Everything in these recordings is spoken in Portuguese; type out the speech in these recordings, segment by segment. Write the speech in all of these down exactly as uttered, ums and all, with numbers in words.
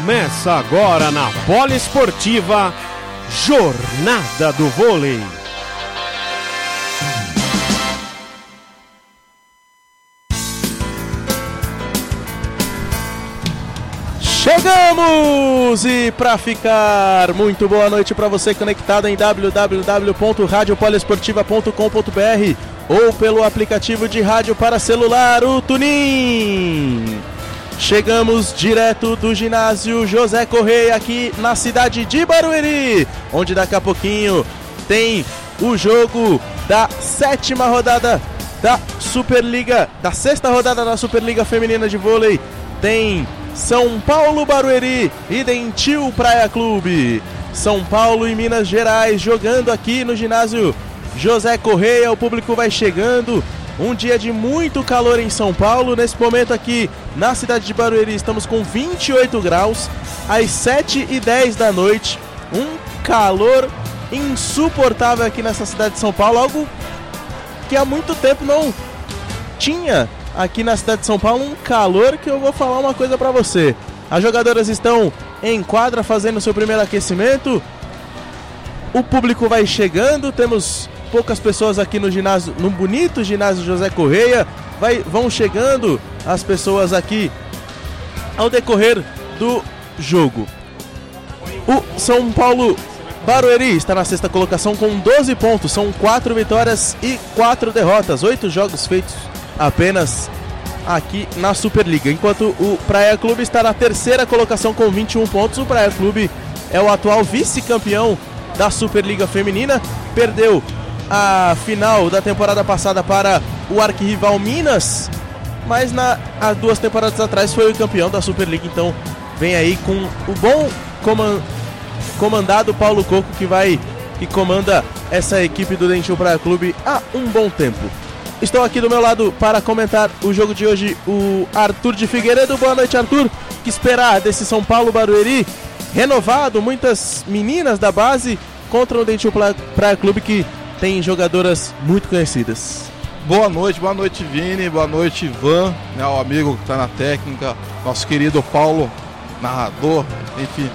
Começa agora na Poliesportiva, Jornada do Vôlei. Chegamos! E para ficar, muito boa noite para você conectado em w w w ponto rádio poliesportiva ponto com ponto b r ou pelo aplicativo de rádio para celular, o Tunin. Chegamos direto do ginásio José Correia aqui na cidade de Barueri, onde daqui a pouquinho tem o jogo da sétima rodada da Superliga, da sexta rodada da Superliga Feminina de Vôlei. Tem São Paulo Barueri e Dentil Praia Clube. São Paulo e Minas Gerais jogando aqui no ginásio José Correia. O público vai chegando. Um dia de muito calor em São Paulo. Nesse momento aqui na cidade de Barueri estamos com vinte e oito graus, às sete e dez da noite. Um calor insuportável aqui nessa cidade de São Paulo, algo que há muito tempo não tinha aqui na cidade de São Paulo. Um calor que eu vou falar uma coisa pra você. As jogadoras estão em quadra fazendo seu primeiro aquecimento. O público vai chegando, temos poucas pessoas aqui no ginásio, no bonito ginásio José Correia. Vai, vão chegando as pessoas aqui ao decorrer do jogo. O São Paulo Barueri está na sexta colocação com doze pontos. São quatro vitórias e quatro derrotas. oito jogos feitos apenas aqui na Superliga. Enquanto o Praia Clube está na terceira colocação com vinte e um pontos. O Praia Clube é o atual vice-campeão da Superliga Feminina. Perdeu a final da temporada passada para o arquirrival Minas, mas na, há duas temporadas atrás foi o campeão da Superliga. Então vem aí com o bom coman, comandado Paulo Coco, que vai que comanda essa equipe do Dentil Praia Clube há um bom tempo. Estou aqui do meu lado para comentar o jogo de hoje, o Arthur de Figueiredo. Boa noite, Arthur. O que esperar desse São Paulo Barueri renovado, muitas meninas da base contra o Dentil Praia Clube, que tem jogadoras muito conhecidas. Boa noite, boa noite, Vini, boa noite, Ivan, né, o amigo que está na técnica, nosso querido Paulo, narrador, enfim.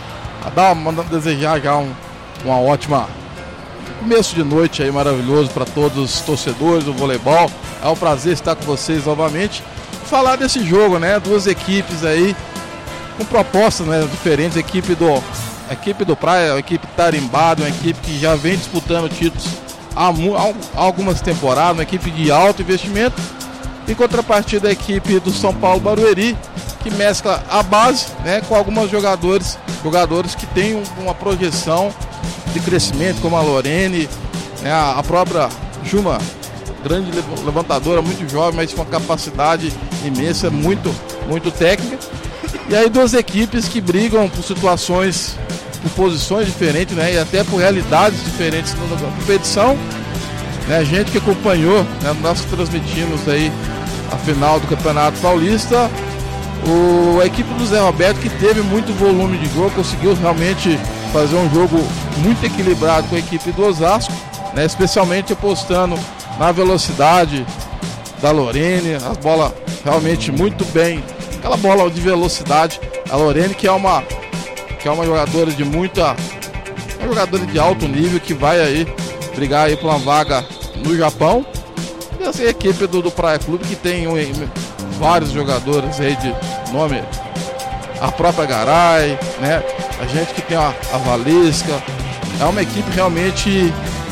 Dá, mandando desejar já um, uma ótima começo de noite aí maravilhoso para todos os torcedores do voleibol. É um prazer estar com vocês novamente. Falar desse jogo, né? Duas equipes aí com propostas, né, diferentes. A equipe do, a equipe do Praia, a equipe tarimbada, uma equipe que já vem disputando títulos há, há algumas temporadas, uma equipe de alto investimento. Em contrapartida, a equipe do São Paulo Barueri, que mescla a base, né, com alguns jogadores, jogadores que têm uma projeção de crescimento, como a Lorene, né, a própria Juma, grande levantadora, muito jovem, mas com uma capacidade imensa, muito, muito técnica. E aí duas equipes que brigam por situações, por posições diferentes, né, e até por realidades diferentes na competição. Né, a gente que acompanhou, né, nós transmitimos aí a final do Campeonato Paulista. O, a equipe do Zé Roberto, que teve muito volume de jogo, conseguiu realmente fazer um jogo muito equilibrado com a equipe do Osasco, né, especialmente apostando na velocidade da Lorene, as bolas realmente muito bem, aquela bola de velocidade. A Lorene, que é uma, que é uma jogadora de muita, uma jogadora de alto nível, que vai aí brigar aí por uma vaga no Japão. E essa é a equipe do, do Praia Clube, que tem um, vários jogadores aí de nome, a própria Garay, né? A gente que tem a, a Valesca. É uma equipe realmente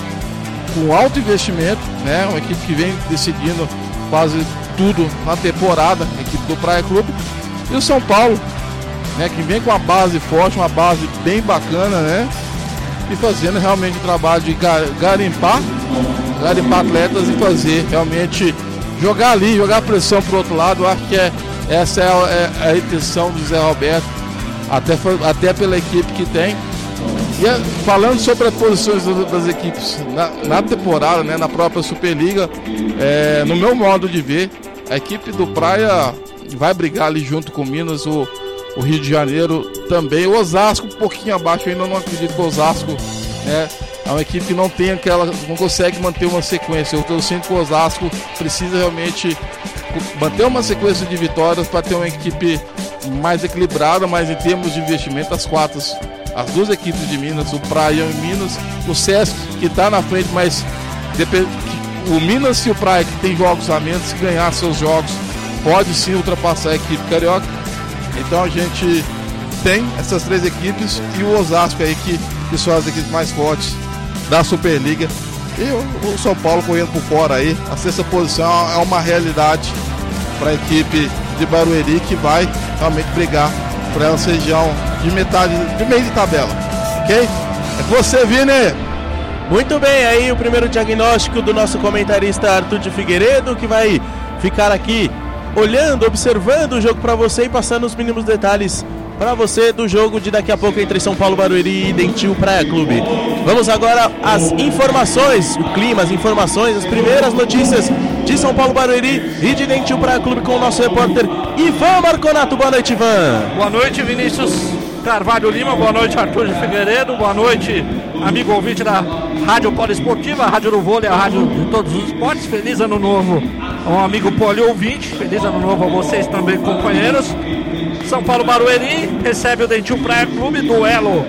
com alto investimento, né? Uma equipe que vem decidindo quase tudo na temporada, a equipe do Praia Clube. E o São Paulo, né, que vem com uma base forte, uma base bem bacana, né? E fazendo realmente o trabalho de garimpar, garimpar atletas e fazer realmente jogar ali, jogar pressão pro outro lado. Eu acho que é, essa é a, é a intenção do Zé Roberto, até, até pela equipe que tem. E é, falando sobre as posições das equipes na, na temporada, né, na própria Superliga, é, no meu modo de ver, a equipe do Praia vai brigar ali junto com o Minas, o, o Rio de Janeiro também, o Osasco um pouquinho abaixo. Eu ainda não acredito que o Osasco, né, é uma equipe que não tem aquela, não consegue manter uma sequência. Eu, eu sinto que o Osasco precisa realmente manter uma sequência de vitórias para ter uma equipe mais equilibrada, mas em termos de investimento, as quatro, as duas equipes de Minas, o Praia e o Minas, o Sesc que está na frente, mas depende, o Minas e o Praia que tem jogos a menos, se ganhar seus jogos, pode sim ultrapassar a equipe carioca. Então a gente tem essas três equipes e o Osasco aí que, que são as equipes mais fortes da Superliga. E o, o São Paulo correndo por fora aí. A sexta posição é uma realidade para a equipe de Barueri, que vai realmente brigar por essa região de metade, de meio de tabela. Ok? É com você, Vini! Muito bem, aí o primeiro diagnóstico do nosso comentarista Arthur de Figueiredo, que vai ficar aqui olhando, observando o jogo para você e passando os mínimos detalhes para você do jogo de daqui a pouco entre São Paulo Barueri e Dentil Praia Clube. Vamos agora às informações, o clima, as informações, as primeiras notícias de São Paulo Barueri e de Dentil Praia Clube com o nosso repórter Ivan Marconato. Boa noite, Ivan. Boa noite, Vinícius Carvalho Lima. Boa noite, Arthur de Figueiredo. Boa noite, amigo ouvinte da Rádio Poliesportiva, a Rádio do Vôlei, a Rádio de todos os esportes. Feliz ano novo ao amigo poli ouvinte. Feliz ano novo a vocês também, companheiros. São Paulo Barueri recebe o Dentil Praia Clube, duelo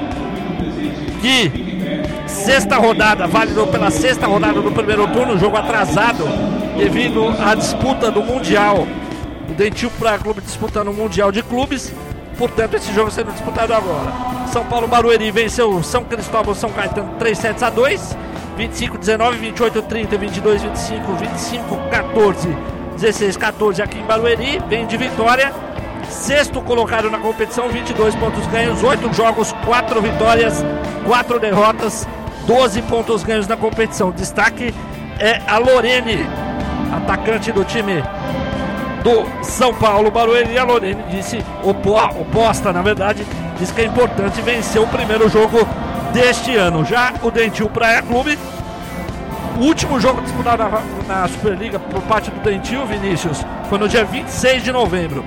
de sexta rodada, válido pela sexta rodada do primeiro turno, jogo atrasado devido à disputa do Mundial. O Dentil Praia Clube disputando o Mundial de Clubes, portanto esse jogo sendo disputado agora. São Paulo Barueri venceu São Cristóvão São Caetano três sets a dois, vinte e cinco a dezenove, vinte e oito a trinta, vinte e dois a vinte e cinco, vinte e cinco a quatorze, dezesseis a quatorze aqui em Barueri, vem de vitória. Sexto colocado na competição, vinte e dois pontos ganhos, oito jogos, quatro vitórias, quatro derrotas, doze pontos ganhos na competição. Destaque é a Lorene, atacante do time do São Paulo Barueri. A Lorene disse, opo, oposta na verdade, disse que é importante vencer o primeiro jogo deste ano. Já o Dentil Praia Clube, o último jogo disputado na, na Superliga por parte do Dentil, Vinícius, foi no dia vinte e seis de novembro.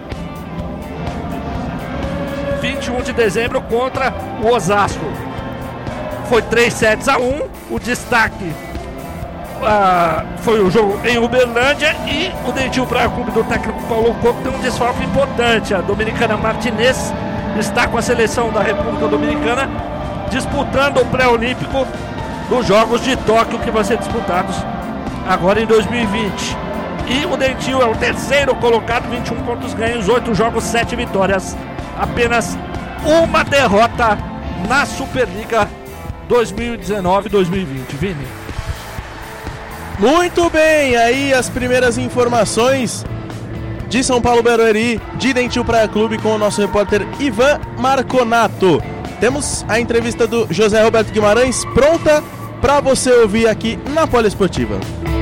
vinte e um de dezembro contra o Osasco. Foi três sets a um. O destaque uh, foi o jogo em Uberlândia. E o Dentil Praia Clube do técnico Paulo Coco tem um desfalque importante. A dominicana Martinez está com a seleção da República Dominicana disputando o pré-olímpico dos Jogos de Tóquio, que vão ser disputados agora em dois mil e vinte. E o Dentil é o terceiro colocado, vinte e um pontos ganhos, oito jogos, sete vitórias. Apenas uma derrota na Superliga dois mil e dezenove dois mil e vinte. Vini. Muito bem, aí as primeiras informações de São Paulo Barueri, de Dentil Praia Clube, com o nosso repórter Ivan Marconato. Temos a entrevista do José Roberto Guimarães pronta para você ouvir aqui na Poliesportiva.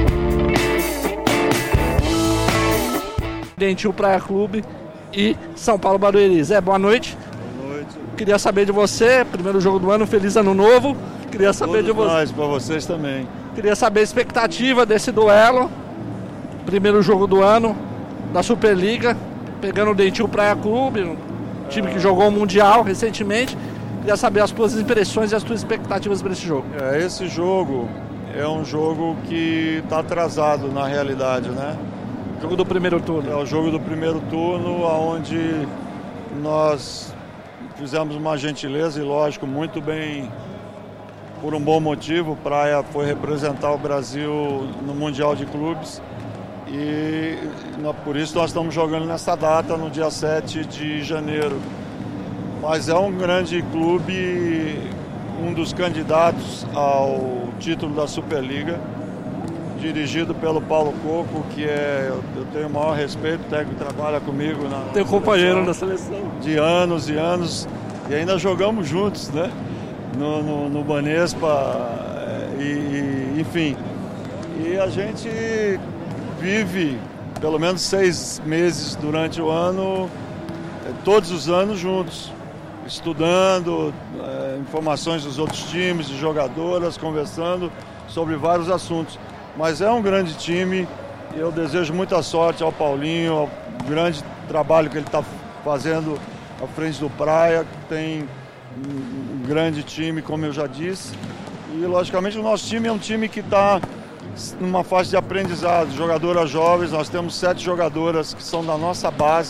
Dentil Praia Clube e São Paulo Barueri. Zé, boa noite. Boa noite. Queria saber de você, primeiro jogo do ano, feliz ano novo. Queria saber Todos de você. nós, para vocês também. Queria saber a expectativa desse duelo. Primeiro jogo do ano da Superliga, pegando o Dentil Praia Clube, um time que jogou o Mundial recentemente. Queria saber as tuas impressões e as tuas expectativas para esse jogo. É, esse jogo é um jogo que está atrasado na realidade, né? Jogo do primeiro turno. É o jogo do primeiro turno, onde nós fizemos uma gentileza e, lógico, muito bem, por um bom motivo. O Praia foi representar o Brasil no Mundial de Clubes e por isso nós estamos jogando nessa data, no dia sete de janeiro. Mas é um grande clube, um dos candidatos ao título da Superliga, dirigido pelo Paulo Coco, que é, eu tenho o maior respeito, o técnico trabalha comigo na Teu companheiro na seleção. De anos e anos, e ainda jogamos juntos, né? No, no, no Banespa, e, e, enfim. E a gente vive pelo menos seis meses durante o ano, todos os anos juntos, estudando é, informações dos outros times, de jogadoras, conversando sobre vários assuntos. Mas é um grande time e eu desejo muita sorte ao Paulinho, ao grande trabalho que ele está fazendo à frente do Praia, que tem um grande time, como eu já disse. E, logicamente, o nosso time é um time que está numa fase de aprendizado, jogadoras jovens. Nós temos sete jogadoras que são da nossa base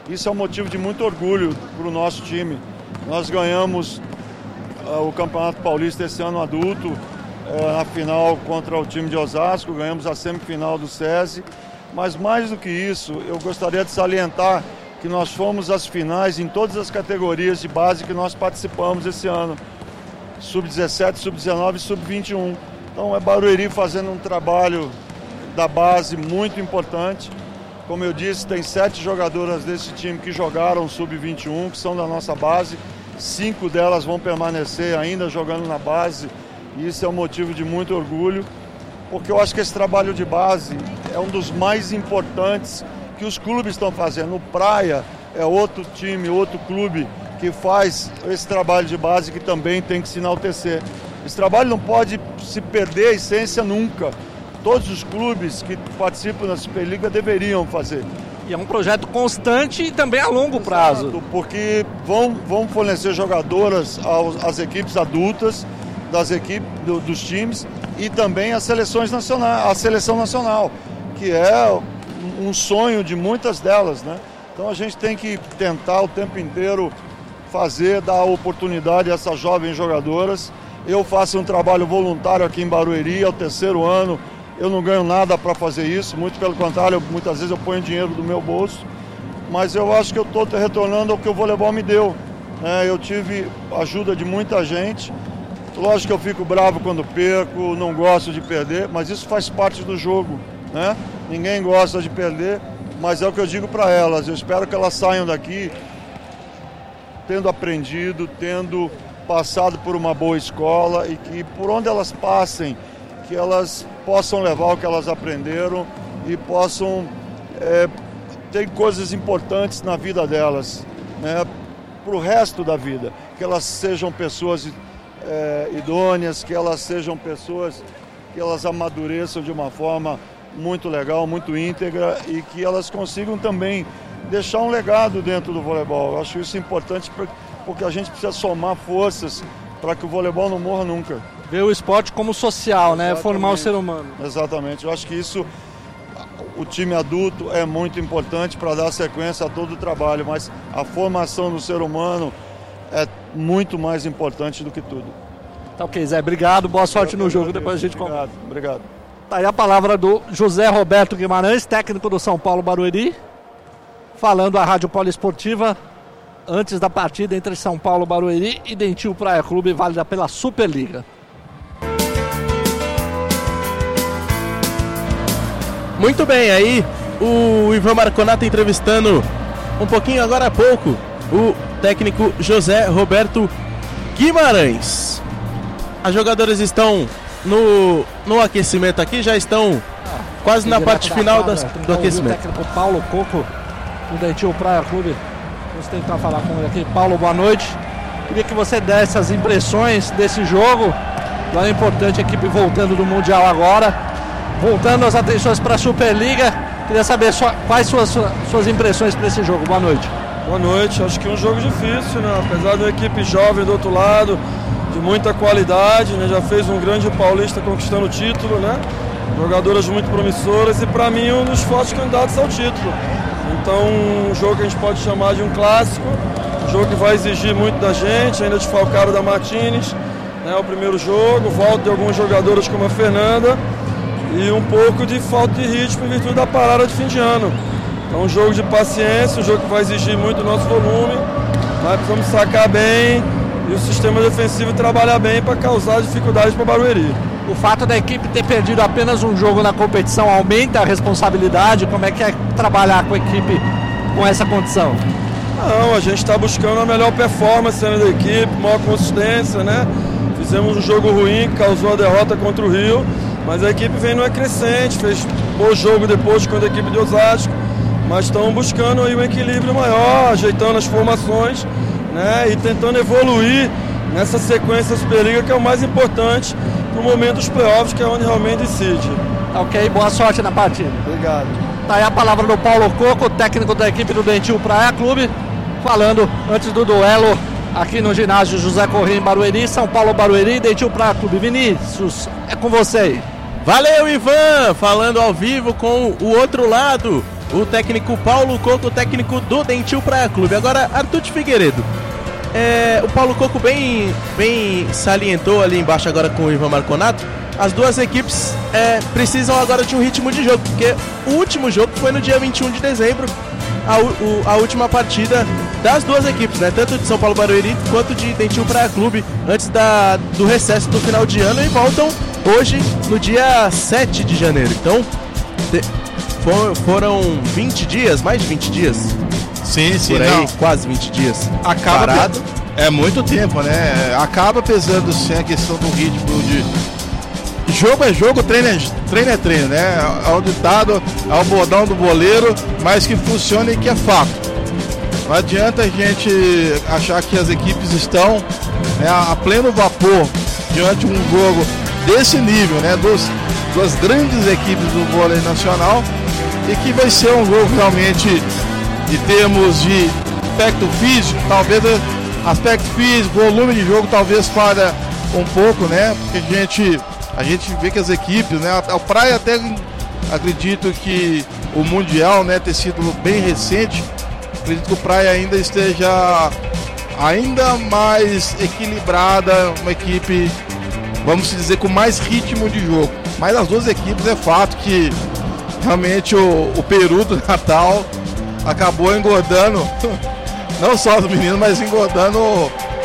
Isso é um motivo de muito orgulho para o nosso time. Nós ganhamos uh, o Campeonato Paulista esse ano adulto, uh, na final contra o time de Osasco, ganhamos a semifinal do SESI, mas mais do que isso, eu gostaria de salientar que nós fomos às finais em todas as categorias de base que nós participamos esse ano, sub dezessete, sub dezenove e sub vinte e um. Então é Barueri fazendo um trabalho da base muito importante. Como eu disse, tem sete jogadoras desse time que jogaram sub vinte e um, que são da nossa base. Cinco delas vão permanecer ainda jogando na base. E isso é um motivo de muito orgulho, porque eu acho que esse trabalho de base é um dos mais importantes que os clubes estão fazendo. O Praia é outro time, outro clube que faz esse trabalho de base que também tem que se enaltecer. Esse trabalho não pode se perder a essência nunca. Todos os clubes que participam da Superliga deveriam fazer. E é um projeto constante e também a longo prazo. Exato, porque vão, vão fornecer jogadoras aos, às equipes adultas das equipes, do, dos times e também as seleções nacionais, a seleção nacional, que é um sonho de muitas delas, né? Então a gente tem que tentar o tempo inteiro fazer, dar oportunidade a essas jovens jogadoras. Eu faço um trabalho voluntário aqui em Barueri, é o terceiro ano. Eu não ganho nada para fazer isso, muito pelo contrário, muitas vezes eu ponho dinheiro do meu bolso, mas eu acho que eu estou retornando ao que o voleibol me deu. É, eu tive ajuda de muita gente, lógico que eu fico bravo quando perco, não gosto de perder, mas isso faz parte do jogo, né? Ninguém gosta de perder, mas é o que eu digo para elas, eu espero que elas saiam daqui tendo aprendido, tendo passado por uma boa escola e que por onde elas passem, que elas possam levar o que elas aprenderam e possam é, ter coisas importantes na vida delas, né, para o resto da vida. Que elas sejam pessoas é, idôneas, que elas sejam pessoas que elas amadureçam de uma forma muito legal, muito íntegra e que elas consigam também deixar um legado dentro do voleibol. Eu acho isso importante porque a gente precisa somar forças para que o voleibol não morra nunca. Ver o esporte como social, né? Exatamente. Formar o ser humano. Exatamente. Eu acho que isso, o time adulto é muito importante para dar sequência a todo o trabalho, mas a formação do ser humano é muito mais importante do que tudo. Tá ok, Zé. Obrigado. Boa sorte no jogo. Depois a gente Obrigado. Obrigado. Tá aí a palavra do José Roberto Guimarães, técnico do São Paulo Barueri, falando à Rádio Poliesportiva antes da partida entre São Paulo Barueri e Dentil Praia Clube, válida pela Superliga. Muito bem, aí o Ivan Marconato entrevistando um pouquinho agora há pouco o técnico José Roberto Guimarães. As jogadoras estão no, no aquecimento aqui, já estão ah, quase na parte final das, do aquecimento. O técnico Paulo Coco do Dentil Praia Clube. Vamos tentar falar com ele aqui. Paulo, boa noite. Queria que você desse as impressões desse jogo. Lá é importante a equipe voltando do Mundial agora. Voltando as atenções para a Superliga, queria saber só, quais suas suas impressões para esse jogo. Boa noite. Boa noite, acho que é um jogo difícil, né? Apesar de uma equipe jovem do outro lado, de muita qualidade, né? Já fez um grande paulista conquistando o título, né? Jogadoras muito promissoras e para mim um dos fortes candidatos ao título. Então um jogo que a gente pode chamar de um clássico, um jogo que vai exigir muito da gente, ainda desfalcado da Martínez, né? O primeiro jogo, volta de alguns jogadores como a Fernanda, e um pouco de falta de ritmo em virtude da parada de fim de ano. Então um jogo de paciência, um jogo que vai exigir muito do nosso volume, mas precisamos sacar bem e o sistema defensivo trabalhar bem para causar dificuldades para o Barueri. O fato da equipe ter perdido apenas um jogo na competição aumenta a responsabilidade? Como é que é trabalhar com a equipe com essa condição? Não, a gente está buscando a melhor performance da equipe, maior consistência, né? Fizemos um jogo ruim que causou a derrota contra o Rio, mas a equipe vem numa crescente, fez um bom jogo depois contra a equipe de Osasco, mas estão buscando aí um equilíbrio maior, ajeitando as formações, né, e tentando evoluir nessa sequência Superliga, que é o mais importante para o momento dos playoffs, que é onde realmente decide. Ok, boa sorte na partida. Obrigado. Tá aí a palavra do Paulo Coco, técnico da equipe do Dentil Praia Clube, falando antes do duelo aqui no ginásio José Corrêa em Barueri, São Paulo Barueri, Dentil Praia Clube. Vinícius, é com você aí. Valeu, Ivan, falando ao vivo com o outro lado o técnico Paulo Coco, técnico do Dentil Praia Clube. Agora, Arthur de Figueiredo. É, o Paulo Coco bem, bem salientou ali embaixo agora com o Ivan Marconato. As duas equipes é, precisam agora de um ritmo de jogo, porque o último jogo foi no dia vinte e um de dezembro, a, o, a última partida das duas equipes, né? Tanto de São Paulo Barueri quanto de Dentil Praia Clube, antes da, do recesso do final de ano, e voltam hoje no dia sete de janeiro. Então, de, for, foram vinte dias, mais de vinte dias. Sim, sim, por aí, não. quase vinte dias. Acaba parado. É muito tempo, né? Acaba pesando sim a questão do ritmo de. Jogo é jogo, treino é treino, é treino, né? É o ditado, é o bordão do boleiro, mas que funciona e que é fato. Não adianta a gente achar que as equipes estão, né, a pleno vapor diante de um jogo desse nível, né? Dos, duas grandes equipes do vôlei nacional, e que vai ser um jogo realmente, em termos de aspecto físico, talvez aspecto físico, volume de jogo talvez falha um pouco, né? Porque a gente A gente vê que as equipes, né? A Praia até acredito que o Mundial, né, ter sido bem recente, acredito que o Praia ainda esteja ainda mais equilibrada, uma equipe, vamos dizer, com mais ritmo de jogo. Mas as duas equipes é fato que realmente o, o Peru do Natal acabou engordando, não só os meninos, mas engordando o,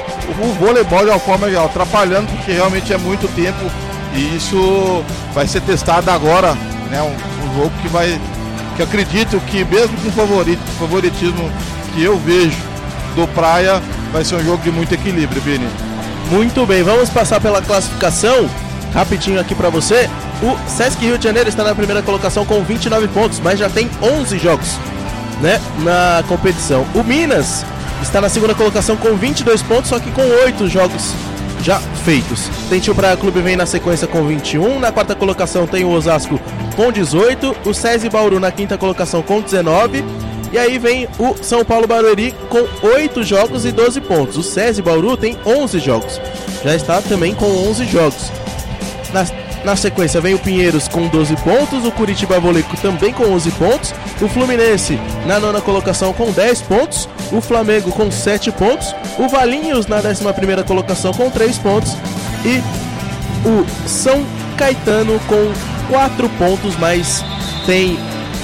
o voleibol de uma forma geral, atrapalhando, porque realmente é muito tempo. E isso vai ser testado agora, né? Um, um jogo que vai, que eu acredito que mesmo com o favorito, favoritismo que eu vejo do Praia, vai ser um jogo de muito equilíbrio, Vini. Muito bem, vamos passar pela classificação, rapidinho aqui para você. O Sesc Rio de Janeiro está na primeira colocação com vinte e nove pontos, mas já tem onze jogos, né, na competição. O Minas está na segunda colocação com vinte e dois pontos, só que com oito jogos já feitos. Dentil Praia Clube vem na sequência com vinte e um, na quarta colocação tem o Osasco com dezoito, o SESI Bauru na quinta colocação com dezenove, e aí vem o São Paulo Barueri com oito jogos e doze pontos. O SESI Bauru tem onze jogos, já está também com onze jogos. Na, na sequência vem o Pinheiros com doze pontos, o Curitiba Voleco também com onze pontos, o Fluminense na nona colocação com dez pontos, o Flamengo com sete pontos, o Valinhos na décima primeira colocação com três pontos e o São Caetano com quatro pontos, mas tem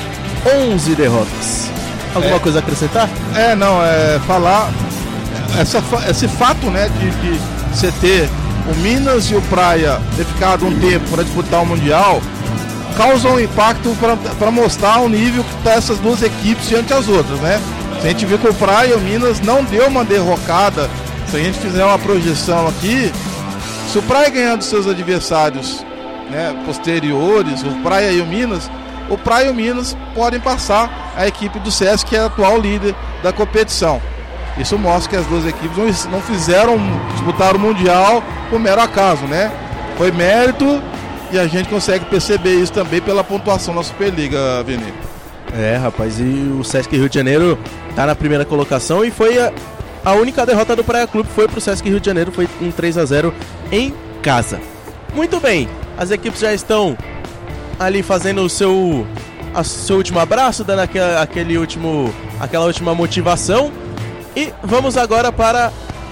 onze derrotas. Alguma é, coisa a acrescentar? É, não, é falar essa, esse fato, né, de, de você ter o Minas e o Praia ter ficado um tempo para disputar o Mundial, causa um impacto para mostrar o nível que está essas duas equipes diante das outras, né? Se a gente vê que o Praia e o Minas não deu uma derrocada, se a gente fizer uma projeção aqui, se o Praia ganhar dos seus adversários, né, posteriores, o Praia e o Minas, o Praia e o Minas podem passar a equipe do Sesc, que é a atual líder da competição. Isso mostra que as duas equipes não fizeram, disputaram o Mundial por mero acaso, né? Foi mérito, e a gente consegue perceber isso também pela pontuação da Superliga, Vini. É, rapaz, e o Sesc Rio de Janeiro tá na primeira colocação, e foi a, a única derrota do Praia Clube foi pro Sesc Rio de Janeiro, foi um três a zero em casa. Muito bem, as equipes já estão ali fazendo o seu, a, seu último abraço, dando aquele, aquele último, aquela última motivação. E vamos agora para...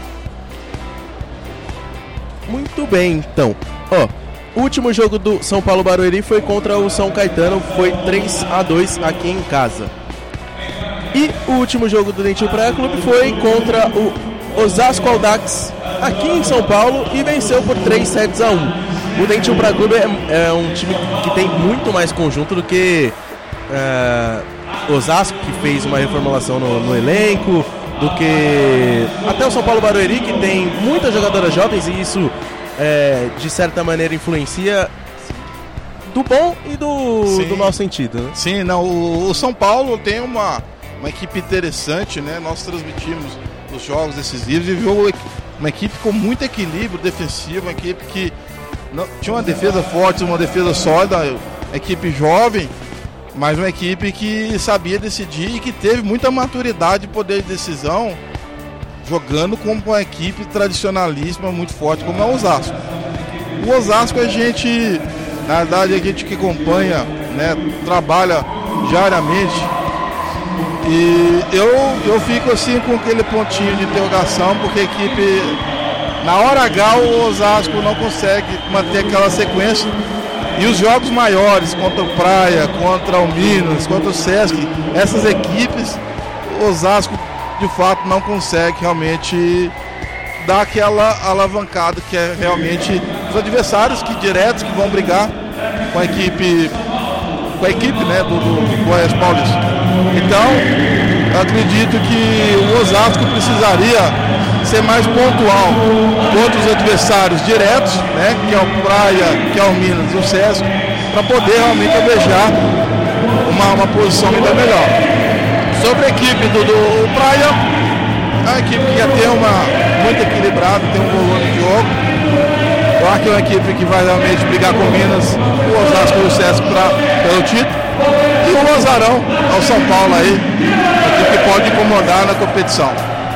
Muito bem, então. Ó, o último jogo do São Paulo Barueri foi contra o São Caetano, foi três a dois aqui em casa. E o último jogo do Dentil Praia Clube foi contra o Osasco Audax aqui em São Paulo e venceu por três sets a um. O Dentil Praia Clube é, é um time que tem muito mais conjunto do que é, Osasco, que fez uma reformulação no, no elenco, do que até o São Paulo Barueri, que tem muitas jogadoras jovens, e isso é, de certa maneira influencia do bom e do, do mau sentido, né? Sim, não, o, o São Paulo tem uma, uma equipe interessante, né? Nós transmitimos os jogos decisivos e viu uma equipe com muito equilíbrio defensivo, uma equipe que não, tinha uma defesa forte, uma defesa sólida, equipe jovem, mas uma equipe que sabia decidir e que teve muita maturidade e poder de decisão, jogando como uma equipe tradicionalíssima muito forte como é o Osasco. O Osasco, a gente, na verdade, a gente que acompanha, né, trabalha diariamente E eu, eu fico assim com aquele pontinho de interrogação, porque a equipe, na hora H, o Osasco não consegue manter aquela sequência. E os jogos maiores, contra o Praia, contra o Minas, contra o Sesc, essas equipes, o Osasco de fato não consegue realmente dar aquela alavancada que é realmente os adversários que diretos que vão brigar com a equipe, com a equipe né, do, do Goiás Paulista. Então, eu acredito que o Osasco precisaria ser mais pontual contra os adversários diretos, né, que é o Praia, que é o Minas e o Sesc, para poder realmente almejar uma, uma posição ainda melhor. Sobre a equipe do, do Praia, é uma equipe que já tem uma muito equilibrada, tem um volume de jogo. Eu acho que é uma equipe que vai realmente brigar com o Minas, o Osasco e o Sesc pra, pelo título. E o Azarão ao São Paulo aí, a equipe que pode incomodar na competição.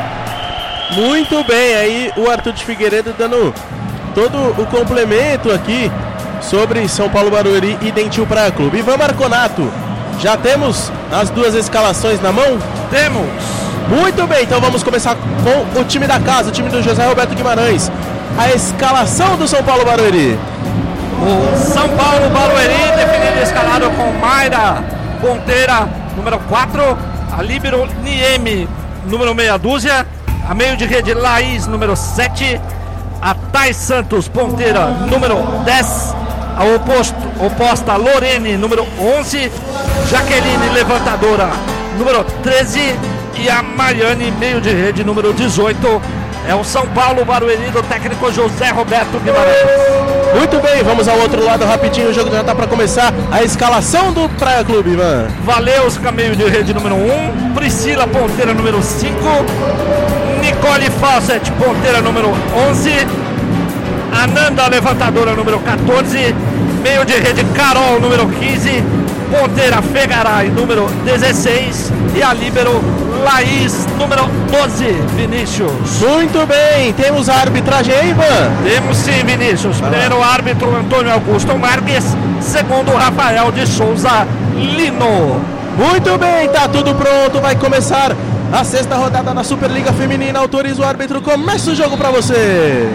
Muito bem, aí o Arthur de Figueiredo dando todo o complemento aqui sobre São Paulo Barueri e Dentil Praia Clube. Ivan Marconato, já temos as duas escalações na mão? Temos! Muito bem, então vamos começar com o time da casa, o time do José Roberto Guimarães. A escalação do São Paulo Barueri. O São Paulo Barueri definido escalado com Mayra Ponteira, número quatro, a líbero Nieme, número meia dúzia, a meio de rede Laís, número sete, a Thais Santos Ponteira, número dez, a oposto, oposta Lorene, número onze, Jaqueline Levantadora, número treze e a Mariane, meio de rede, número dezoito. É o São Paulo Barueri do técnico José Roberto Guimarães. Muito bem, vamos ao outro lado rapidinho, o jogo já está para começar. A escalação do Praia Clube, Ivan. Valeuska, meio de rede, número um, Priscila Ponteira, número cinco, Nicole Fawcett Ponteira, número onze, Ananda Levantadora, número quatorze, meio de rede Carol, número quinze, Ponteira Fegaray, número dezesseis e a líbero Laís, número doze, Vinícius. Muito bem, temos a arbitragem aí, Ivan? Temos sim, Vinícius. Primeiro árbitro Antônio Augusto Marques, segundo Rafael de Souza Lino. Muito bem, tá tudo pronto, vai começar a sexta rodada da Superliga Feminina. Autoriza o árbitro, começa o jogo pra você.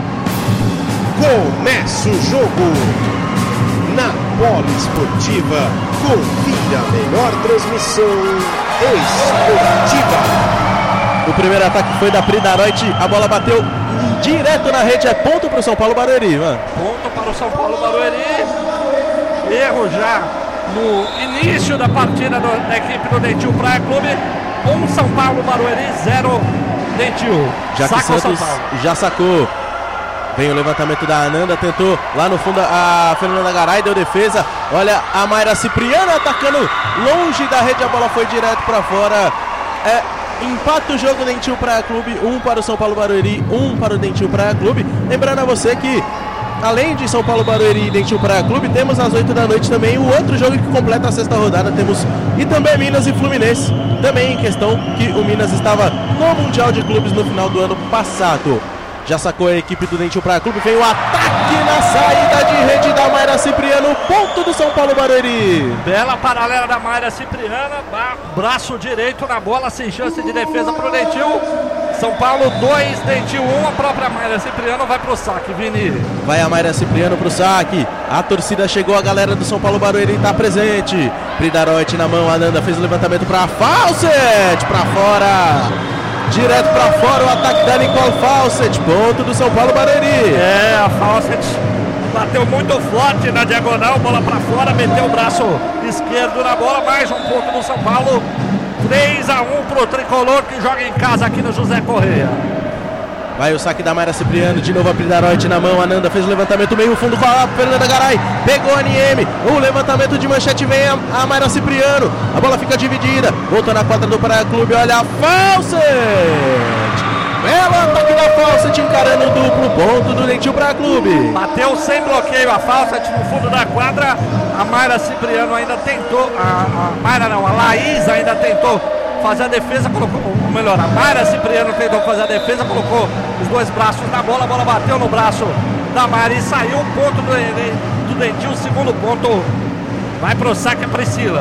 Começa o jogo na Poliesportiva. Confira a melhor transmissão esportiva. O primeiro ataque foi da Pridaroite, a bola bateu direto na rede, é ponto para o São Paulo Barueri, mano. Ponto para o São Paulo Barueri. Erro já no início da partida do, da equipe do Dentil Praia Clube. um São Paulo Barueri, zero Dentil. Já que Santos já sacou. Vem o levantamento da Ananda, tentou lá no fundo a Fernanda Garay, deu defesa. Olha a Mayra Cipriano atacando longe da rede, a bola foi direto para fora. É, empata o jogo Dentil Praia Clube, um para o São Paulo Barueri, um para o Dentil Praia Clube. Lembrando a você que, além de São Paulo Barueri e Dentil Praia Clube, temos às oito da noite também o outro jogo que completa a sexta rodada. Temos e também Minas e Fluminense, também em questão que o Minas estava no Mundial de Clubes no final do ano passado. Já sacou a equipe do Dentil Praia Clube, vem o ataque na saída de rede da Mayra Cipriano, ponto do São Paulo Barueri. Bela paralela da Mayra Cipriana, braço direito na bola, sem chance de defesa para o Dentil. São Paulo dois, Dentil um, a própria Mayra Cipriano vai pro saque, Vini. Vai a Mayra Cipriano pro saque, a torcida chegou, a galera do São Paulo Barueri está presente. Pridaroite na mão, a Ananda fez o levantamento para Fawcett, para fora. Direto para fora o ataque da Nicole Fawcett, ponto do São Paulo Barueri. É, a Fawcett bateu muito forte na diagonal, bola para fora, meteu o braço esquerdo na bola, mais um ponto do São Paulo. três a um pro tricolor que joga em casa aqui no José Correia. Vai o saque da Mayra Cipriano, de novo a Pridaroite na mão, a Ananda fez o levantamento meio fundo com a Fernanda Garay, pegou a Nieme, o levantamento de manchete vem a, a Mayra Cipriano, a bola fica dividida, voltou na quadra do Praia Clube, olha a Fawcett, belo ataque da Fawcett encarando o duplo ponto do Dentil Praia Clube. Bateu sem bloqueio a Fawcett no fundo da quadra, a Mayra Cipriano ainda tentou, a, a Mayra não, a Laís ainda tentou fazer a defesa, colocou, ou melhor, a Mayra Cipriano tentou fazer a defesa, colocou os dois braços na bola, a bola bateu no braço da Mayra e saiu um ponto do, do Dentil, segundo ponto vai pro saque a Priscila.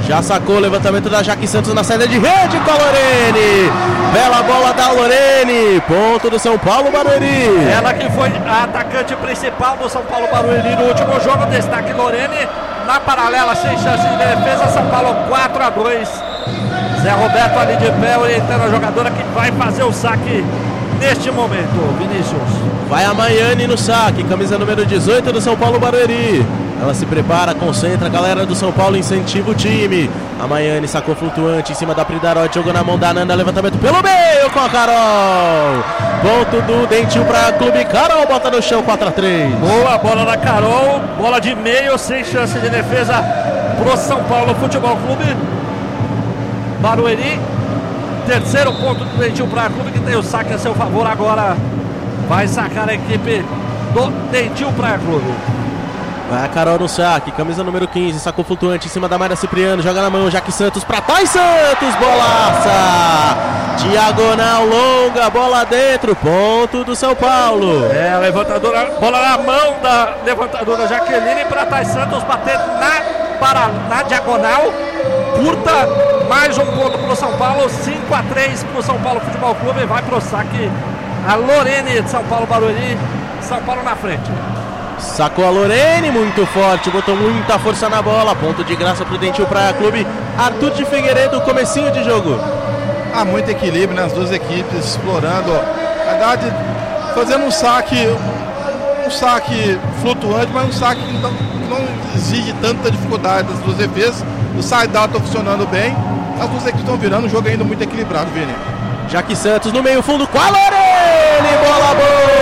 Já sacou o levantamento da Jaque Santos na saída de rede com a Lorene. Bela bola da Lorene. Ponto do São Paulo Barueri. Ela que foi a atacante principal do São Paulo Barueri no último jogo. Destaque Lorene. Na paralela, sem chance de defesa. São Paulo quatro a dois. Zé Roberto ali de pé, orientando a jogadora que vai fazer o saque neste momento. Vinícius. Vai a Maiane no saque. Camisa número dezoito do São Paulo Barueri. Ela se prepara, concentra, a galera do São Paulo incentiva o time. A Maiane sacou flutuante em cima da Pridarote, jogou na mão da Nanda, levantamento pelo meio com a Carol. Ponto do Dentil para Clube. Carol bota no chão, quatro a três. Boa bola da Carol, bola de meio, sem chance de defesa pro São Paulo Futebol Clube Barueri. Terceiro ponto do Dentil para Clube, que tem o saque a seu favor agora. Vai sacar a equipe do Dentil Praia Clube. Vai a Carol no saque, camisa número quinze, sacou flutuante em cima da Mayra Cipriano, joga na mão, Jaque Santos pra Thais Santos, bolaça! Diagonal longa, bola dentro, ponto do São Paulo. É, a levantadora, bola na mão da levantadora Jaqueline pra Thais Santos bater na, para, na diagonal, curta, mais um ponto pro São Paulo, cinco a três pro São Paulo Futebol Clube, vai pro saque a Lorene de São Paulo Barueri, São Paulo na frente. Sacou a Lorene, muito forte, botou muita força na bola, ponto de graça pro Dentil Praia Clube. Arthur de Figueiredo, comecinho de jogo. Há muito equilíbrio nas duas equipes, explorando, na verdade, fazendo um saque, um saque flutuante, mas um saque que não, não exige tanta dificuldade das duas defesas. O side-out está funcionando bem, as duas equipes estão virando um jogo ainda muito equilibrado, Vini. Jaque Santos no meio fundo com a Lorene, bola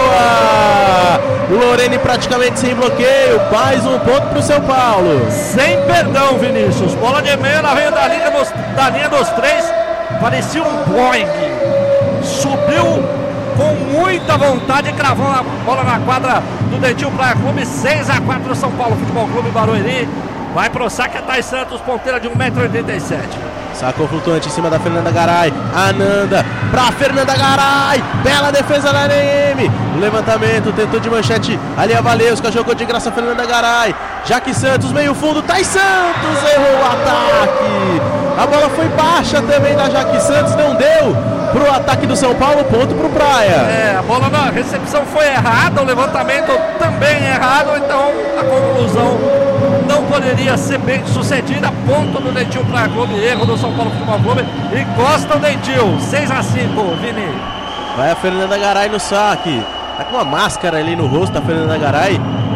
boa! Lorene praticamente sem bloqueio, mais um ponto pro São Paulo. Sem perdão, Vinícius, bola de meio, ela veio da linha dos, da linha dos três, parecia um Boeing, subiu com muita vontade, cravou a bola na quadra do Dentil Praia Clube, seis a quatro São Paulo Futebol Clube Barueri. Vai pro saque a Thais Santos, ponteira de um metro e oitenta e sete. Sacou flutuante em cima da Fernanda Garay. Ananda pra Fernanda Garay. Bela defesa da N M. Levantamento, tentou de manchete ali a Valeuska, jogou de graça a Fernanda Garay. Jaque Santos, meio fundo. Thais Santos errou o ataque. A bola foi baixa também da Jaque Santos, não deu pro ataque do São Paulo, ponto pro Praia. É, a bola na recepção foi errada, o levantamento também errado, então a conclusão não poderia ser bem sucedida. Ponto do Dentil Praia Clube, erro do São Paulo Futebol Clube. Encosta o Dentil, seis a cinco, Vini. Vai a Fernanda Garay no saque. Tá com uma máscara ali no rosto da Fernanda Garay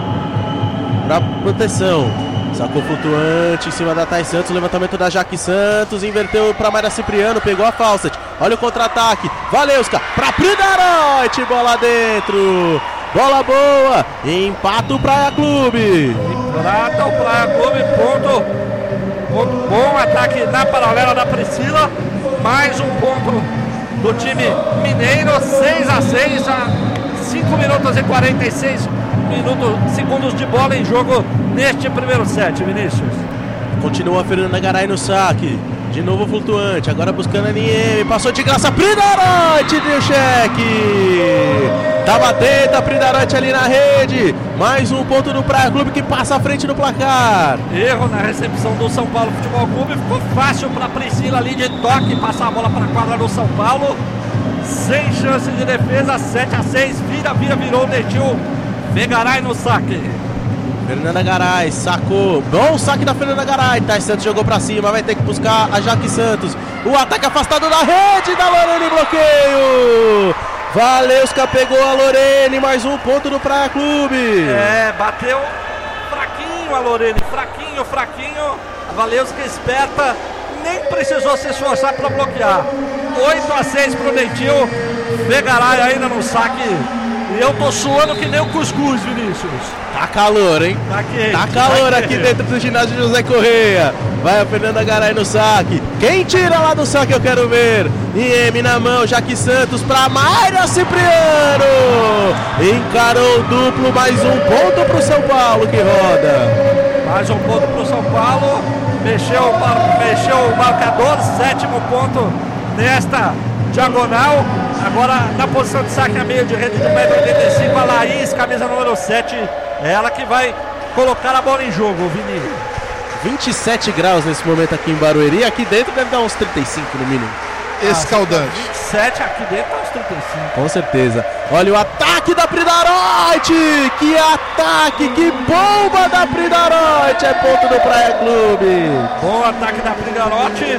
pra proteção. Sacou flutuante em cima da Thais Santos, levantamento da Jaque Santos, inverteu pra Mayra Cipriano, pegou a Fawcett. Olha o contra-ataque, Valeuska pra Pridarote, bola dentro. Bola boa, empata o Praia Clube. Empata o Praia Clube, ponto, ponto bom, ataque na paralela da Priscila. Mais um ponto do time mineiro, seis a seis, a cinco minutos e quarenta e seis minutos, segundos de bola em jogo neste primeiro set, Vinícius. Continua a Fernanda Garay no saque. De novo flutuante, agora buscando a N M, passou de graça, Pridarote deu cheque. Tava atenta a Pridarote ali na rede. Mais um ponto do Praia Clube que passa à frente do placar. Erro na recepção do São Paulo Futebol Clube. Ficou fácil para Priscila ali de toque, passar a bola para a quadra do São Paulo. Sem chance de defesa, sete a seis, vira, vira, virou o Dentil. Garay no saque. Fernanda Garay sacou, bom saque da Fernanda Garay. Thais Santos jogou pra cima, vai ter que buscar a Jaque Santos. O ataque afastado da rede da Lorene, bloqueio. Valeuska pegou a Lorene, mais um ponto do Praia Clube. É, bateu fraquinho a Lorene, fraquinho, fraquinho. A Valeuska esperta, nem precisou se esforçar para bloquear. oito a seis pro Dentil. Garay ainda no saque. E eu tô suando que nem o cuscuz, Vinícius. Tá calor, hein? Tá quente. Tá calor tá aqui quente. dentro do ginásio José Correia. Vai a Fernanda Garay no saque. Quem tira lá do saque eu quero ver. N M na mão, Jaque Santos pra Mayra Cipriano. Encarou o duplo, mais um ponto pro São Paulo que roda. Mais um ponto pro São Paulo. Mexeu, mexeu o marcador, sétimo ponto nesta diagonal. Agora na posição de saque a meio de rede de um metro e oitenta e cinco, a Laís, camisa número sete. É ela que vai colocar a bola em jogo, Vini. vinte e sete graus nesse momento aqui em Barueri. Aqui dentro deve dar uns trinta e cinco no mínimo. Escaldante. vinte e sete aqui dentro, tá uns trinta e cinco. Com certeza. Olha o ataque da Pridarote. Que ataque, que bomba da Pridarote. É ponto do Praia Clube. Bom ataque da Pridarote.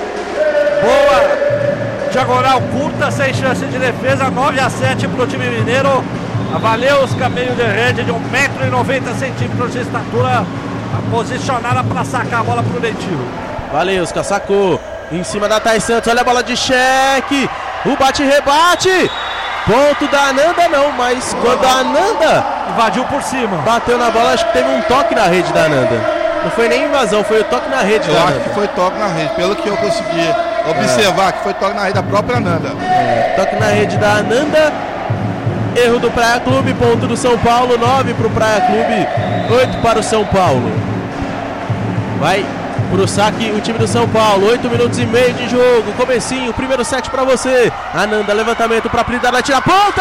Boa diagonal curta, sem chance de defesa. nove a sete pro time mineiro. A Valeuska, meio de rede de um metro e noventa centímetros de estatura, posicionada para sacar a bola pro Dentil. Valeuska sacou em cima da Thais Santos. Olha a bola de cheque. O bate-rebate. Ponto da Ananda não, mas quando a Ananda invadiu por cima, bateu na bola, acho que teve um toque na rede da Ananda. Não foi nem invasão, foi o toque na rede eu da acho Ananda. que foi toque na rede, pelo que eu consegui observar, é. que foi toque na rede da própria Ananda. É, toque na rede da Ananda. Erro do Praia Clube, ponto do São Paulo, nove para o Praia Clube, oito para o São Paulo. Vai pro saque o time do São Paulo, oito minutos e meio de jogo, comecinho, primeiro set para você. Ananda, levantamento para Pridarote na ponta!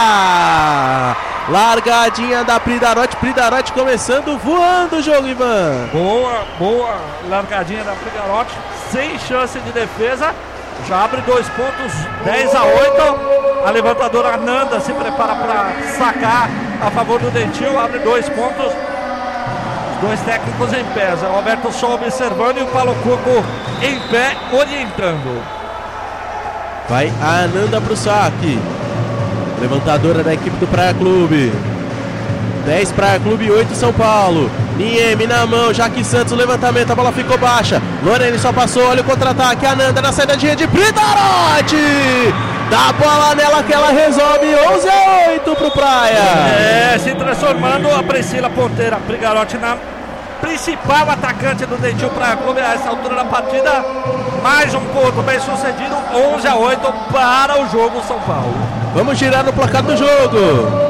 Largadinha da Pridarote, Pridarote começando, voando o jogo, Ivan. Boa, boa largadinha da Pridarote, sem chance de defesa. Já abre dois pontos, dez a oito. A levantadora Ananda se prepara para sacar a favor do Dentil. Abre dois pontos. Os dois técnicos em pé. O Roberto só observando e o Paulo Coco em pé, orientando. Vai a Ananda para o saque. Levantadora da equipe do Praia Clube. dez Praia Clube, oito São Paulo. Niemi na mão, Jaque Santos, o levantamento, a bola ficou baixa. Lorene só passou, olha o contra-ataque. Ananda na saída de rede, Pridarote! Dá a bola nela que ela resolve, onze a oito pro Praia. É, se transformando a Priscila Ponteira, Pridarote na principal atacante do Dentil Praia Clube a essa altura da partida. Mais um ponto bem sucedido, onze a oito para o jogo São Paulo. Vamos girar no placar do jogo.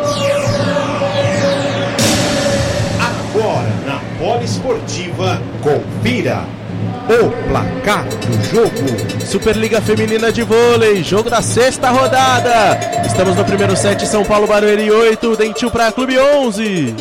Agora na Poliesportiva, confira o placar do jogo. Superliga Feminina de Vôlei, jogo da sexta rodada. Estamos no primeiro set, São Paulo Barueri oito, Dentil Praia Clube onze.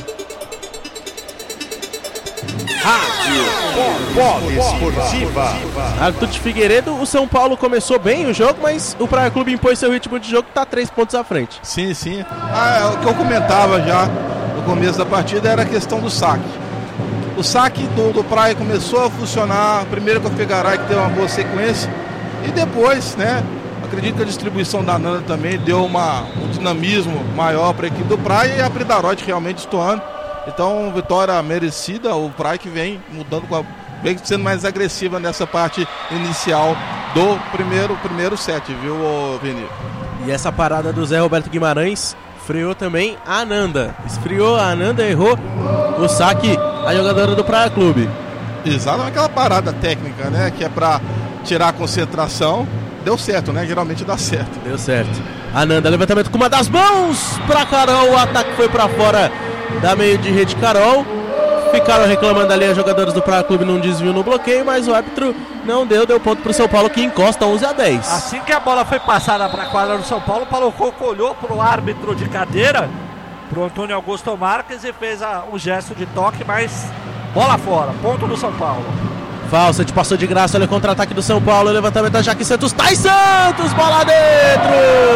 Rádio Poliesportiva. Arthur de Figueiredo, o São Paulo começou bem o jogo, mas o Praia Clube impôs seu ritmo de jogo, está três pontos à frente. Sim, sim. Ah, o que eu comentava já no começo da partida era a questão do saque. O saque do, do Praia começou a funcionar, primeiro com a Fegaray, que teve uma boa sequência, e depois, né, acredito que a distribuição da Nanda também deu uma, um dinamismo maior para a equipe do Praia e a Pridarote realmente estourando. Então, vitória merecida, o Praia que vem mudando, com a, vem sendo mais agressiva nessa parte inicial do primeiro, primeiro set, viu, Vini? E essa parada do Zé Roberto Guimarães freou também a Ananda. Esfriou a Ananda, errou o saque a jogadora do Praia Clube. Exatamente, aquela parada técnica, né, que é pra tirar a concentração. Deu certo, né, geralmente dá certo. Deu certo. Ananda, levantamento com uma das mãos pra Carol, o ataque foi pra fora da meio de rede Carol. Ficaram reclamando ali as jogadoras do Praia Clube num desvio no bloqueio, mas o árbitro não deu, deu ponto pro São Paulo, que encosta onze a dez. Assim que a bola foi passada para a quadra do São Paulo, o Paulo Coco olhou pro árbitro de cadeira, pro Antônio Augusto Marques, e fez a, um gesto de toque, mas bola fora, ponto do São Paulo. Falset passou de graça, olha o contra-ataque do São Paulo, levantamento da Jaque Santos, Thais Santos, bola dentro!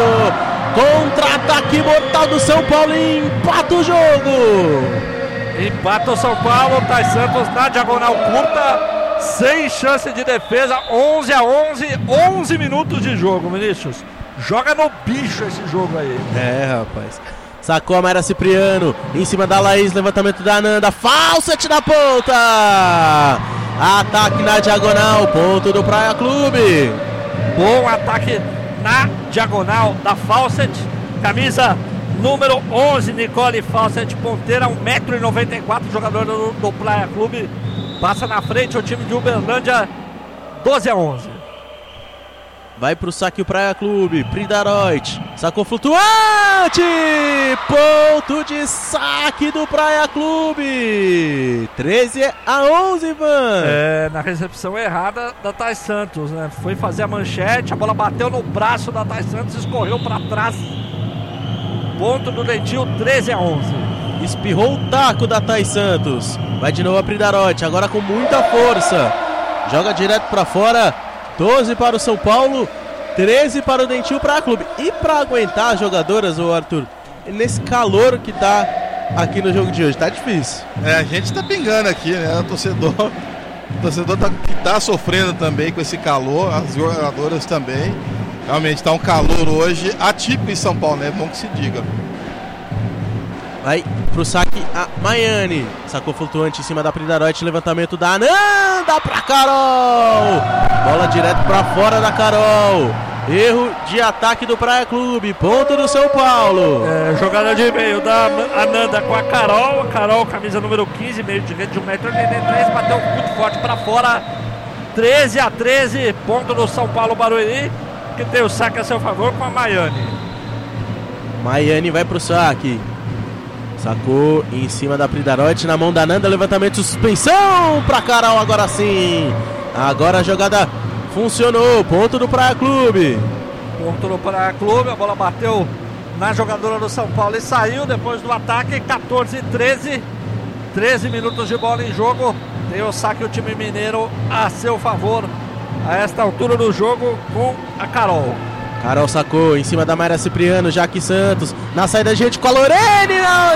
Contra-ataque mortal do São Paulo e empata o jogo! Empata o São Paulo, Thais Santos na diagonal curta, sem chance de defesa, onze a onze, onze minutos de jogo, Vinícius. Joga no bicho esse jogo aí. É, rapaz. Sacou a Mayra Cipriano, em cima da Laís, levantamento da Ananda, Falset na ponta! Ataque na diagonal, ponto do Praia Clube. Bom ataque na diagonal da Falset, camisa número onze, Nicole Falset, ponteira, um metro e noventa e quatro, jogador do, do Praia Clube. Passa na frente o time de Uberlândia, doze a onze. Vai pro saque o Praia Clube, Pridarote, sacou flutuante, ponto de saque do Praia Clube, treze a onze, Ivan. É, na recepção errada da Thais Santos, né? Foi fazer a manchete, a bola bateu no braço da Thais Santos, escorreu para trás. Ponto do Dentil, treze a onze. Espirrou o taco da Thais Santos. Vai de novo a Pridarotti, agora com muita força. Joga direto pra fora. doze para o São Paulo, treze para o Dentil Praia Clube. E pra aguentar as jogadoras, ô Arthur, nesse calor que tá aqui no jogo de hoje, tá difícil. É, a gente tá pingando aqui, né? O torcedor, o torcedor tá, que tá sofrendo também com esse calor, as jogadoras também. Realmente tá um calor hoje atípico em São Paulo, né? É bom que se diga. Vai pro saque a Maiane. Sacou flutuante em cima da Pridarotti. Levantamento da Ananda pra Carol. Bola direto pra fora da Carol. Erro de ataque do Praia Clube. Ponto do São Paulo. É, jogada de meio da Ananda com a Carol. A Carol, camisa número quinze, meio de rede de um metro e oitenta e três. Bateu muito forte pra fora. treze a treze. Ponto do São Paulo Barueri, que tem o saque a seu favor com a Maiane. Maiane vai pro saque. Sacou em cima da Pridarotti, na mão da Nanda, levantamento, suspensão pra Carol, agora sim. Agora a jogada funcionou, ponto do Praia Clube. Ponto do Praia Clube, a bola bateu na jogadora do São Paulo e saiu depois do ataque. Catorze a treze, treze minutos de bola em jogo. Tem o saque o time mineiro a seu favor a esta altura do jogo com a Carol. Carol sacou em cima da Mayra Cipriano, Jaque Santos, na saída gente com a Lorene na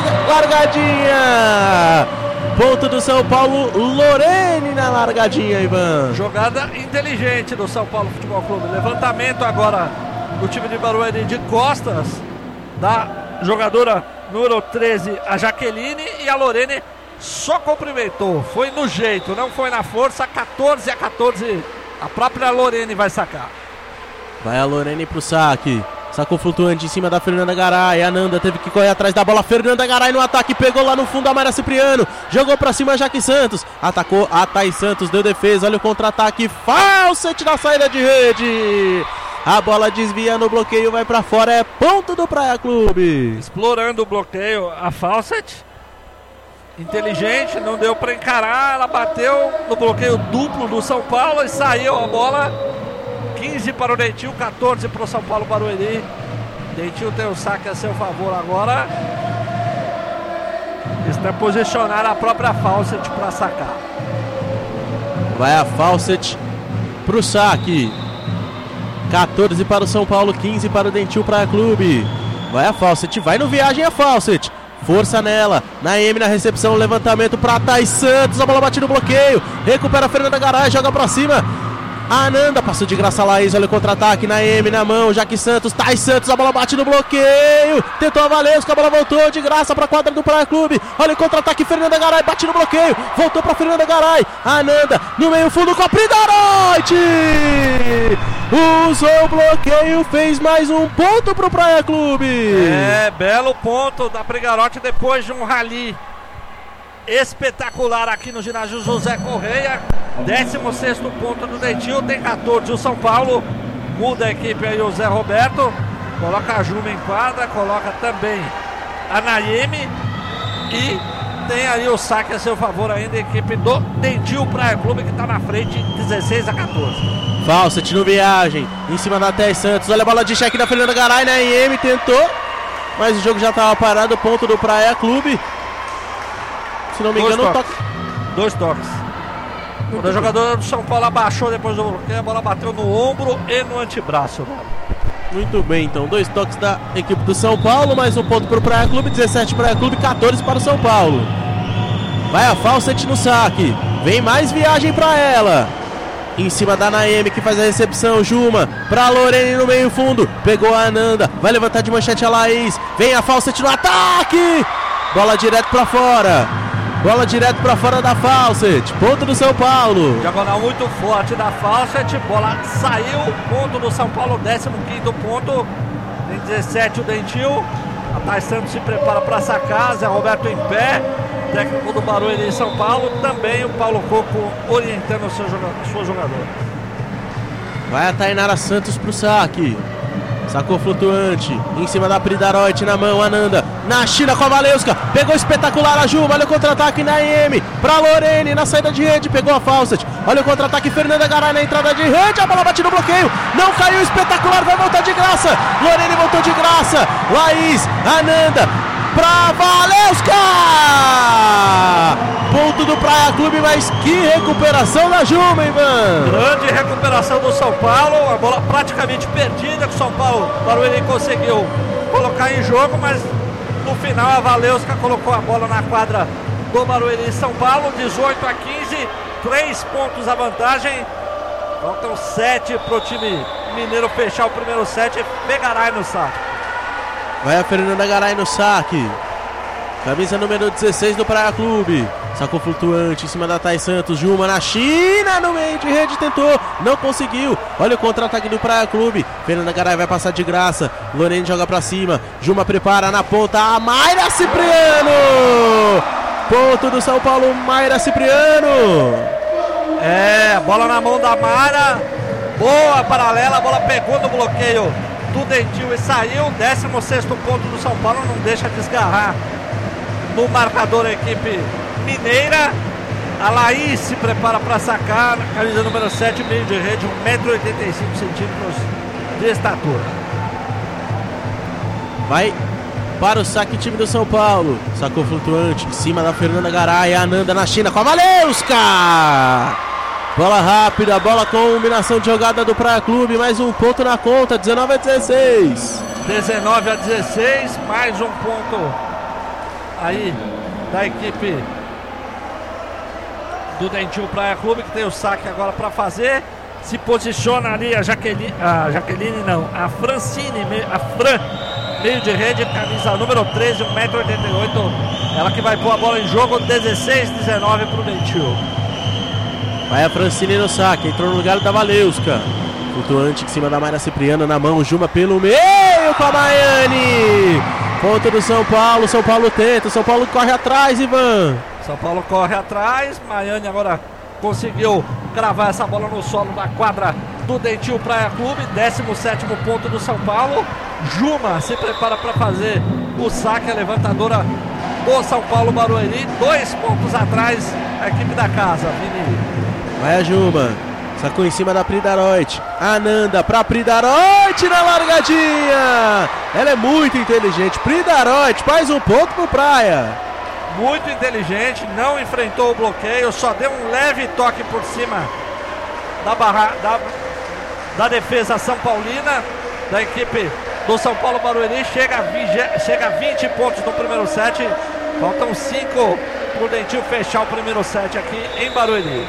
largadinha. Ponto do São Paulo, Lorene na largadinha, Ivan. Jogada inteligente do São Paulo Futebol Clube. Levantamento agora do time de Barueri de costas da jogadora número treze, a Jaqueline, e a Lorene só cumprimentou. Foi no jeito, não foi na força. Catorze a catorze, a própria Lorene vai sacar. Vai a Lorene pro saque. Sacou flutuante em cima da Fernanda Garay. A Nanda teve que correr atrás da bola. Fernanda Garay no ataque. Pegou lá no fundo a Mayra Cipriano. Jogou pra cima a Jaque Santos. Atacou a Thais Santos. Deu defesa. Olha o contra-ataque. Falset na saída de rede. A bola desvia no bloqueio. Vai pra fora. É ponto do Praia Clube. Explorando o bloqueio a Falset. Inteligente. Não deu pra encarar. Ela bateu no bloqueio duplo do São Paulo e saiu a bola. quinze para o Dentil, catorze para o São Paulo Barueri. Dentil tem o saque a seu favor agora. Está posicionada a própria Falset para sacar. Vai a Falset pro saque. catorze para o São Paulo, quinze para o Dentil Praia Clube. Vai a Falset, vai no viagem a Falset. Força nela, Naemi na recepção, levantamento para Thais Santos. A bola bate no bloqueio. Recupera a Fernanda Garay, joga para cima. A Ananda passou de graça a Laís, olha o contra-ataque, Naemi na mão, Jaque Santos, Thais Santos, a bola bate no bloqueio, tentou a Valesca, a bola voltou de graça para a quadra do Praia Clube, olha o contra-ataque, Fernanda Garay, bate no bloqueio, voltou para Fernanda Garay, a Ananda no meio fundo com a Pridarotti, usou o bloqueio, fez mais um ponto pro Praia Clube. É, belo ponto da Pridarotti depois de um rally espetacular aqui no ginásio José Correia. décimo sexto ponto do Dentil, tem catorze o São Paulo. Muda a equipe aí o Zé Roberto, coloca a Juma em quadra, coloca também a Naemi e tem aí o saque a seu favor ainda a equipe do Dentil Praia Clube, que está na frente dezesseis a catorze. Falset no viagem, em cima da Thais Santos, olha a bola de cheque da Fernanda Garay, Naemi tentou, mas o jogo já estava parado, ponto do Praia Clube. Se não me Dois engano, toques. toque. Dois toques. Quando a jogadora do São Paulo abaixou depois do bloqueio, a bola bateu no ombro e no antebraço dela. Muito bem, então, dois toques da equipe do São Paulo, mais um ponto para o Praia Clube, dezessete Praia Clube, catorze para o São Paulo. Vai a Falset no saque, vem mais viagem para ela. Em cima da Naemi que faz a recepção, Juma, pra Lorene no meio fundo, pegou a Ananda, vai levantar de manchete a Laís, vem a Falset no ataque, bola direto para fora. Bola direto para fora da Falset, ponto do São Paulo. Diagonal muito forte da Falset, bola saiu, ponto do São Paulo, décimo quinto ponto. Tem dezessete o Dentil. A Thais Santos se prepara para sacar, Zé Roberto em pé, técnico do Barueri em São Paulo. Também o Paulo Coco orientando o seu jogador, sua jogadora. Vai a Tainara Santos pro saque. Sacou flutuante, em cima da Pridarotti, na mão, Ananda, na China com a Valesca, pegou espetacular a Juma, olha o contra-ataque, Naemi, pra Lorene, na saída de rede, pegou a Falset, olha o contra-ataque, Fernanda Garay na entrada de rede, a bola bate no bloqueio, não caiu, espetacular, vai voltar de graça, Lorene voltou de graça, Laís, Ananda, pra Valesca! Ponto do Praia Clube, mas que recuperação da Juma, Ivan! Grande recuperação do São Paulo, a bola praticamente perdida que o São Paulo, o Barueri conseguiu colocar em jogo, mas no final a Valesca colocou a bola na quadra do Barueri. São Paulo, dezoito a quinze, três pontos a vantagem. Faltam sete para o time mineiro fechar o primeiro set. Pegarai no saque. Vai a Fernanda Garay no saque. Camisa número dezesseis do Praia Clube. Sacou flutuante em cima da Thay Santos. Juma na China, no meio de rede, tentou, não conseguiu. Olha o contra-ataque do Praia Clube. Fernanda Garay vai passar de graça. Lorene joga pra cima. Juma prepara na ponta. A Mayra Cipriano. Ponto do São Paulo, Mayra Cipriano. É, bola na mão da Mara. Boa paralela, a bola pegou no bloqueio do Dentil e saiu. décimo sexto ponto do São Paulo, não deixa desgarrar no marcador a equipe mineira. A Laís se prepara para sacar, camisa número sete, meio de rede, um metro e oitenta e cinco centímetros de estatura. Vai para o saque time do São Paulo. Sacou flutuante em cima da Fernanda Garay. A Ananda na China com a Valesca. Bola rápida, bola com combinação de jogada do Praia Clube. Mais um ponto na conta, dezenove a dezesseis. dezenove a dezesseis, mais um ponto aí da equipe do Dentil Praia Clube, que tem o saque agora para fazer. Se posiciona ali a Jaqueline, a Jaqueline não, a Francine, a Fran, meio de rede, camisa número treze, um metro e oitenta e oito. Ela que vai pôr a bola em jogo, dezesseis a dezenove para o Dentil. Vai a Francine no saque, entrou no lugar da Valesca. Flutuante em cima da Mayra Cipriano, na mão, Juma pelo meio com a Maiane. Ponto do São Paulo, São Paulo tenta, São Paulo corre atrás, Ivan. São Paulo corre atrás, Maiane agora conseguiu cravar essa bola no solo da quadra do Dentil Praia Clube. décimo sétimo ponto do São Paulo. Juma se prepara para fazer o saque, a levantadora do São Paulo Barueri. Dois pontos atrás, a equipe da casa, Vini. Vai a Juma, sacou em cima da Pridaroit. Ananda pra Pridaroit na largadinha. Ela é muito inteligente. Pridaroit faz um ponto pro Praia. Muito inteligente, não enfrentou o bloqueio, só deu um leve toque por cima da, barra, da, da defesa São Paulina, da equipe do São Paulo Barueri. Chega a, vige, chega a vinte pontos no primeiro set. Faltam cinco pro Dentil fechar o primeiro set aqui em Barueri.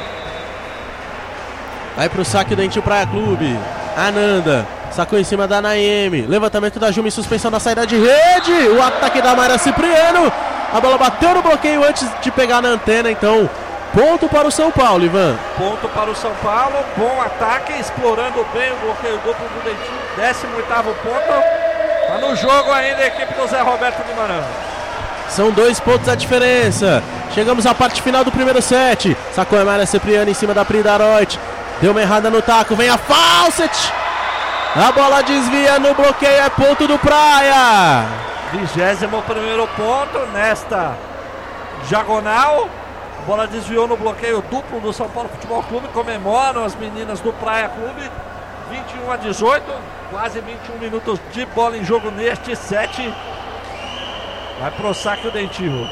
Vai pro saque do Dentil Praia Clube. Ananda sacou em cima da Naemi. Levantamento da Juma em suspensão na saída de rede. O ataque da Mayra Cipriano. A bola bateu no bloqueio antes de pegar na antena. Então, ponto para o São Paulo, Ivan. Ponto para o São Paulo. Bom ataque, explorando bem o bloqueio duplo do Dentil. décimo oitavo ponto. Tá no jogo ainda a equipe do Zé Roberto Guimarães. São dois pontos a diferença. Chegamos à parte final do primeiro set. Sacou a Mayra Cipriano em cima da Pridaroit. Deu uma errada no taco, vem a Fawcett. A bola desvia no bloqueio, é ponto do Praia. vigésimo primeiro ponto nesta diagonal. A bola desviou no bloqueio duplo do São Paulo Futebol Clube. Comemoram as meninas do Praia Clube. vinte e um a dezoito, quase vinte e um minutos de bola em jogo neste set. Vai pro saque o Dentil.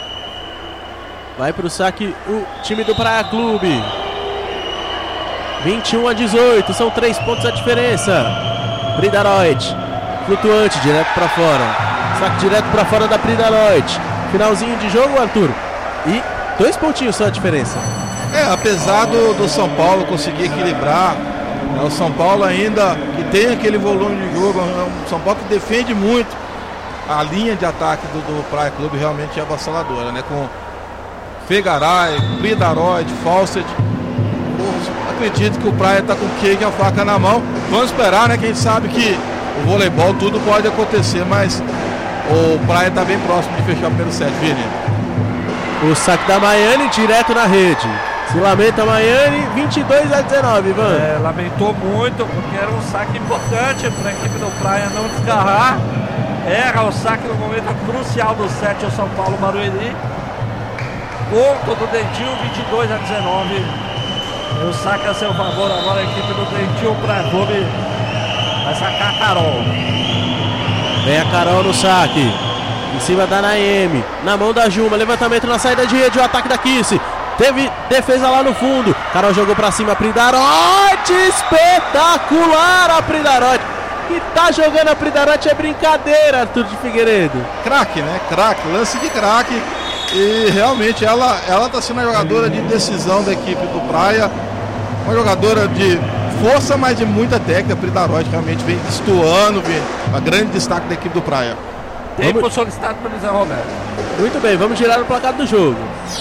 Vai pro saque o time do Praia Clube. vinte e um a dezoito, são três pontos a diferença. Pridaroit, flutuante, direto pra fora. Saque direto pra fora da Pridaroit. Finalzinho de jogo, Arthur. E dois pontinhos só a diferença. É, apesar do, do São Paulo conseguir equilibrar, é o São Paulo ainda que tem aquele volume de jogo, é um São Paulo que defende muito. A linha de ataque do, do Praia Clube realmente é avassaladora, né? Com Fegaray, Pridaroit, Fawcett. Acredito que o Praia está com o queijo e a faca na mão. Vamos esperar, né? Quem sabe que o voleibol tudo pode acontecer, mas o Praia está bem próximo de fechar o primeiro set, Vini. O saque da Maiane direto na rede. Se lamenta a Maiane, vinte e dois a dezenove, Ivan. É, lamentou muito, porque era um saque importante para a equipe do Praia não desgarrar. Erra o saque no momento crucial do set, o São Paulo Barueri. Ponto do Dentil, vinte e dois a dezenove. O saque a seu favor agora a equipe do Dentil Praia Clube. Vai sacar a Carol. Vem a Carol no saque. Em cima da Naemi, na mão da Juma, levantamento na saída de rede, o ataque da Kissi. Teve defesa lá no fundo. Carol jogou pra cima, Pridarotti. Espetacular a Pridarotti. E tá jogando a Pridarotti é brincadeira, Arthur de Figueiredo. Craque, né? Craque, lance de craque. E realmente ela, ela tá sendo a jogadora de decisão da equipe do Praia. Uma jogadora de força, mas de muita técnica. A Pridarotti realmente vem destoando, vem uma grande destaque da equipe do Praia. Tempo Vamos... solicitado pelo Zé Roberto. Muito bem, vamos girar o placar do jogo.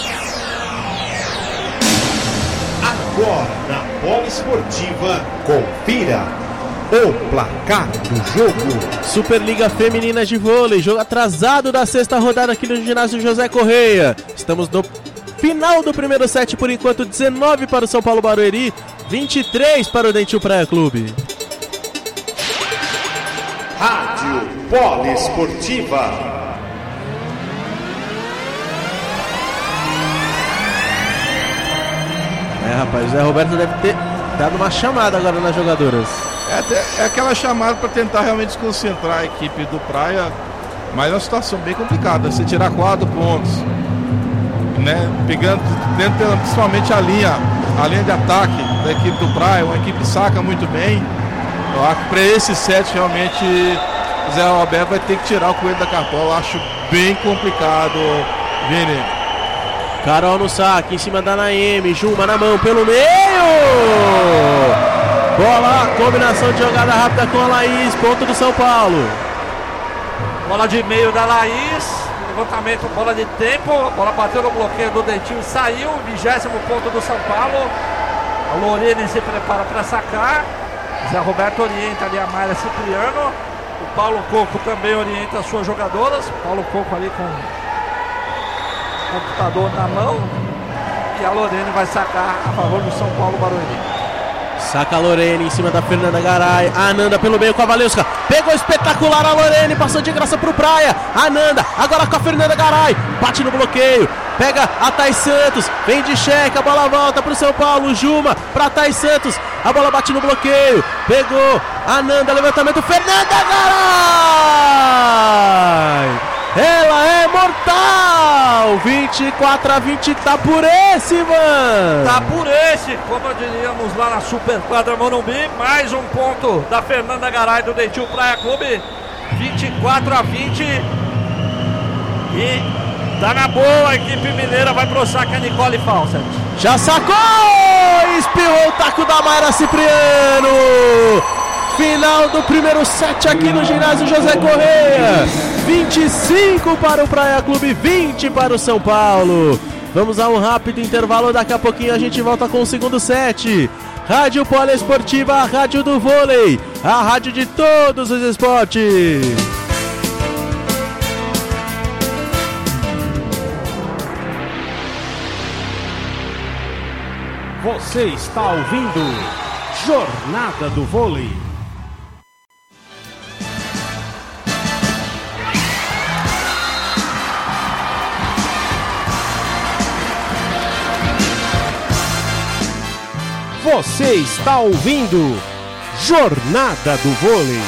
Agora na Poliesportiva, confira o placar do jogo. Superliga Feminina de Vôlei, jogo atrasado da sexta rodada aqui no ginásio José Correia. Estamos no final do primeiro set, por enquanto dezenove para o São Paulo Barueri, vinte e três para o Dentil Praia Clube. Rádio Poliesportiva. É, rapaz, o Zé Roberto deve ter dado uma chamada agora nas jogadoras. É, até, é aquela chamada para tentar realmente desconcentrar a equipe do Praia, mas é uma situação bem complicada. Você tirar quatro pontos, né, pegando dentro, principalmente a linha, a linha de ataque da equipe do Praia, uma equipe que saca muito bem. Eu acho que para esse set realmente o Zé Roberto vai ter que tirar o coelho da cartola. Eu acho bem complicado, Vini. Carol no saque, em cima da Naemi, Juma na mão, pelo meio! Bola, combinação de jogada rápida com a Laís, ponto do São Paulo. Bola de meio da Laís, levantamento, bola de tempo, a bola bateu no bloqueio do Dentil, saiu, vigésimo ponto do São Paulo. A Lorene se prepara para sacar, Zé Roberto orienta ali a Mayra Cipriano, o Paulo Coco também orienta as suas jogadoras, Paulo Coco ali com computador na mão, e a Lorene vai sacar a favor do São Paulo Barueri. Saca a Lorene em cima da Fernanda Garay. A Ananda pelo meio com a Valeuska. Pegou espetacular a Lorene, passou de graça pro Praia. A Ananda, agora com a Fernanda Garay. Bate no bloqueio. Pega a Thais Santos. Vem de cheque, a bola volta pro São Paulo. Juma pra Thais Santos. A bola bate no bloqueio. Pegou a Ananda, levantamento. Fernanda Garay. Ela é mortal! vinte e quatro a vinte, tá por esse, mano! Tá por esse, como diríamos lá na Super Quadra Morumbi, mais um ponto da Fernanda Garay do Dentil Praia Clube, vinte e quatro a vinte. E tá na boa, a equipe mineira vai pro saque a Nicole Fawcett. Já sacou! Espirrou o taco da Mayra Cipriano! Final do primeiro set aqui no ginásio José Correia. vinte e cinco para o Praia Clube, vinte para o São Paulo. Vamos a um rápido intervalo, daqui a pouquinho a gente volta com o segundo set. Rádio Poliesportiva, a rádio do vôlei, a rádio de todos os esportes. Você está ouvindo Jornada do Vôlei. Você está ouvindo Jornada do Vôlei.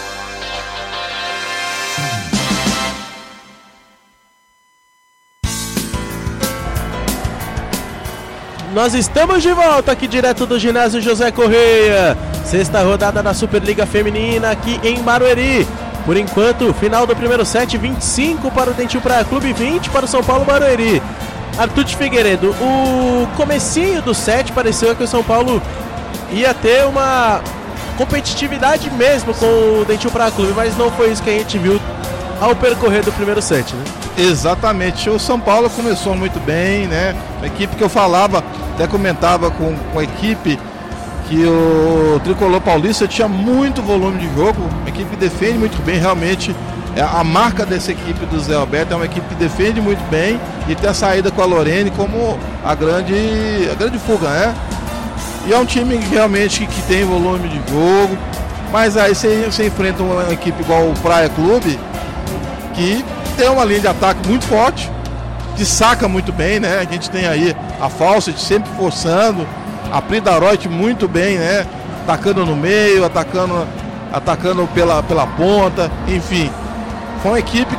Nós estamos de volta aqui direto do ginásio José Correia. Sexta rodada da Superliga Feminina aqui em Barueri. Por enquanto, final do primeiro set, vinte e cinco para o Dentil Praia Clube, vinte para o São Paulo Barueri. Arthur de Figueiredo, o comecinho do set pareceu que o São Paulo ia ter uma competitividade mesmo com o Dentil Praia Clube, mas não foi isso que a gente viu ao percorrer do primeiro set, né? Exatamente, o São Paulo começou muito bem, né? A equipe que eu falava, até comentava com, com a equipe que o Tricolor Paulista tinha muito volume de jogo, uma equipe que defende muito bem, realmente. A marca dessa equipe do Zé Roberto é uma equipe que defende muito bem e tem a saída com a Lorene como a grande, a grande fuga, né? E é um time realmente que tem volume de jogo, mas aí você, você enfrenta uma equipe igual o Praia Clube, que tem uma linha de ataque muito forte, que saca muito bem, né? A gente tem aí a Fawcett sempre forçando, a Pridarotti muito bem, né? Atacando no meio, atacando, atacando pela, pela ponta, enfim. Foi uma equipe que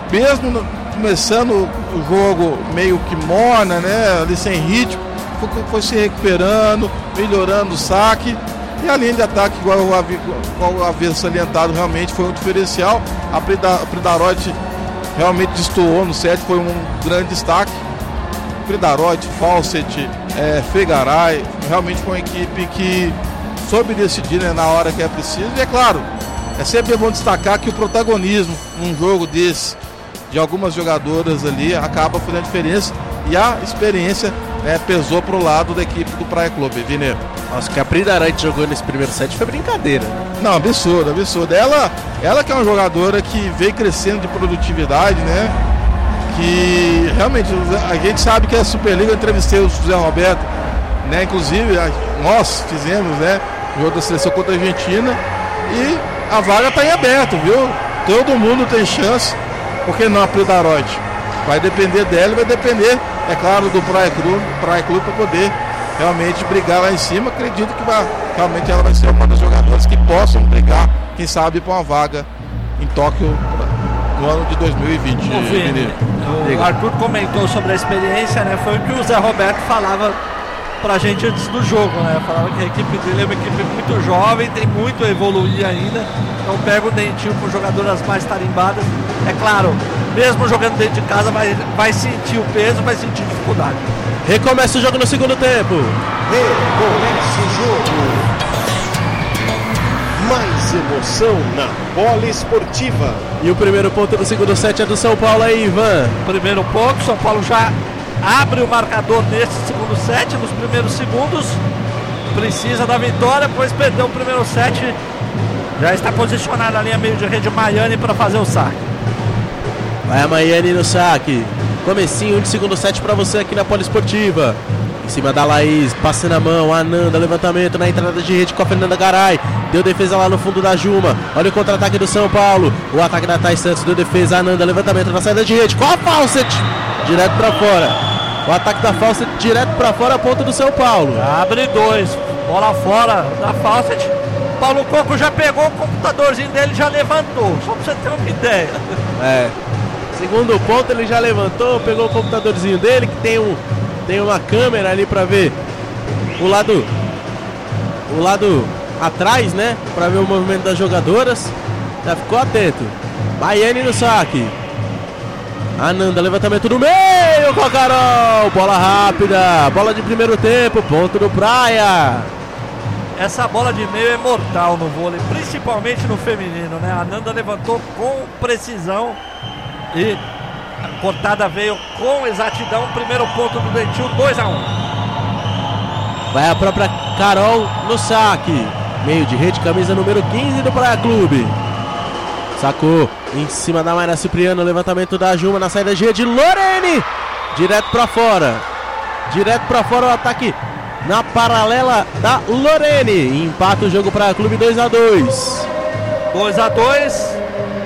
mesmo no, começando o jogo meio que morna, né, ali sem ritmo, foi, foi se recuperando, melhorando o saque. E a linha de ataque, igual eu havia salientado, realmente foi um diferencial. A Pridarotti realmente destoou no set, foi um grande destaque. Pridarotti, Fawcett, é, Fegaray, realmente foi uma equipe que soube decidir, né, na hora que é preciso. E é claro, é sempre bom destacar que o protagonismo num jogo desse, de algumas jogadoras ali, acaba fazendo a diferença. E a experiência, né, pesou pro lado da equipe do Praia Clube, Viner. Nossa, que a Pridarotti jogou nesse primeiro set foi brincadeira. Não, absurdo, absurdo. Ela, ela que é uma jogadora que veio crescendo de produtividade, né? Que realmente a gente sabe que a Superliga, eu entrevistei o José Roberto, né? Inclusive nós fizemos, né, o jogo da seleção contra a Argentina, e a vaga está em aberto, viu? Todo mundo tem chance, por que não a Pridarotti? Vai depender dela e vai depender, é claro, do Praia Clube, Praia Clube para poder realmente brigar lá em cima. Acredito que vai, realmente ela vai ser uma das jogadoras que possam brigar, quem sabe, para uma vaga em Tóquio no ano de dois mil e vinte. O Arthur comentou sobre a experiência, né? Foi o que o Zé Roberto falava pra gente antes do jogo, né? Falava que a equipe dele é uma equipe muito jovem, tem muito a evoluir ainda. Então pega o Dentinho com jogadoras mais tarimbadas. É claro, mesmo jogando dentro de casa, vai, vai sentir o peso, vai sentir dificuldade. Recomeça o jogo no segundo tempo. Recomeça o jogo. Mais emoção na Poliesportiva. E o primeiro ponto do segundo set é do São Paulo aí, Ivan. Primeiro ponto, São Paulo já abre o marcador nesse segundo set, nos primeiros segundos. Precisa da vitória, pois perdeu o primeiro set. Já está posicionado na linha meio de rede Maiane para fazer o saque. Vai a Maiane no saque. Comecinho de segundo set para você aqui na Poliesportiva. Em cima da Laís, passando a mão, Ananda, levantamento na entrada de rede com a Fernanda Garay. Deu defesa lá no fundo da Juma. Olha o contra-ataque do São Paulo. O ataque da Thais Santos, deu defesa, Ananda, levantamento na saída de rede com a Fawcett. Direto para fora. O ataque da Fawcett direto para fora, a ponta do São Paulo. Abre dois, bola fora da Fawcett. Paulo Coco já pegou o computadorzinho dele e já levantou. Só pra você ter uma ideia. É. Segundo ponto, ele já levantou, pegou o computadorzinho dele, que tem um... Tem uma câmera ali pra ver o lado o lado atrás, né? Pra ver o movimento das jogadoras. Já ficou atento. Maiane no saque. Ananda, levantamento no meio com a Carol. Bola rápida. Bola de primeiro tempo. Ponto do Praia. Essa bola de meio é mortal no vôlei, principalmente no feminino, né? A Ananda levantou com precisão e a cortada veio com exatidão. Primeiro ponto do Dentil, dois a um. Vai a própria Carol no saque. Meio de rede, camisa número quinze do Praia Clube. Sacou em cima da Mayra Cipriano. Levantamento da Juma na saída de rede. Lorene direto pra fora. Direto pra fora o ataque na paralela da Lorene. Empata o jogo Praia Clube dois a dois. dois a dois.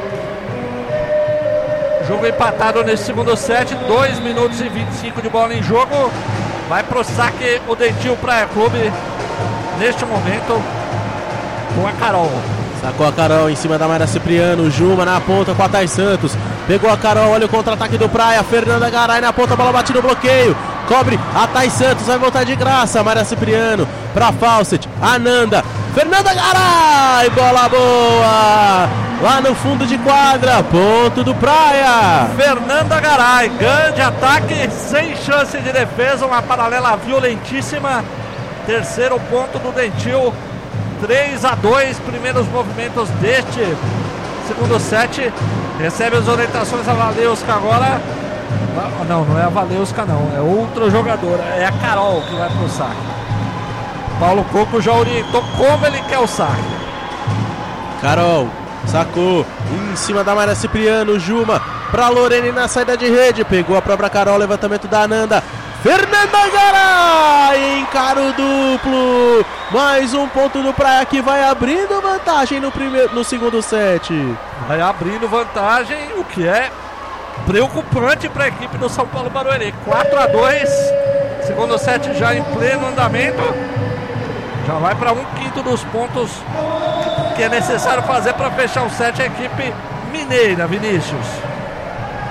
Jogo empatado nesse segundo set, dois minutos e vinte e cinco de bola em jogo. Vai pro saque o Dentil Praia Clube neste momento com a Carol. Sacou a Carol em cima da Mayra Cipriano. Juma na ponta com a Thais Santos. Pegou a Carol, olha o contra-ataque do Praia. Fernanda Garay na ponta, bola batida no bloqueio. Cobre a Thais Santos, vai voltar de graça. Mayra Cipriano pra Fawcett. Ananda, Fernanda Garay, bola boa. Lá no fundo de quadra, ponto do Praia. Fernanda Garay, grande ataque, sem chance de defesa, uma paralela violentíssima. Terceiro ponto do Dentil, três a dois, primeiros movimentos deste segundo set. Recebe as orientações a Valeuska agora. Não, não é a Valeuska não, é outra jogadora, é a Carol que vai pro saque. Paulo Coco já orientou como ele quer o saque. Carol sacou em cima da Mayra Cipriano. Juma pra Lorene na saída de rede. Pegou a própria Carol, levantamento da Ananda. Fernanda Garay, encaro duplo. Mais um ponto do Praia que vai abrindo vantagem no, primeiro, no segundo set. Vai abrindo vantagem, o que é preocupante para a equipe do São Paulo Barueri. quatro a dois, segundo set já em pleno andamento. Já vai para um quinto dos pontos que é necessário fazer para fechar o set a equipe mineira, Vinícius.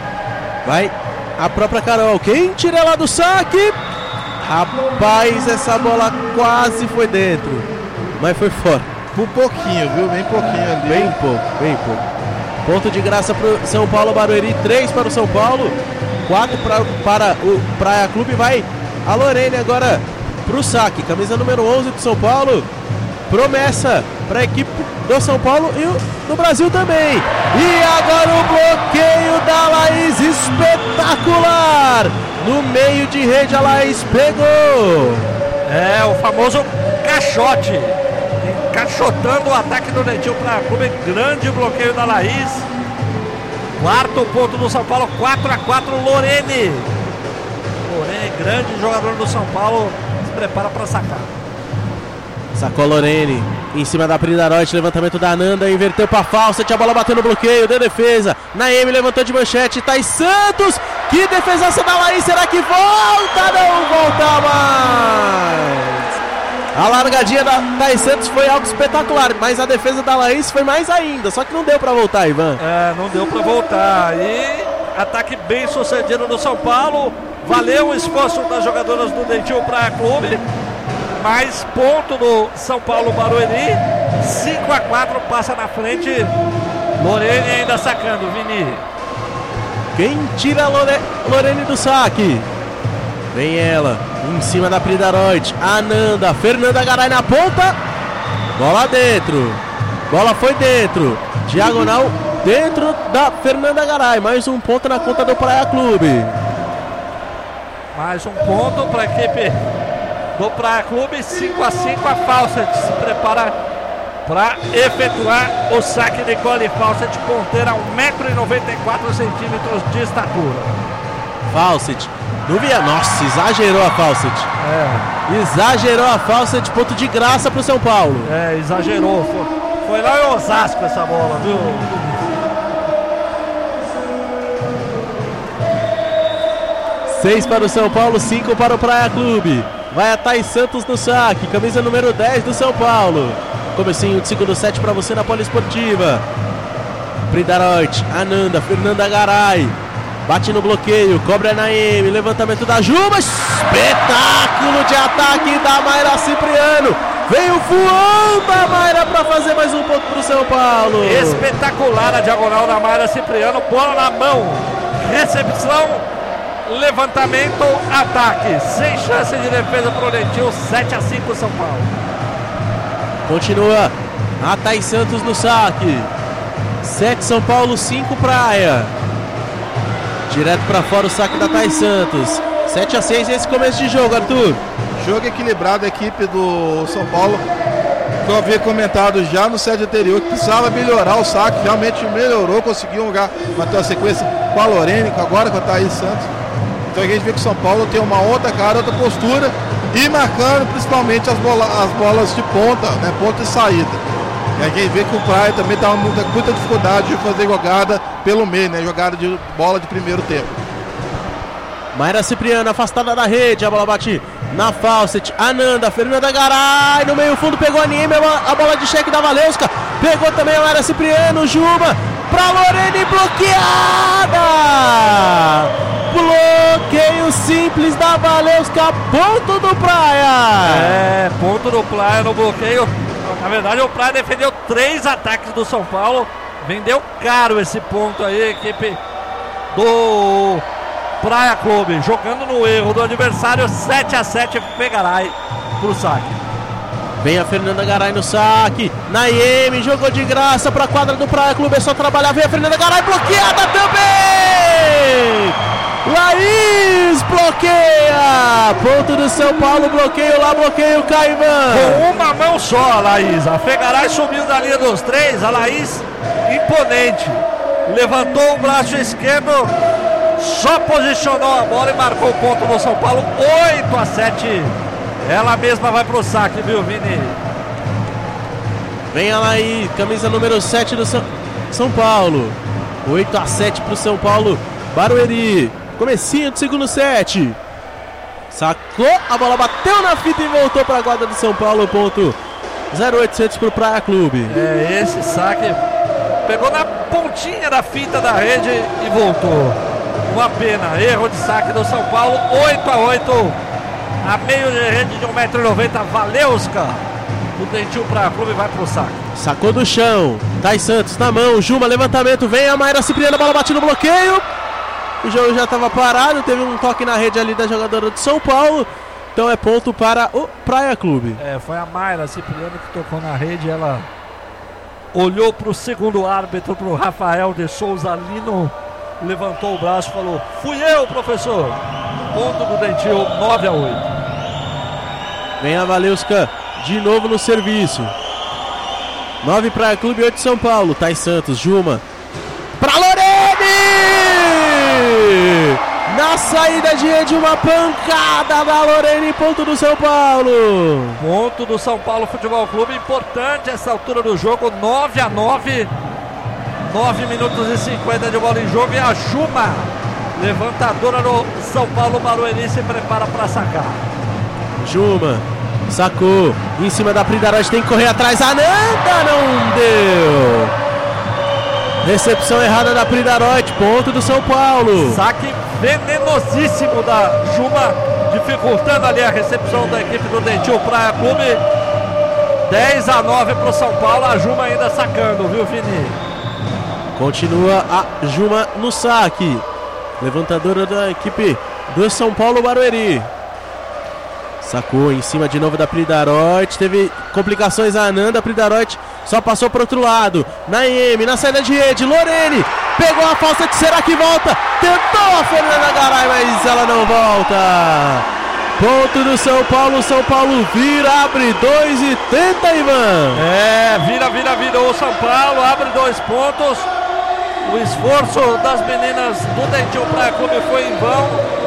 Vai a própria Carol. Quem tira lá do saque? Rapaz, essa bola quase foi dentro, mas foi fora. Por pouquinho, viu? Bem pouquinho ali. Bem pouco, bem pouco. Ponto de graça para o São Paulo Barueri, três para o São Paulo, quatro pra, para o Praia Clube. Vai a Lorene agora para o saque, camisa número onze do São Paulo. Promessa para a equipe do São Paulo e o, do Brasil também. E agora o bloqueio da Laís, espetacular! No meio de rede a Laís pegou. É, o famoso caixote. Encaixotando o ataque do Dentinho para a Clube. Grande bloqueio da Laís. Quarto ponto do São Paulo, quatro a quatro, Lorene. Lorene, grande jogador do São Paulo, se prepara para sacar. Sacou Lorene, em cima da Pridarote, levantamento da Ananda, inverteu pra Fawcett, a bola bateu no bloqueio, deu defesa. Naemi levantou de manchete, Thais Santos, que defesaça da Laís, será que volta? Não volta mais! A largadinha da Thais Santos foi algo espetacular, mas a defesa da Laís foi mais ainda, só que não deu pra voltar, Ivan. É, não deu pra voltar. E ataque bem sucedido do São Paulo, valeu o esforço das jogadoras do Dentinho Praia Clube. Mais ponto do São Paulo Barueri, cinco a quatro, passa na frente. Lorene ainda sacando, Vini. Quem tira a Lore... Lorene do saque? Vem ela, em cima da Pridarote, Ananda, Fernanda Garay na ponta. Bola dentro, bola foi dentro, diagonal dentro da Fernanda Garay. Mais um ponto na conta do Praia Clube. Mais um ponto para a equipe do Praia Clube, cinco a cinco. A Fawcett se prepara para efetuar o saque. Nicole Fawcett, ponteira, um metro e noventa e quatro centímetros de estatura. Fawcett, não via, nossa, exagerou a Fawcett. É. Exagerou a Fawcett, ponto de graça para o São Paulo. É, exagerou. Foi, foi lá em Osasco essa bola, viu? seis para o São Paulo, cinco para o Praia Clube. Vai a Thais Santos no saque, camisa número dez do São Paulo. Comecinho de segundo set para você na Poliesportiva. Pridarote, Ananda, Fernanda Garay. Bate no bloqueio, cobra a Naemi, levantamento da Juba. Espetáculo de ataque da Mayra Cipriano. Veio voando a Mayra para fazer mais um ponto para o São Paulo. Espetacular a diagonal da Mayra Cipriano, bola na mão. Recepção, levantamento, ataque. Sem chance de defesa para o Dentinho, sete a cinco São Paulo. Continua a Thais Santos no saque. sete São Paulo, cinco Praia. Direto para fora o saque da Thais Santos. sete a seis esse começo de jogo, Arthur. Jogo equilibrado, a equipe do São Paulo, que eu havia comentado já no set anterior, que precisava melhorar o saque, realmente melhorou, conseguiu um lugar, manter a sequência com a Lorene, agora com a Thais Santos. Então a gente vê que o São Paulo tem uma outra cara, outra postura e marcando principalmente as, bola, as bolas de ponta, né, ponta e saída. E a gente vê que o Praia também está com muita, muita dificuldade de fazer jogada pelo meio, né, jogada de bola de primeiro tempo. Mayra Cipriano afastada da rede, a bola bate na Fawcett, Ananda, Fernanda Garay, no meio fundo pegou a Nieme, a bola de cheque da Valeuska, pegou também a Mayra Cipriano, Juba, pra Lorene, bloqueada! Bloqueio simples da Valeuska, ponto do Praia! É, ponto do Praia no bloqueio. Na verdade o Praia defendeu três ataques do São Paulo, vendeu caro esse ponto aí, a equipe do Praia Clube, jogando no erro do adversário. Sete a sete, Garay pro saque. Vem a Fernanda Garay no saque, Naemi jogou de graça pra quadra do Praia Clube, é só trabalhar, vem a Fernanda Garay, bloqueada também! Laís bloqueia! Ponto do São Paulo, bloqueio lá, bloqueio Caivan. Com uma mão só, a Laís. A Fegaray subiu da linha dos três, a Laís imponente. Levantou o braço esquerdo, só posicionou a bola e marcou o ponto do São Paulo, oito a sete. Ela mesma vai pro saque, viu, Vini? Vem a Laís, camisa número sete do São, São Paulo. oito a sete pro São Paulo, Barueri. Comecinho de segundo set. Sacou, a bola bateu na fita e voltou para a guarda do São Paulo. Ponto zero oitocentos para o Praia Clube. É, esse saque pegou na pontinha da fita da rede e voltou. Uma pena, erro de saque do São Paulo, oito a oito. A meio de rede de um metro e noventa, Valeuska. O Dentil para clube vai pro saque. Sacou do chão, Thay Santos na mão, Juma, levantamento, vem a Mayra Cipriano, a bola bate no bloqueio. O jogo já estava parado, teve um toque na rede ali da jogadora de São Paulo. Então é ponto para o Praia Clube. É, foi a Mayra Cipriano que tocou na rede, ela olhou pro segundo árbitro, pro Rafael de Souza Lino, levantou o braço e falou: fui eu, professor. Ponto do Dentil, nove a oito. Vem a Valeuska de novo no serviço. nove Praia Clube, oito São Paulo. Thay Santos, Juma. Pra Lorene! Na saída de rede, uma pancada da Lorene, ponto do São Paulo. Ponto do São Paulo Futebol Clube, importante essa altura do jogo, nove a nove. nove minutos e cinquenta de bola em jogo e a Juma, levantadora do São Paulo Barueri, se prepara para sacar. Juma, sacou, em cima da Pridarote, tem que correr atrás, Ananda, não deu. Recepção errada da Pridarote, ponto do São Paulo. Saque venenosíssimo da Juma, dificultando ali a recepção da equipe do Dentil Praia Clube. dez a nove para o São Paulo, a Juma ainda sacando, viu, Vini? Continua a Juma no saque. Levantadora da equipe do São Paulo Barueri. Sacou em cima de novo da Pridarote. Teve complicações a Ananda. A Pridarote só passou para outro lado. Naime na saída de rede. Lorene pegou a falsa. Será que volta? Tentou a Fernanda Garay, mas ela não volta. Ponto do São Paulo. São Paulo vira, abre dois e tenta, Ivan. É, vira, vira, virou o São Paulo. Abre dois pontos. O esforço das meninas do Dentil Praia Clube foi em vão,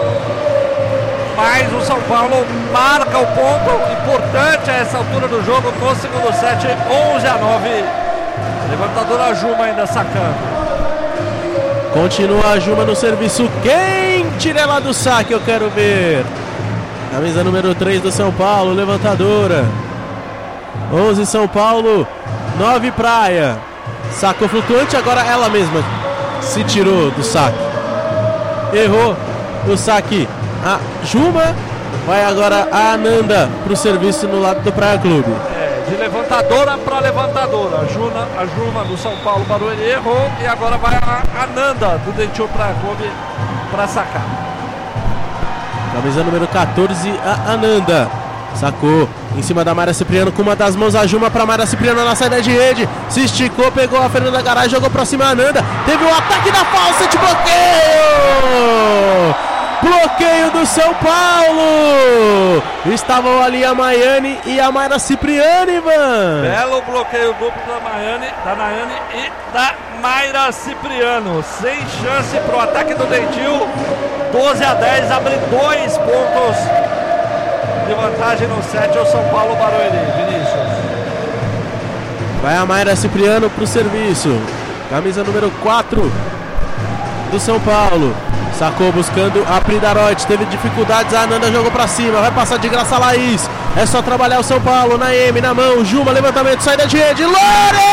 mas o São Paulo marca o ponto importante a essa altura do jogo no segundo set, onze a nove. Levantadora Juma ainda sacando. Continua a Juma no serviço. Quem tira ela do saque? Eu quero ver. Camisa número três do São Paulo, levantadora. onze São Paulo, nove Praia. Sacou flutuante, agora ela mesma se tirou do saque. Errou o saque a Juma. Vai agora a Ananda para o serviço no lado do Praia Clube. É, de levantadora para levantadora. A Juma, a Juma do São Paulo Barueri errou e agora vai a Ananda do Dentil Praia Clube para sacar. Camisa número quatorze, a Ananda. Sacou em cima da Mayra Cipriano com uma das mãos, a Juma para Mayra Cipriano na saída de rede. Se esticou, pegou a Fernanda Garay, jogou para cima a Ananda. Teve o um ataque da falsa de bloqueio. Bloqueio do São Paulo. Estavam ali a Maiane e a Mayra Cipriano, Ivan. Belo bloqueio duplo da Maiane, da Nayane e da Mayra Cipriano. Sem chance para o ataque do Dentil. doze a dez, abre dois pontos de vantagem no set ao São Paulo Barueri. Vinícius. Vai a Mayra Cipriano para o serviço. Camisa número quatro do São Paulo. Sacou buscando a Pridarote. Teve dificuldades, a Ananda jogou para cima. Vai passar de graça a Laís. É só trabalhar o São Paulo. Naime na mão. Juma, levantamento, saída de rede. Lorene!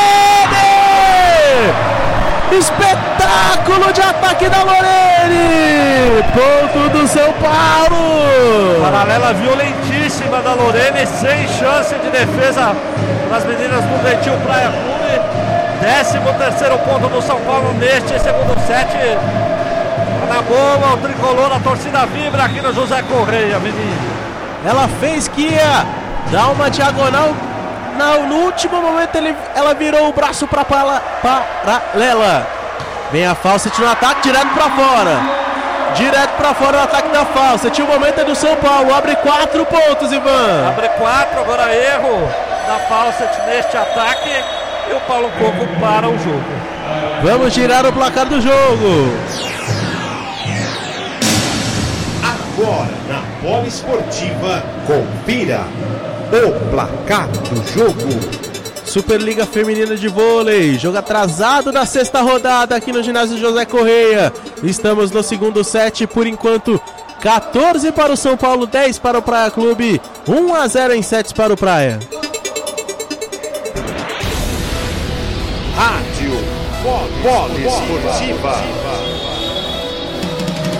Espetáculo de ataque da Lorene. Ponto do São Paulo. Paralela violentíssima da Lorene, sem chance de defesa das meninas do Dentil Praia Clube. décimo terceiro ponto do São Paulo neste segundo set. Na boa, o tricolor, a torcida vibra aqui no José Correia, menino. Ela fez que ia dar uma diagonal. No, no último momento ele, ela virou o braço para paralela. Vem a Fawcett no ataque, direto para fora. Direto para fora o ataque da Fawcett. O momento é do São Paulo. Abre quatro pontos, Ivan. Abre quatro, agora erro da Fawcett neste ataque. E o Paulo Coco para o jogo. Vamos girar o placar do jogo. Agora na Poliesportiva, confira o placar do jogo. Superliga Feminina de Vôlei, jogo atrasado da sexta rodada aqui no ginásio José Correia. Estamos no segundo set, por enquanto quatorze para o São Paulo, dez para o Praia Clube, um a zero em sets para o Praia. Rádio Poliesportiva.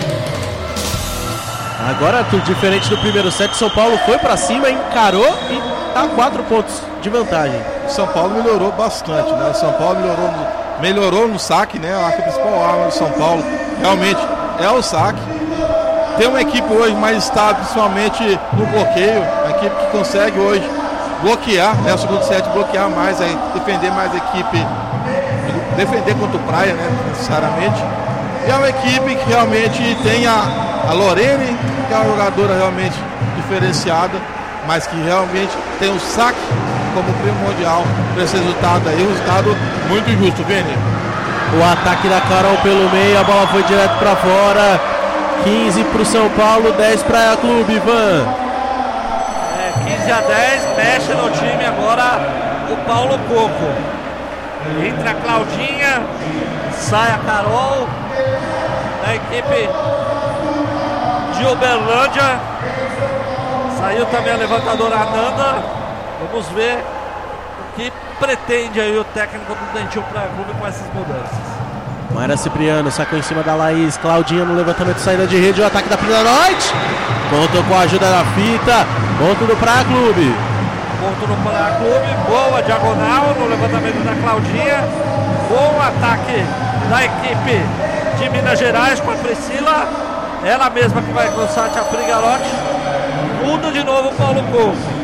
Agora, tudo diferente do primeiro set, São Paulo foi pra cima, encarou e tá quatro pontos de vantagem. São Paulo melhorou bastante, né? O São Paulo melhorou no, melhorou no saque, né? A principal arma do São Paulo realmente é o saque. Tem uma equipe hoje mais estável, principalmente no bloqueio, uma equipe que consegue hoje bloquear, né? O segundo set bloquear mais, aí, defender mais a equipe, defender contra o Praia, né? Necessariamente. E é uma equipe que realmente tem a, a Lorene, que é uma jogadora realmente diferenciada, mas que realmente tem o saque como primordial para esse resultado aí, um resultado muito justo, Vini. O ataque da Carol pelo meio, a bola foi direto para fora. quinze para o São Paulo, dez para a Clube, Ivan. É, quinze a dez, mexe no time agora o Paulo Coco. Entra a Claudinha, sai a Carol, da equipe de Uberlândia. Saiu também a levantadora Ananda. Vamos ver o que pretende aí o técnico do Dentil Praia Clube com essas mudanças. Mayra Cipriano sacou em cima da Laís. Claudinha no levantamento, saída de rede. O ataque da Prida Noite. Ponto com a ajuda da fita. Ponto do Praia Clube. Ponto do Praia Clube. Boa diagonal no levantamento da Claudinha. Bom ataque da equipe de Minas Gerais com a Priscila. Ela mesma que vai com o Sátia Prigarotti. Muda de novo o Paulo Coco.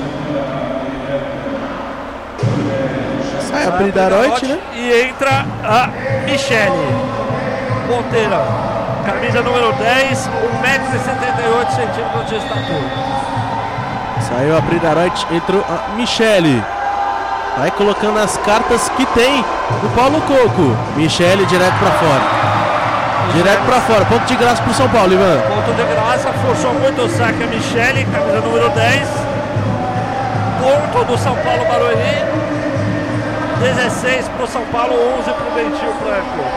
Sai a Pridarotti, né? E entra a Michele Ponteira, camisa número dez, um metro e setenta e oito centímetros de estatura. Saiu a Pridarotti, entrou a Michele. Vai colocando as cartas que tem o Paulo Coco. Michele direto pra fora. Direto pra fora, ponto de graça pro São Paulo, Ivan. Ponto de graça, forçou muito o saque a Michele, camisa número dez. Ponto do São Paulo Barueri. dezesseis para o São Paulo, onze para o Dentil Praia Clube.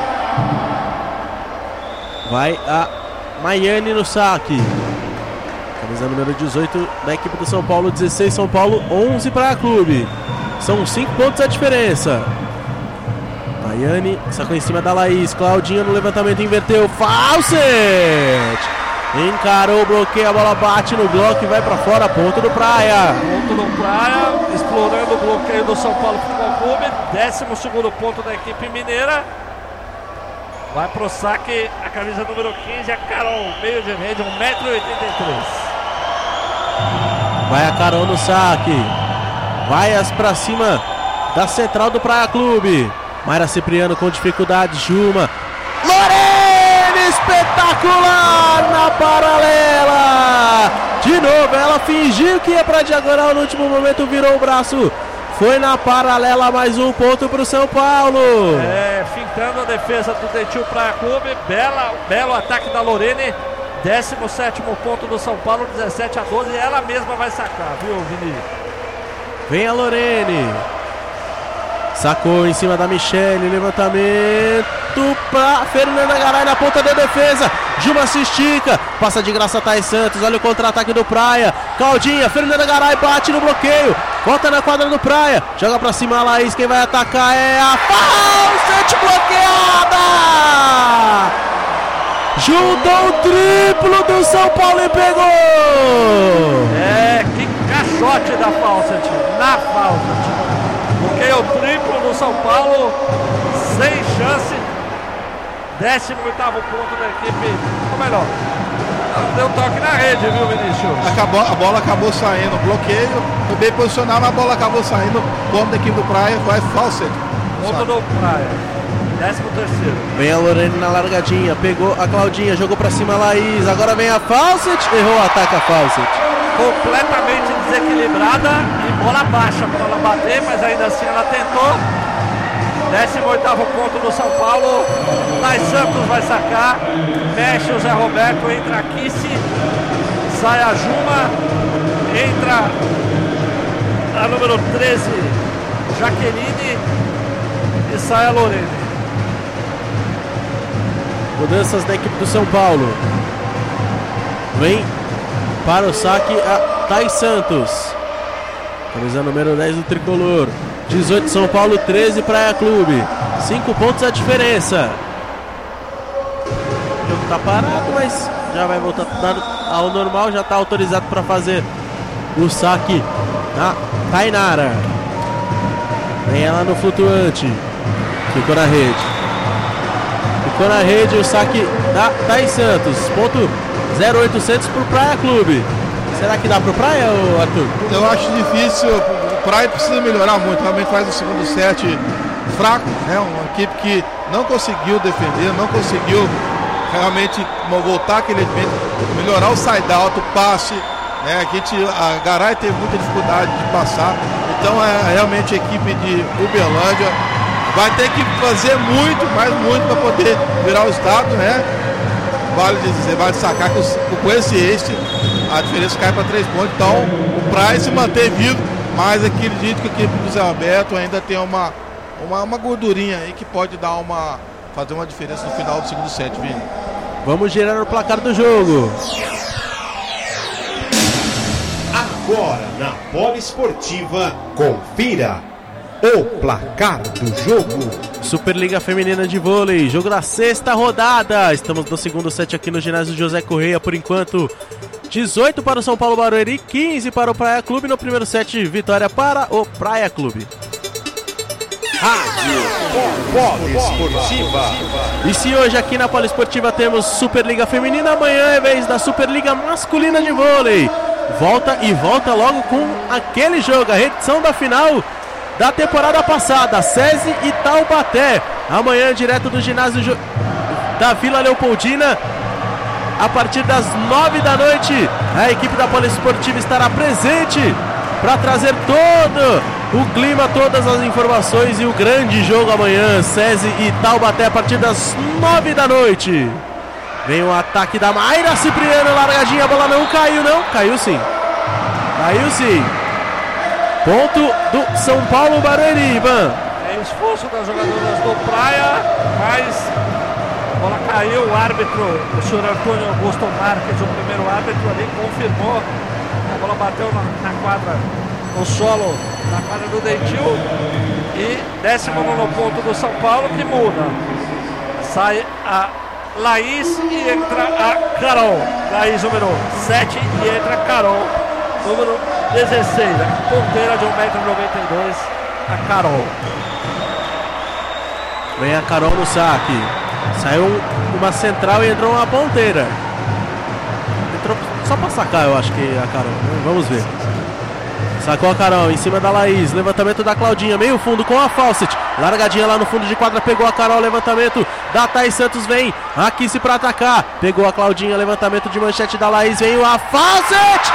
Vai a Maiane no saque. Camisa número dezoito da equipe do São Paulo, dezesseis São Paulo, onze Praia Clube. São cinco pontos a diferença. Maiane sacou em cima da Laís. Claudinha no levantamento, inverteu. Faucet! Encarou o bloqueio, a bola bate no bloco e vai pra fora, ponto do Praia. Ponto do Praia, explorando o bloqueio do São Paulo Futebol Clube. Décimo segundo ponto da equipe mineira. Vai pro saque a camisa número quinze, a Carol, meio de rede, um metro e oitenta e três. Vai a Carol no saque. Vai as pra cima da central do Praia Clube. Mayra Cipriano com dificuldade, Juma. Lorene, espetacular na paralela. De novo, ela fingiu que ia pra diagonal, no último momento virou o braço. Foi na paralela, mais um ponto pro São Paulo. É, fincando a defesa do Dentil Praia Clube. Bela, belo ataque da Lorene. décimo sétimo ponto do São Paulo, dezessete a doze. Ela mesma vai sacar, viu, Vini? Vem a Lorene. Sacou em cima da Michele, levantamento para Fernanda Garay na ponta da defesa. Juma se estica, passa de graça a Thais Santos, olha o contra-ataque do Praia. Claudinha, Fernanda Garay bate no bloqueio, volta na quadra do Praia, joga pra cima a Laís, quem vai atacar é a Faucet, bloqueada! Juntou o triplo do São Paulo e pegou! É, que caixote da Faucet, na Faucet. Bloqueio o triplo do São Paulo, sem chance. décimo oitavo ponto da equipe. Ou melhor, deu toque na rede, viu, Vinícius? Acabou, a bola acabou saindo, bloqueio, foi bem posicionado, mas a bola acabou saindo. Ponto da equipe do Praia, vai Faucet. Ponto do Praia, décimo terceiro. Vem a Lorene na largadinha, pegou a Claudinha, jogou pra cima a Laís. Agora vem a Faucet, errou o ataque a Faucet. Completamente desequilibrada e bola baixa para ela bater, mas ainda assim ela tentou. décimo oitavo ponto do São Paulo. Thais Santos vai sacar. Mexe o Zé Roberto, entra a Kissi, sai a Juma, entra a número treze, Jaqueline, e sai a Lorene. Mudanças da equipe do São Paulo. Vem para o saque a Thais Santos. Camisa número dez do tricolor. dezoito São Paulo, treze Praia Clube. cinco pontos a diferença. O jogo tá parado, mas já vai voltar ao normal, já está autorizado para fazer o saque da Tainara. Vem ela no flutuante. Ficou na rede. Ficou na rede o saque da Thaís Santos. Ponto zero oitocentos pro Praia Clube. Será que dá pro Praia, Arthur? Eu acho difícil. O Praia precisa melhorar muito. Realmente faz o segundo set fraco, né? Uma equipe que não conseguiu defender, não conseguiu realmente voltar aquele elemento, melhorar o side-out, o passe, né? A, gente, a Garay teve muita dificuldade de passar. Então é realmente a equipe de Uberlândia vai ter que fazer muito, mais muito para poder virar o estado, né? Vale dizer, vale sacar que com esse este a diferença cai para três pontos. Então o Praia se mantém vivo, mas acredito que a equipe do Zé Alberto ainda tem uma, uma, uma gordurinha aí que pode dar uma, fazer uma diferença no final do segundo set, Vini. Vamos girar o placar do jogo. Agora na Poliesportiva, confira o placar do jogo. Superliga Feminina de Vôlei, jogo da sexta rodada. Estamos no segundo set aqui no ginásio José Correia. Por enquanto, dezoito para o São Paulo Barueri, quinze para o Praia Clube. No primeiro set, vitória para o Praia Clube. Rádio Poliesportiva. E se hoje aqui na Poliesportiva temos Superliga Feminina, amanhã é vez da Superliga Masculina de Vôlei. Volta e volta logo com aquele jogo, a reedição da final da temporada passada, SESI e Taubaté. Amanhã, direto do ginásio jo... da Vila Leopoldina, a partir das nove da noite, a equipe da Poliesportiva estará presente para trazer todo o clima, todas as informações e o grande jogo amanhã, SESI e Taubaté, a partir das nove da noite. Vem o ataque da Mayra Cipriano, largadinha, a bola não caiu não, caiu sim, caiu sim. Ponto do São Paulo Barueri, Ivan. É o esforço das jogadoras do Praia, mas a bola caiu, o árbitro, o senhor Antônio Augusto Marques, o primeiro árbitro ali, confirmou. A bola bateu na, na quadra, no solo, na quadra do Dentil. E décimo nono ponto do São Paulo, que muda. Sai a Laís e entra a Carol. Laís número sete e entra a Carol número dezesseis, a ponteira de um metro e noventa e dois, a Carol. Vem a Carol no saque. Saiu uma central e entrou uma ponteira. Entrou só pra sacar, eu acho que a Carol. Vamos ver. Sacou a Carol em cima da Laís. Levantamento da Claudinha, meio fundo com a Fawcett. Largadinha lá no fundo de quadra, pegou a Carol. Levantamento da Thaís Santos, vem aqui se pra atacar. Pegou a Claudinha, levantamento de manchete da Laís. Vem a Fawcett.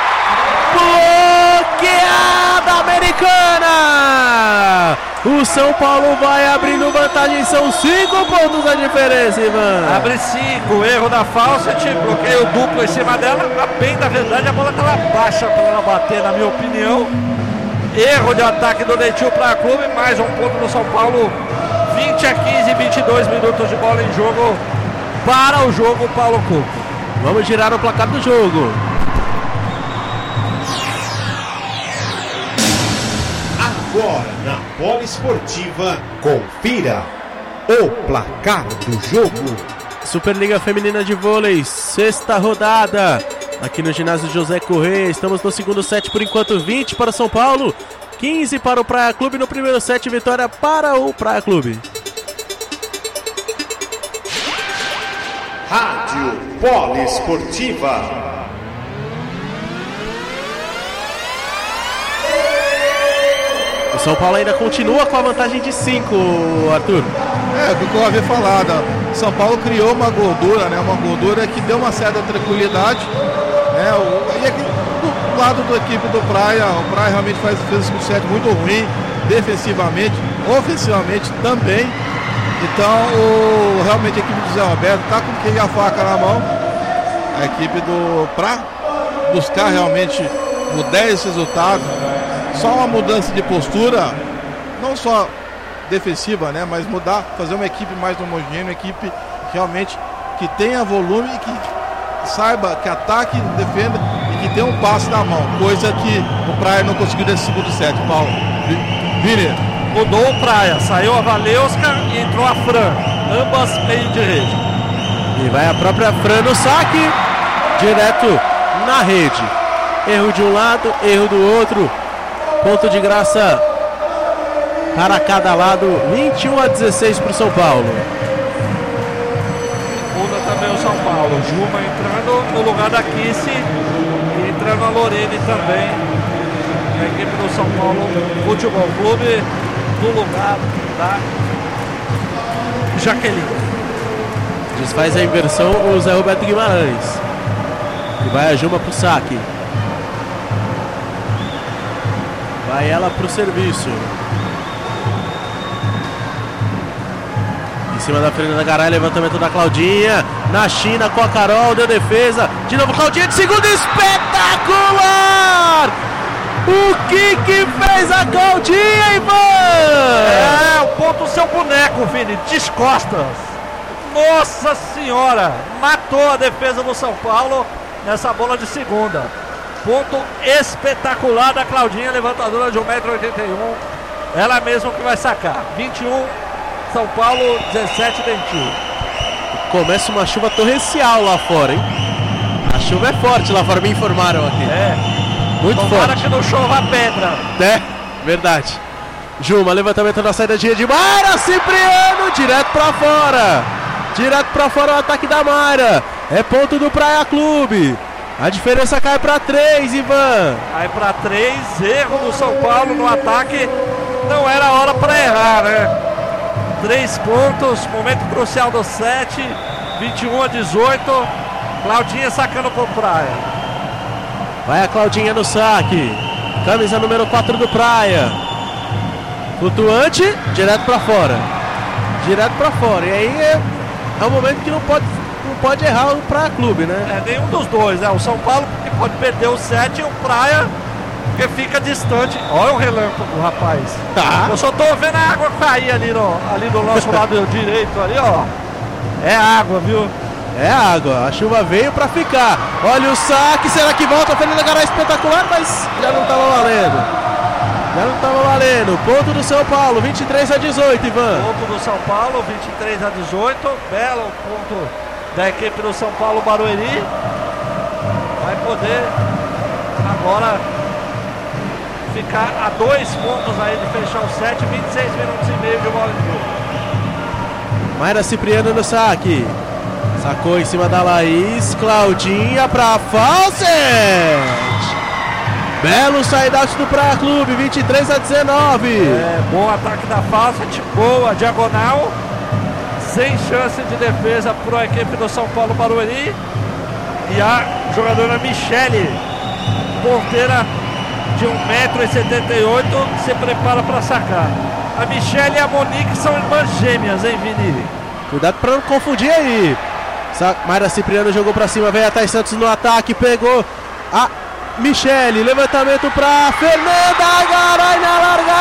Bloqueada americana! O São Paulo vai abrindo vantagem, são cinco pontos a diferença, Ivan. Abre cinco, erro da Fawcett, bloqueio duplo em cima dela. A bem da verdade, a bola estava baixa para ela bater, na minha opinião. Erro de ataque do Dentil para a clube, mais um ponto do São Paulo. vinte a quinze, vinte e dois minutos de bola em jogo para o jogo Paulo Cuco. Vamos girar o placar do jogo. Agora na Poliesportiva, confira o placar do jogo. Superliga Feminina de Vôlei, sexta rodada, aqui no ginásio José Correia. Estamos no segundo set, por enquanto vinte para São Paulo, quinze para o Praia Clube. No primeiro set, vitória para o Praia Clube. Rádio Poliesportiva. O São Paulo ainda continua com a vantagem de cinco, Arthur. É, o que eu havia falado. São Paulo criou uma gordura, né? Uma gordura que deu uma certa tranquilidade, né? O, e aqui do lado da equipe do Praia, o Praia realmente faz, fez um set muito ruim, defensivamente, ofensivamente também. Então, o, realmente a equipe do Zé Roberto está com quem a faca na mão. A equipe do para buscar realmente mudar esse resultado. Só uma mudança de postura, não só defensiva, né, mas mudar, fazer uma equipe mais homogênea, uma equipe realmente que tenha volume e que saiba que ataque, defenda e que tenha um passe na mão, coisa que o Praia não conseguiu nesse segundo set, Paulo. Vini. Mudou o Praia, saiu a Valeuska e entrou a Fran, ambas meio de rede. E vai a própria Fran no saque. direto na rede. Erro de um lado, erro do outro. Ponto de graça para cada lado. vinte e um a dezesseis para o São Paulo. Muda também o São Paulo. Juma entrando no lugar da Kissi e entrando a Lorene também. A equipe do São Paulo Futebol Clube no lugar da Jaqueline. Desfaz a inversão o Zé Roberto Guimarães. E vai a Juma pro saque. Vai ela pro serviço. Em cima da Fernanda Garay, levantamento da Claudinha. Na China com a Carol, deu defesa. De novo Claudinha de segundo, espetacular! O que que fez a Claudinha, Ivan? É, o ponto do seu boneco, Vini, descostas. Nossa senhora, matou a defesa do São Paulo nessa bola de segunda. Ponto espetacular da Claudinha, levantadora de um metro e oitenta e um. Ela mesma que vai sacar. vinte e um, São Paulo, dezessete, Dentil. Começa uma chuva torrencial lá fora, hein? A chuva é forte lá fora, me informaram aqui. É, muito tomara forte. que não chova pedra. É, verdade. Juma, levantamento da saída de Edmara, Cipriano, direto pra fora. Direto pra fora o ataque da Mayra. É ponto do Praia Clube. A diferença cai pra três, Ivan. Aí pra três, erro do São Paulo no ataque. Não era hora pra errar, né? Três pontos, momento crucial do sete, vinte e um a dezoito. Claudinha sacando pro Praia. Vai a Claudinha no saque. Camisa número quatro do Praia. Flutuante, direto pra fora. Direto pra fora. E aí é, é um momento que não pode, não pode errar o Praia Clube, né? É, nenhum dos dois, né? O São Paulo que pode perder o sete e o Praia que fica distante. Olha o relâmpago, rapaz. Tá. Eu só tô vendo a água cair ali no, ali do nosso lado direito, ali, ó. É água, viu? É água, a chuva veio pra ficar. Olha o saque, será que volta? A Fernanda Garay espetacular, mas já não tava valendo. Já não tava valendo. Ponto do São Paulo, vinte e três a dezoito, Ivan. Ponto do São Paulo, vinte e três a dezoito. Belo ponto da equipe do São Paulo Barueri. Vai poder agora ficar a dois pontos aí de fechar o sete, vinte e seis minutos e meio de bola de jogo. Mayra Cipriano no saque. Sacou em cima da Laís. Claudinha pra Fawcett. Belo side-out do Praia Clube, vinte e três a dezenove. É, bom ataque da Fawcett, boa diagonal. Sem chance de defesa para a equipe do São Paulo Barueri. E a jogadora Michele, ponteira de um metro e setenta e oito, se prepara para sacar. A Michele e a Monique são irmãs gêmeas, hein, Vini? Cuidado para não confundir aí. Mayra Cipriano jogou para cima, veio a Thais Santos no ataque, pegou a Michele, levantamento para Fernanda Garay na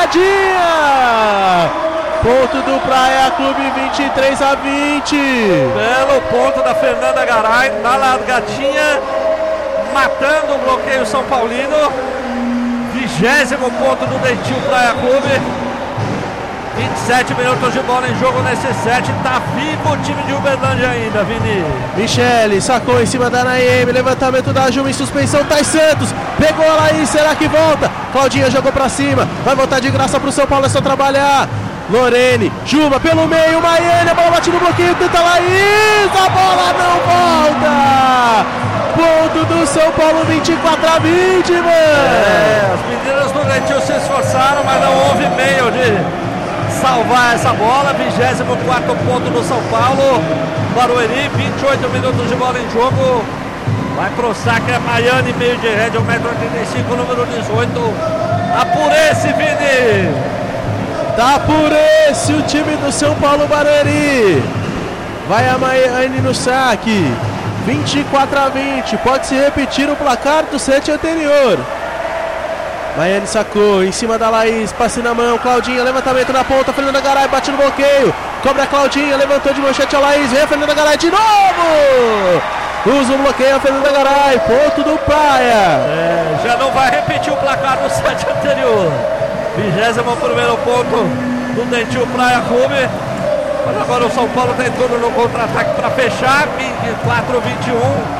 largadinha. Ponto do Praia Clube, vinte e três a vinte. Belo ponto da Fernanda Garay na largadinha, matando o bloqueio São Paulino. Vigésimo ponto do Dentil Praia Clube. vinte e sete minutos de bola em jogo nesse set. Tá vivo o time de Uberlândia ainda, Vini. Michele sacou em cima da Naime. Levantamento da Juma em suspensão. Thais Santos pegou ela aí. Será que volta? Claudinha jogou pra cima. Vai voltar de graça pro São Paulo. É só trabalhar. Lorene, Juma pelo meio. Maiane, a bola bate no bloqueio. Tenta Laís. A bola não volta. Ponto do São Paulo, vinte e quatro a vinte, mano. É, as meninas do Dentil se esforçaram, mas não houve meio de salvar essa bola. vigésimo quarto ponto do São Paulo Barueri, vinte e oito minutos de bola em jogo. Vai pro saque a Maiane, meio de rede, um metro e oitenta e cinco, número dezoito. Tá por esse, Vini. Tá por esse o time do São Paulo Barueri. Vai a Maiane no saque, vinte e quatro a vinte. Pode se repetir o placar do set anterior. Maiane sacou, em cima da Laís, passe na mão, Claudinha, levantamento na ponta, Fernanda Garay bate no bloqueio, cobra a Claudinha, levantou de manchete a Laís, vem a Fernanda Garay de novo! Usa o bloqueio a Fernanda Garay, ponto do Praia. É, já não vai repetir o placar do set anterior. vigésimo primeiro ponto do Dentil Praia Clube. Mas agora o São Paulo está entrando no contra-ataque para fechar, vinte e quatro a vinte e um.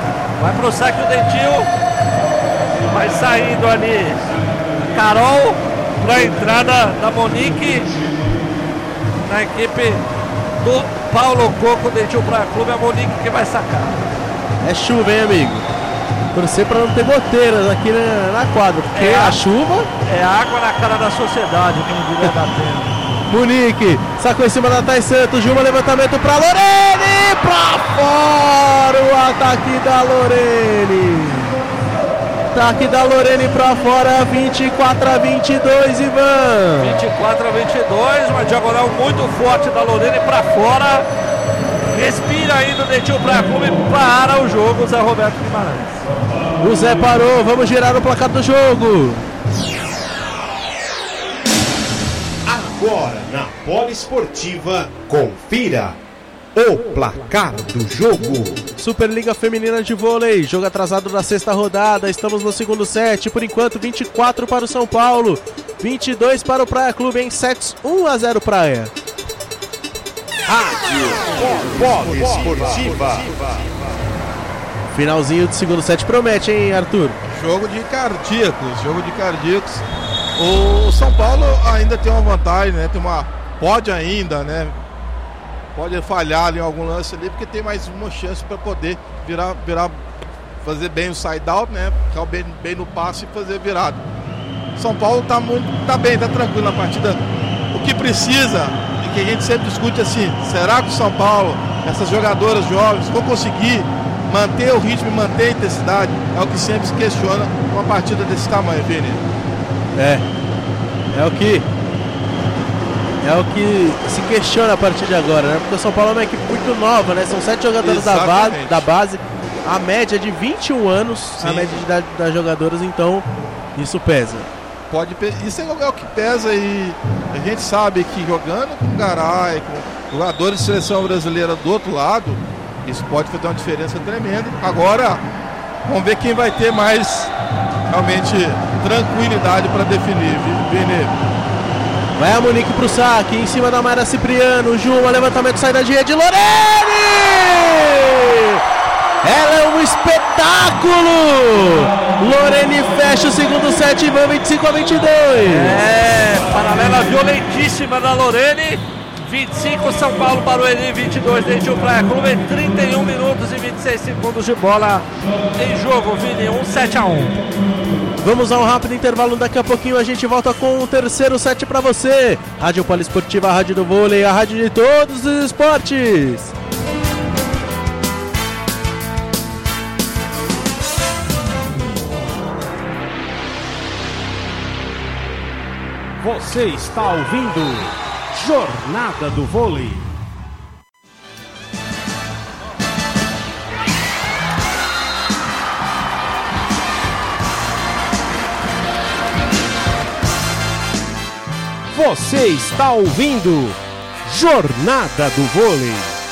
Vai pro saque o Dentil. Vai saindo ali Carol pra entrada da Monique na equipe do Paulo Coco. Dentil pra clube, a Monique que vai sacar. É chuva, hein, amigo? Torcer pra não ter goteiras aqui na, na quadra, porque é a, a chuva... É água na cara da sociedade, como diria da Atena. Monique, sacou em cima da Thais Santos, Juma, levantamento pra Lorene, pra fora o ataque da Lorene. Ataque da Lorene pra fora, vinte e quatro a vinte e dois, Ivan. vinte e quatro a vinte e dois, uma diagonal muito forte da Lorene pra fora. Respira ainda o Dentil pra clube, para o jogo, o Zé Roberto Guimarães. O Zé parou, vamos girar o placar do jogo. Agora na Poliesportiva, confira o placar do jogo. Superliga Feminina de Vôlei, jogo atrasado da sexta rodada, estamos no segundo set, por enquanto vinte e quatro para o São Paulo, vinte e dois para o Praia Clube em sets, um a zero Praia. Rádio Poliesportiva. Finalzinho do segundo set promete, hein, Arthur? Jogo de cardíacos, jogo de cardíacos. O São Paulo ainda tem uma vantagem, né? Tem uma, pode ainda, né? Pode falhar ali em algum lance ali, porque tem mais uma chance para poder virar, virar, fazer bem o side-out, né? Ficar bem, bem no passe e fazer virada. São Paulo tá muito, tá bem, tá tranquilo na partida. O que precisa, e que a gente sempre discute assim, será que o São Paulo, essas jogadoras jovens, vão conseguir manter o ritmo e manter a intensidade? É o que sempre se questiona uma partida desse tamanho, Vini. É, é o que é o que se questiona a partir de agora, né? Porque o São Paulo é uma equipe muito nova, né? São sete jogadores da base, da base, a média de vinte e um anos, sim, a média de idade das jogadoras, então isso pesa. Pode, isso é o que pesa, e a gente sabe que jogando com Garay, com jogadores de seleção brasileira do outro lado, isso pode fazer uma diferença tremenda. Agora, vamos ver quem vai ter mais realmente tranquilidade para definir, Vini. Vai a Monique pro saque, em cima da Mayra Cipriano, Juma, levantamento, saída de rede, Lorene! Ela é um espetáculo! Lorene fecha o segundo set e vai vinte e cinco a vinte e dois. É, paralela violentíssima da Lorene. vinte e cinco São Paulo, Barueri, vinte e dois Dentil Praia Clube, trinta e um minutos e vinte e seis segundos de bola em jogo, Vini, um sete a um. Vamos a um rápido intervalo, daqui a pouquinho a gente volta com o terceiro set para você. Rádio Poliesportiva, a rádio do vôlei, a rádio de todos os esportes. Você está ouvindo Jornada do Vôlei. Você está ouvindo Jornada do Vôlei.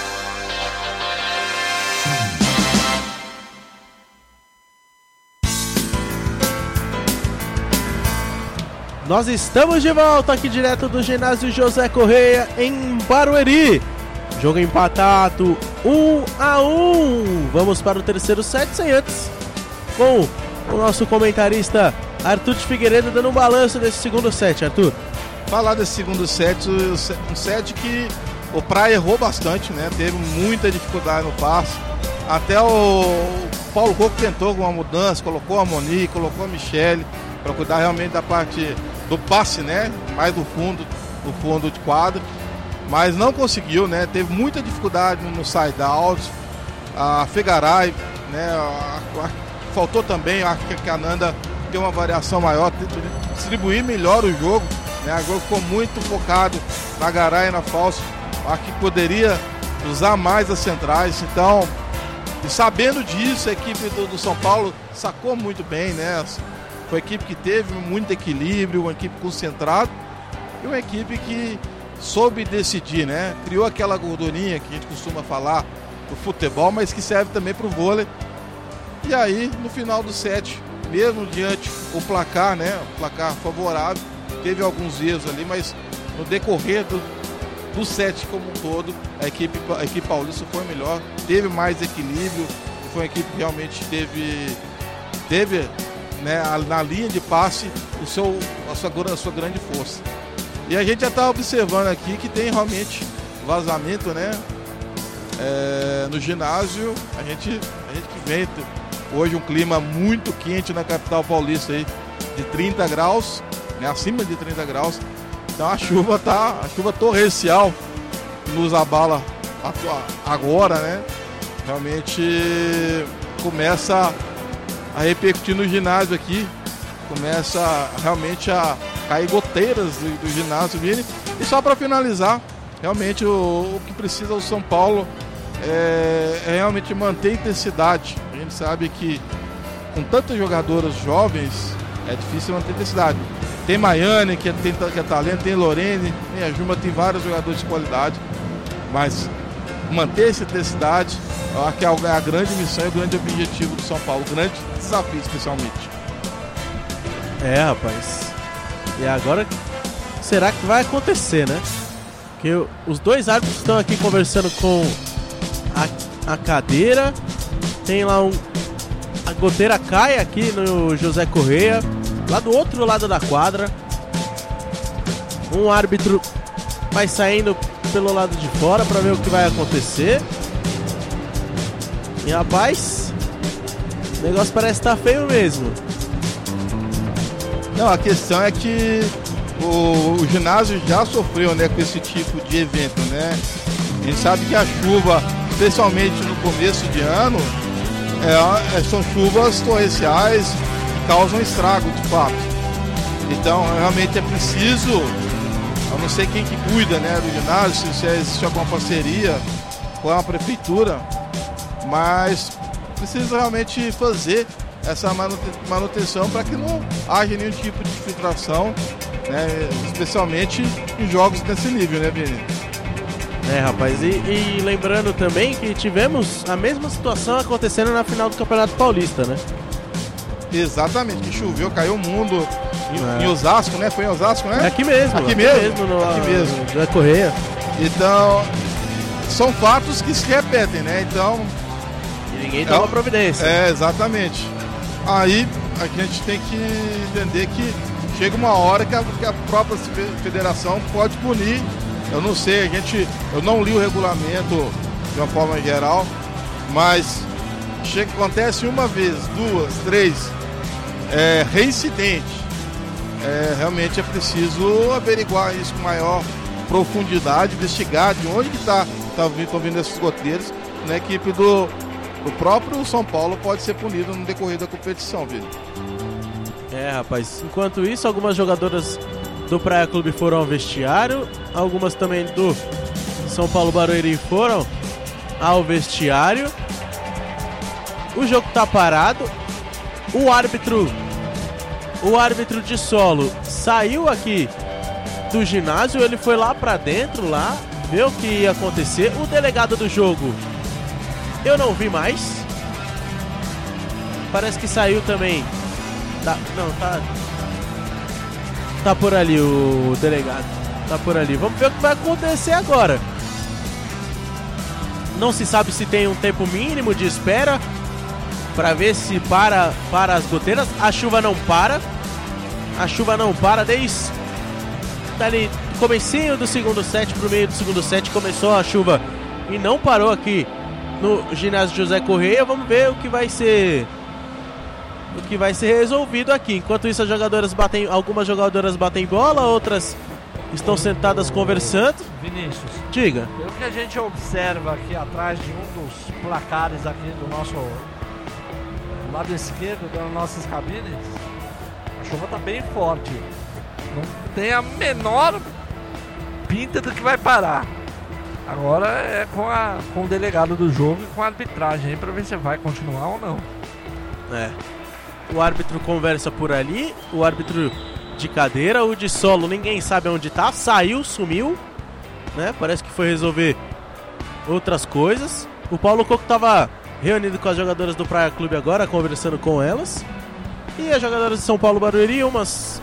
Nós estamos de volta aqui direto do ginásio José Correia em Barueri. Jogo empatado, um a um. Vamos para o terceiro set, sem antes, com o nosso comentarista Arthur de Figueiredo dando um balanço desse segundo set, Arthur. Falar desse segundo set, um set que o Praia errou bastante, né? Teve muita dificuldade no passe. Até o Paulo Coco tentou uma mudança, colocou a Monique, colocou a Michele para cuidar realmente da parte do passe, né? Mais do fundo, do fundo de quadra, mas não conseguiu, né? Teve muita dificuldade no side-out. A Fegaray, né? A, a, faltou também, acho que a Nanda deu uma variação maior, distribuir melhor o jogo, né? O jogo ficou muito focado na Garay e na Falso. Acho que poderia usar mais as centrais. Então, e sabendo disso, a equipe do, do São Paulo sacou muito bem, né? Foi uma equipe que teve muito equilíbrio, uma equipe concentrada e uma equipe que soube decidir, né? Criou aquela gordurinha que a gente costuma falar do futebol, mas que serve também para o vôlei. E aí, no final do set, mesmo diante o placar, né? O placar favorável, teve alguns erros ali, mas no decorrer do, do set como um todo, a equipe, a equipe paulista foi melhor, teve mais equilíbrio, foi uma equipe que realmente teve, teve né, na linha de passe o seu, a, sua, a sua grande força. E a gente já está observando aqui que tem realmente vazamento, né? É, no ginásio, a gente, a gente que vem hoje um clima muito quente na capital paulista aí, de trinta graus, né, acima de trinta graus. Então a chuva tá, a chuva torrencial nos abala agora, né? Realmente começa a repercutir no ginásio aqui, começa realmente a cair goteiras do, do ginásio, Vini. E só para finalizar, realmente o, o que precisa o São Paulo é, é realmente manter a intensidade. A gente sabe que com tantas jogadoras jovens é difícil manter a intensidade. Tem Maiane, que, tem, que é talento, tem Lorene, tem a Juma, tem vários jogadores de qualidade, mas manter essa intensidade, eu acho que é a grande missão e o grande objetivo do São Paulo, o grande desafio especialmente. É, rapaz. E agora, será que vai acontecer, né? Porque os dois árbitros estão aqui conversando com a, a cadeira. Tem lá um... A goteira cai aqui no José Correia, lá do outro lado da quadra. Um árbitro vai saindo pelo lado de fora para ver o que vai acontecer. E rapaz, o negócio parece estar feio mesmo. Não, a questão é que o, o ginásio já sofreu, né, com esse tipo de evento, né? A gente sabe que a chuva, especialmente no começo de ano, é, são chuvas torrenciais que causam estrago, de fato. Então, realmente é preciso, eu não sei quem que cuida, né, do ginásio, se existe alguma parceria com a prefeitura, mas precisa realmente fazer essa manutenção para que não haja nenhum tipo de filtração, né, especialmente em jogos desse nível, né, Vini? É, rapaz, e, e lembrando também que tivemos a mesma situação acontecendo na final do Campeonato Paulista, né? Exatamente, que choveu, caiu o mundo em, é. em Osasco, né? Foi em Osasco, né? É aqui mesmo. Aqui, aqui mesmo? mesmo no, aqui mesmo. José Correia. Então, são fatos que se repetem, né? Então... E ninguém toma é, providência. É, exatamente. Aí a gente tem que entender que chega uma hora que a, que a própria federação pode punir. Eu não sei, a gente, eu não li o regulamento de uma forma geral, mas chega, acontece uma vez, duas, três, é, reincidente. É, realmente é preciso averiguar isso com maior profundidade, investigar de onde que está tá vindo, estão vindo esses goteiros. Na equipe do, do próprio São Paulo pode ser punido no decorrer da competição, viu? É, rapaz, enquanto isso, algumas jogadoras do Praia Clube foram ao vestiário, algumas também do São Paulo Barueri foram ao vestiário. O jogo tá parado. O árbitro o árbitro de solo saiu aqui do ginásio, ele foi lá pra dentro lá ver o que ia acontecer. O delegado do jogo eu não vi mais. Parece que saiu também. Tá, não, tá Tá por ali o delegado. Tá por ali. Vamos ver o que vai acontecer agora. Não se sabe se tem um tempo mínimo de espera para ver se para, para as goteiras. A chuva não para. A chuva não para desde dali, comecinho do segundo set pro meio do segundo set. Começou a chuva e não parou aqui no ginásio José Correia. Vamos ver o que vai ser o que vai ser resolvido aqui. Enquanto isso, as jogadoras batem, algumas jogadoras batem bola, outras estão sentadas conversando. Vinícius, diga. Pelo que a gente observa aqui atrás de um dos placares aqui do nosso lado esquerdo das nossas cabines, a chuva tá bem forte. Não tem a menor pinta do que vai parar. Agora é com, a, com o delegado do jogo e com a arbitragem aí pra ver se vai continuar ou não. É. O árbitro conversa por ali, o árbitro de cadeira, o de solo ninguém sabe onde tá, saiu, sumiu, né? Parece que foi resolver outras coisas. O Paulo Coco tava reunido com as jogadoras do Praia Clube agora, conversando com elas. E as jogadoras de São Paulo Barueri, umas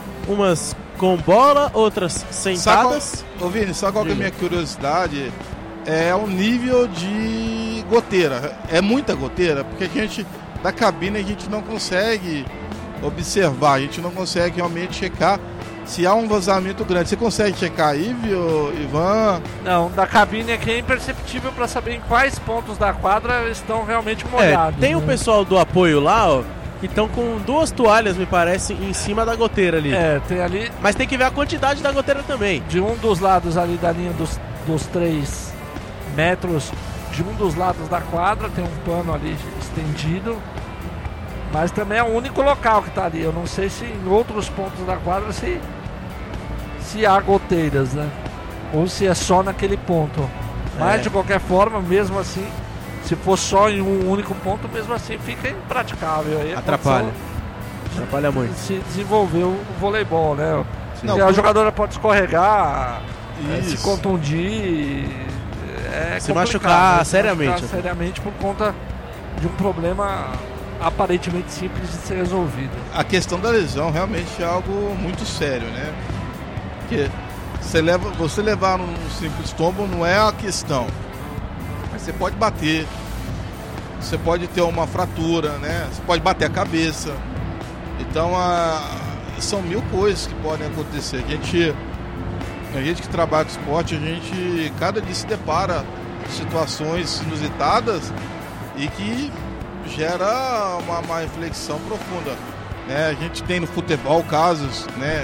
umas com bola, outras sentadas. Ô Vini, só qual que é a minha curiosidade? é o nível de goteira. É muita goteira, porque a gente, da cabine, a gente não consegue observar, a gente não consegue realmente checar se há um vazamento grande. Você consegue checar aí, viu, Ivan? Não, da cabine aqui é imperceptível para saber em quais pontos da quadra estão realmente molhados. É, tem o né? pessoal do apoio lá, ó, que estão com duas toalhas, me parece, em cima da goteira ali. É, tem ali... Mas tem que ver a quantidade da goteira também. De um dos lados ali da linha dos, dos três metros, de um dos lados da quadra, tem um pano ali estendido. Mas também é o único local que está ali. Eu não sei se em outros pontos da quadra se, se há goteiras, né? Ou se é só naquele ponto. Mas É. de qualquer forma, mesmo assim, se for só em um único ponto, mesmo assim fica impraticável. Aí é Atrapalha. condição Atrapalha muito. de se desenvolver o voleibol, né? Não, E a por- jogadora pode escorregar, é, se Isso. contundir, é Se complicado, machucar né? Se seriamente. machucar seriamente por conta de um problema aparentemente simples de ser resolvido. A questão da lesão realmente é algo muito sério, né? Porque você, leva, você levar num simples tombo não é a questão. Mas você pode bater, você pode ter uma fratura, né? Você pode bater a cabeça. Então a, são mil coisas que podem acontecer. A gente, a gente que trabalha com esporte, a gente cada dia se depara com situações inusitadas e que gera uma, uma reflexão profunda, né? A gente tem no futebol casos, né,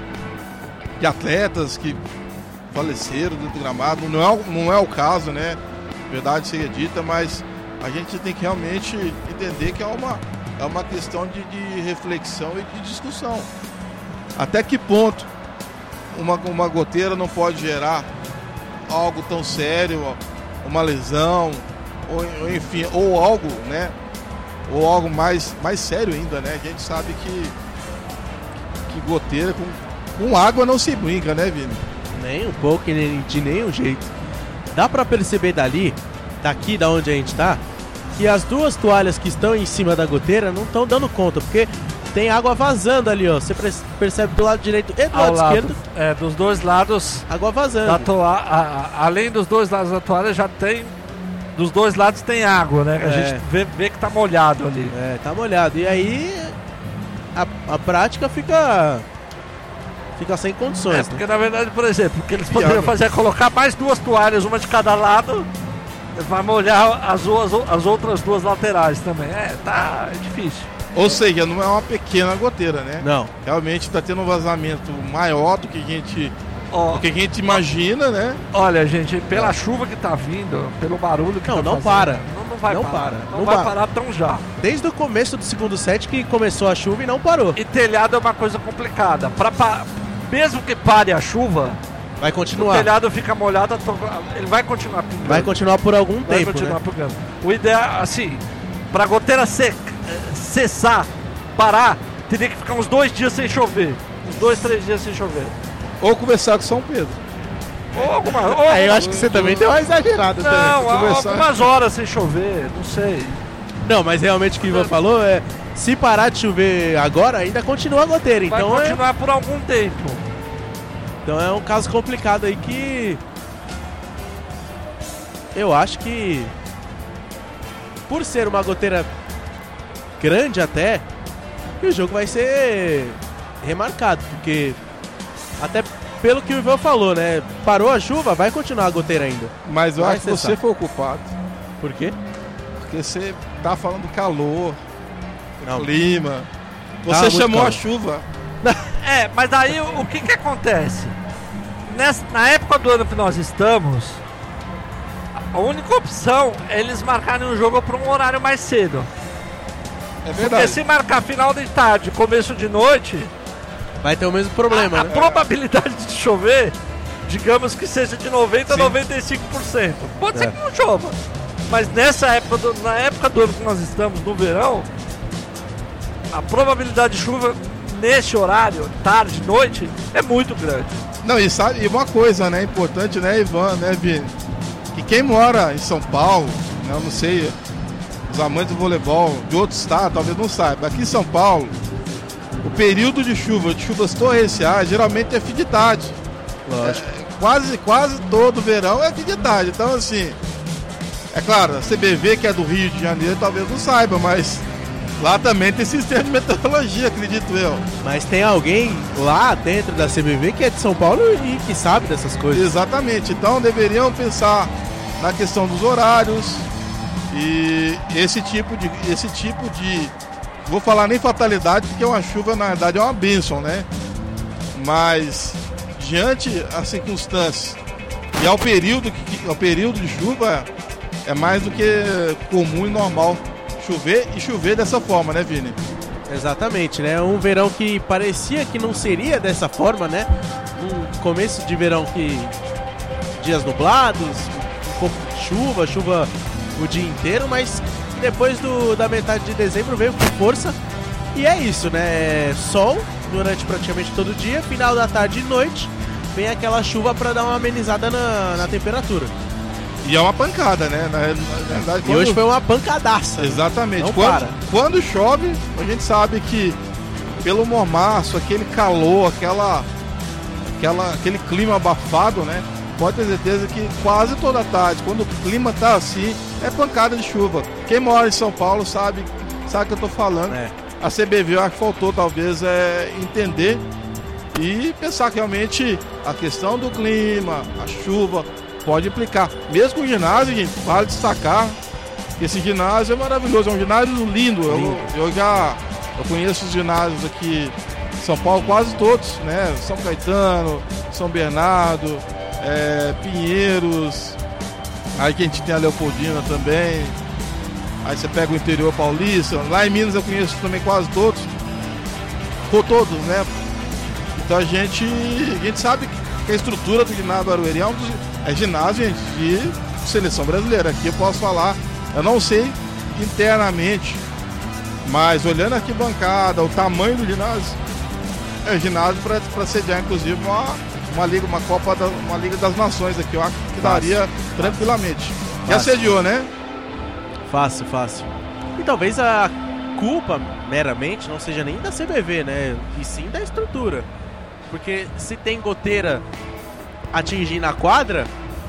de atletas que faleceram dentro do gramado. Não é, o- não é o caso, né? Verdade seja dita, mas a gente tem que realmente entender que é uma, é uma questão de, de reflexão e de discussão. Até que ponto uma, uma goteira não pode gerar algo tão sério, uma lesão, ou, ou enfim, ou algo, né? Ou algo mais, mais sério ainda, né? A gente sabe que, que goteira com, com água não se brinca, né, Vini? Nem um pouco, nem, de nenhum jeito. Dá pra perceber dali, daqui da onde a gente tá, que as duas toalhas que estão em cima da goteira não estão dando conta, porque tem água vazando ali, ó. Você pre- percebe do lado direito e do Ao lado lado, esquerdo, é, dos dois lados água vazando. da toalha, a- a- além dos dois lados da toalha, já tem, dos dois lados tem água, né? A É. gente vê, vê que tá molhado ali. É, tá molhado. E aí a, a prática fica fica sem É, condições, né? porque na verdade, por exemplo, o que eles poderiam água? fazer é colocar mais duas toalhas, uma de cada lado, vai molhar as, duas, as outras duas laterais também. É, tá é difícil. Ou seja, não é uma pequena goteira, né? Não. Realmente está tendo um vazamento maior do que a gente, Ó, do que a gente imagina, né? olha, gente, pela chuva que tá vindo, pelo barulho que Não, tá não fazendo, para. Não, não vai Não parar. para. Não, Não vai vai. parar tão já. Desde o começo do segundo set que começou a chuva e não parou. E telhado é uma coisa complicada. Pra, pa- mesmo que pare a chuva, Vai o continuar. telhado fica molhado, a to- ele vai continuar pingando. Vai continuar por algum Vai tempo, continuar né? pingando. O ideal, assim, pra goteira sec- cessar, parar, teria que ficar uns dois dias sem chover. Uns dois, três dias sem chover. Ou conversar com São Pedro. Ou alguma, ou Aí eu acho que você também deu uma exagerada Não, também. conversar. algumas horas sem chover, não sei. Não, mas realmente o que o Ivan falou é, se parar de chover agora, ainda continua a goteira. Vai Então é, continuar por algum tempo. então é um caso complicado aí que eu acho que por ser uma goteira grande até, que o jogo vai ser remarcado, porque até pelo que o Ivan falou, né? Parou a chuva, vai continuar a goteira ainda. Mas eu Vai acho que cessar. você foi o culpado. Por quê? Porque você tá falando do calor, do Não. clima. Tava Você muito chamou calor. a chuva. É, mas daí o, o que que acontece? Nessa, na época do ano que nós estamos, a única opção é eles marcarem o jogo para um horário mais cedo. É Porque verdade. se marcar final de tarde, começo de noite, Vai ter o mesmo problema, a, a né? probabilidade de chover, digamos que seja de noventa a Sim. noventa e cinco por cento. Pode ser É. que não chova. Mas nessa época do, na época do ano que nós estamos, no verão, a probabilidade de chuva nesse horário, tarde, noite, é muito grande. Não, e sabe, e uma coisa, né, importante, né, Ivan, né, Vini? Que quem mora em São Paulo, né, eu não sei, os amantes do voleibol de outros estados talvez não saibam. Aqui em São Paulo, o período de chuva, de chuvas torrenciais, geralmente é fim de tarde. Lógico. É, quase, quase todo verão é fim de tarde. Então, assim, é claro, a C B V, que é do Rio de Janeiro, talvez não saiba, mas lá também tem sistema de meteorologia, acredito eu. Mas tem alguém lá dentro da C B V que é de São Paulo e que sabe dessas coisas. Exatamente. Então, deveriam pensar na questão dos horários e esse tipo de, esse tipo de, vou falar nem fatalidade, porque uma chuva na verdade é uma bênção, né? Mas diante as circunstâncias e ao período, ao período de chuva, é mais do que comum e normal chover e chover dessa forma, né, Vini? Exatamente, né? Um verão que parecia que não seria dessa forma, né? Um começo de verão que dias nublados, um pouco de chuva, chuva o dia inteiro, mas depois do, da metade de dezembro veio com força. E é isso, né? Sol durante praticamente todo dia, final da tarde e noite, vem aquela chuva para dar uma amenizada na, na temperatura. E é uma pancada, né? Na, na, na verdade, e quando... hoje foi uma pancadaça. Exatamente. Não quando, para. quando chove, a gente sabe que pelo mormaço, aquele calor, aquela, aquela, aquele clima abafado, né? Pode ter certeza que quase toda tarde, quando o clima tá assim, é pancada de chuva. Quem mora em São Paulo sabe, sabe o que eu tô falando. É. A C B V, eu acho que faltou talvez é, entender e pensar que realmente a questão do clima, a chuva, pode implicar. Mesmo com o ginásio, gente, vale destacar que esse ginásio é maravilhoso, é um ginásio lindo. Eu, eu já eu conheço os ginásios aqui em São Paulo, quase todos, né? São Caetano, São Bernardo, é, Pinheiros, aí que a gente tem a Leopoldina também. Aí você pega o interior paulista, lá em Minas eu conheço também quase todos, por todos, né? Então a gente, a gente sabe que a estrutura do ginásio Barueri é, um dos, é ginásio, gente, de seleção brasileira. Aqui eu posso falar, eu não sei internamente, mas olhando aqui a bancada, o tamanho do ginásio, é ginásio para sediar inclusive uma, uma liga, uma Copa, da, uma Liga das Nações aqui, eu acho que daria tranquilamente. Já sediou, né? Fácil, fácil. E talvez a culpa, meramente, não seja nem da C B V, né? E sim da estrutura. Porque se tem goteira atingindo a quadra,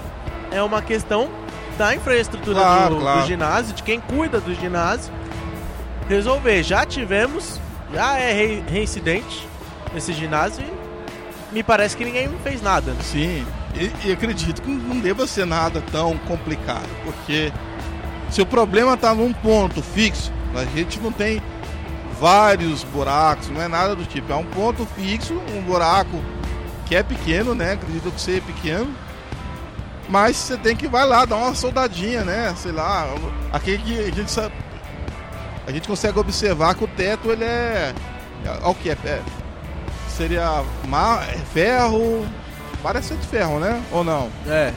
é uma questão da infraestrutura claro, do, claro. do ginásio, de quem cuida do ginásio, resolver. Já tivemos, já é re, reincidente esse ginásio e me parece que ninguém fez nada. Sim, e, e acredito que não deva ser nada tão complicado, porque se o problema está num ponto fixo, a gente não tem vários buracos, não é nada do tipo. É um ponto fixo, um buraco que é pequeno, né? Acredito que seja pequeno. Mas você tem que ir vai lá, dar uma soldadinha, né? Sei lá. Aqui que a gente sabe, a gente consegue observar que o teto ele é. Olha o que é. é seria mar, é ferro. Parece ser de ferro, né? Ou não? É.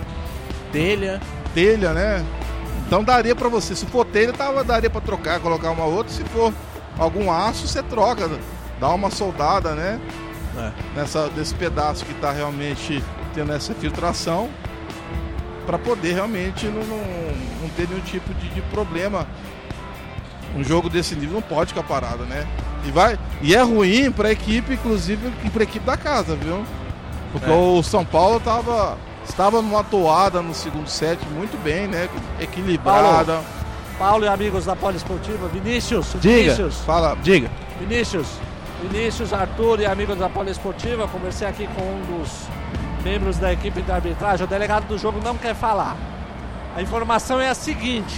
Telha. Telha, né? Então daria pra você, se for telha, tava, daria pra trocar, colocar uma outra. Se for algum aço, você troca, dá uma soldada, né? É. Nessa, desse pedaço que tá realmente tendo essa filtração, pra poder realmente não, não, não ter nenhum tipo de, de problema. Um jogo desse nível não pode ficar parado, né? E, vai, e é ruim pra equipe, inclusive pra equipe da casa, viu? Porque é. o São Paulo tava... Estava numa toada no segundo set, muito bem, né? Equilibrada. Paulo, Paulo e amigos da Poliesportiva, Vinícius, diga, Vinícius. Fala, diga. Vinícius, Vinícius, Arthur e amigos da Poliesportiva, conversei aqui com um dos membros da equipe de arbitragem, o delegado do jogo não quer falar. A informação é a seguinte: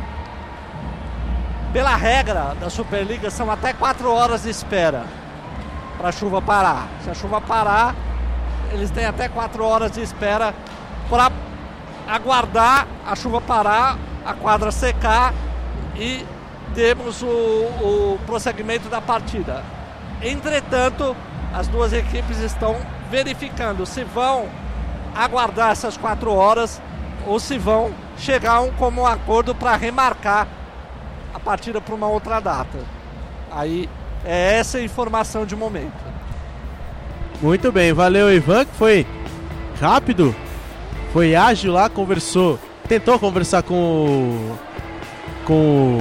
pela regra da Superliga, são até quatro horas de espera para a chuva parar. Se a chuva parar, eles têm até quatro horas de espera para aguardar a chuva parar, a quadra secar e temos o, o prosseguimento da partida. Entretanto, as duas equipes estão verificando se vão aguardar essas quatro horas ou se vão chegar a um comum acordo para remarcar a partida para uma outra data. Aí é essa a informação de momento. Muito bem, valeu Ivan, que foi rápido, foi ágil lá, conversou, tentou conversar com o, com,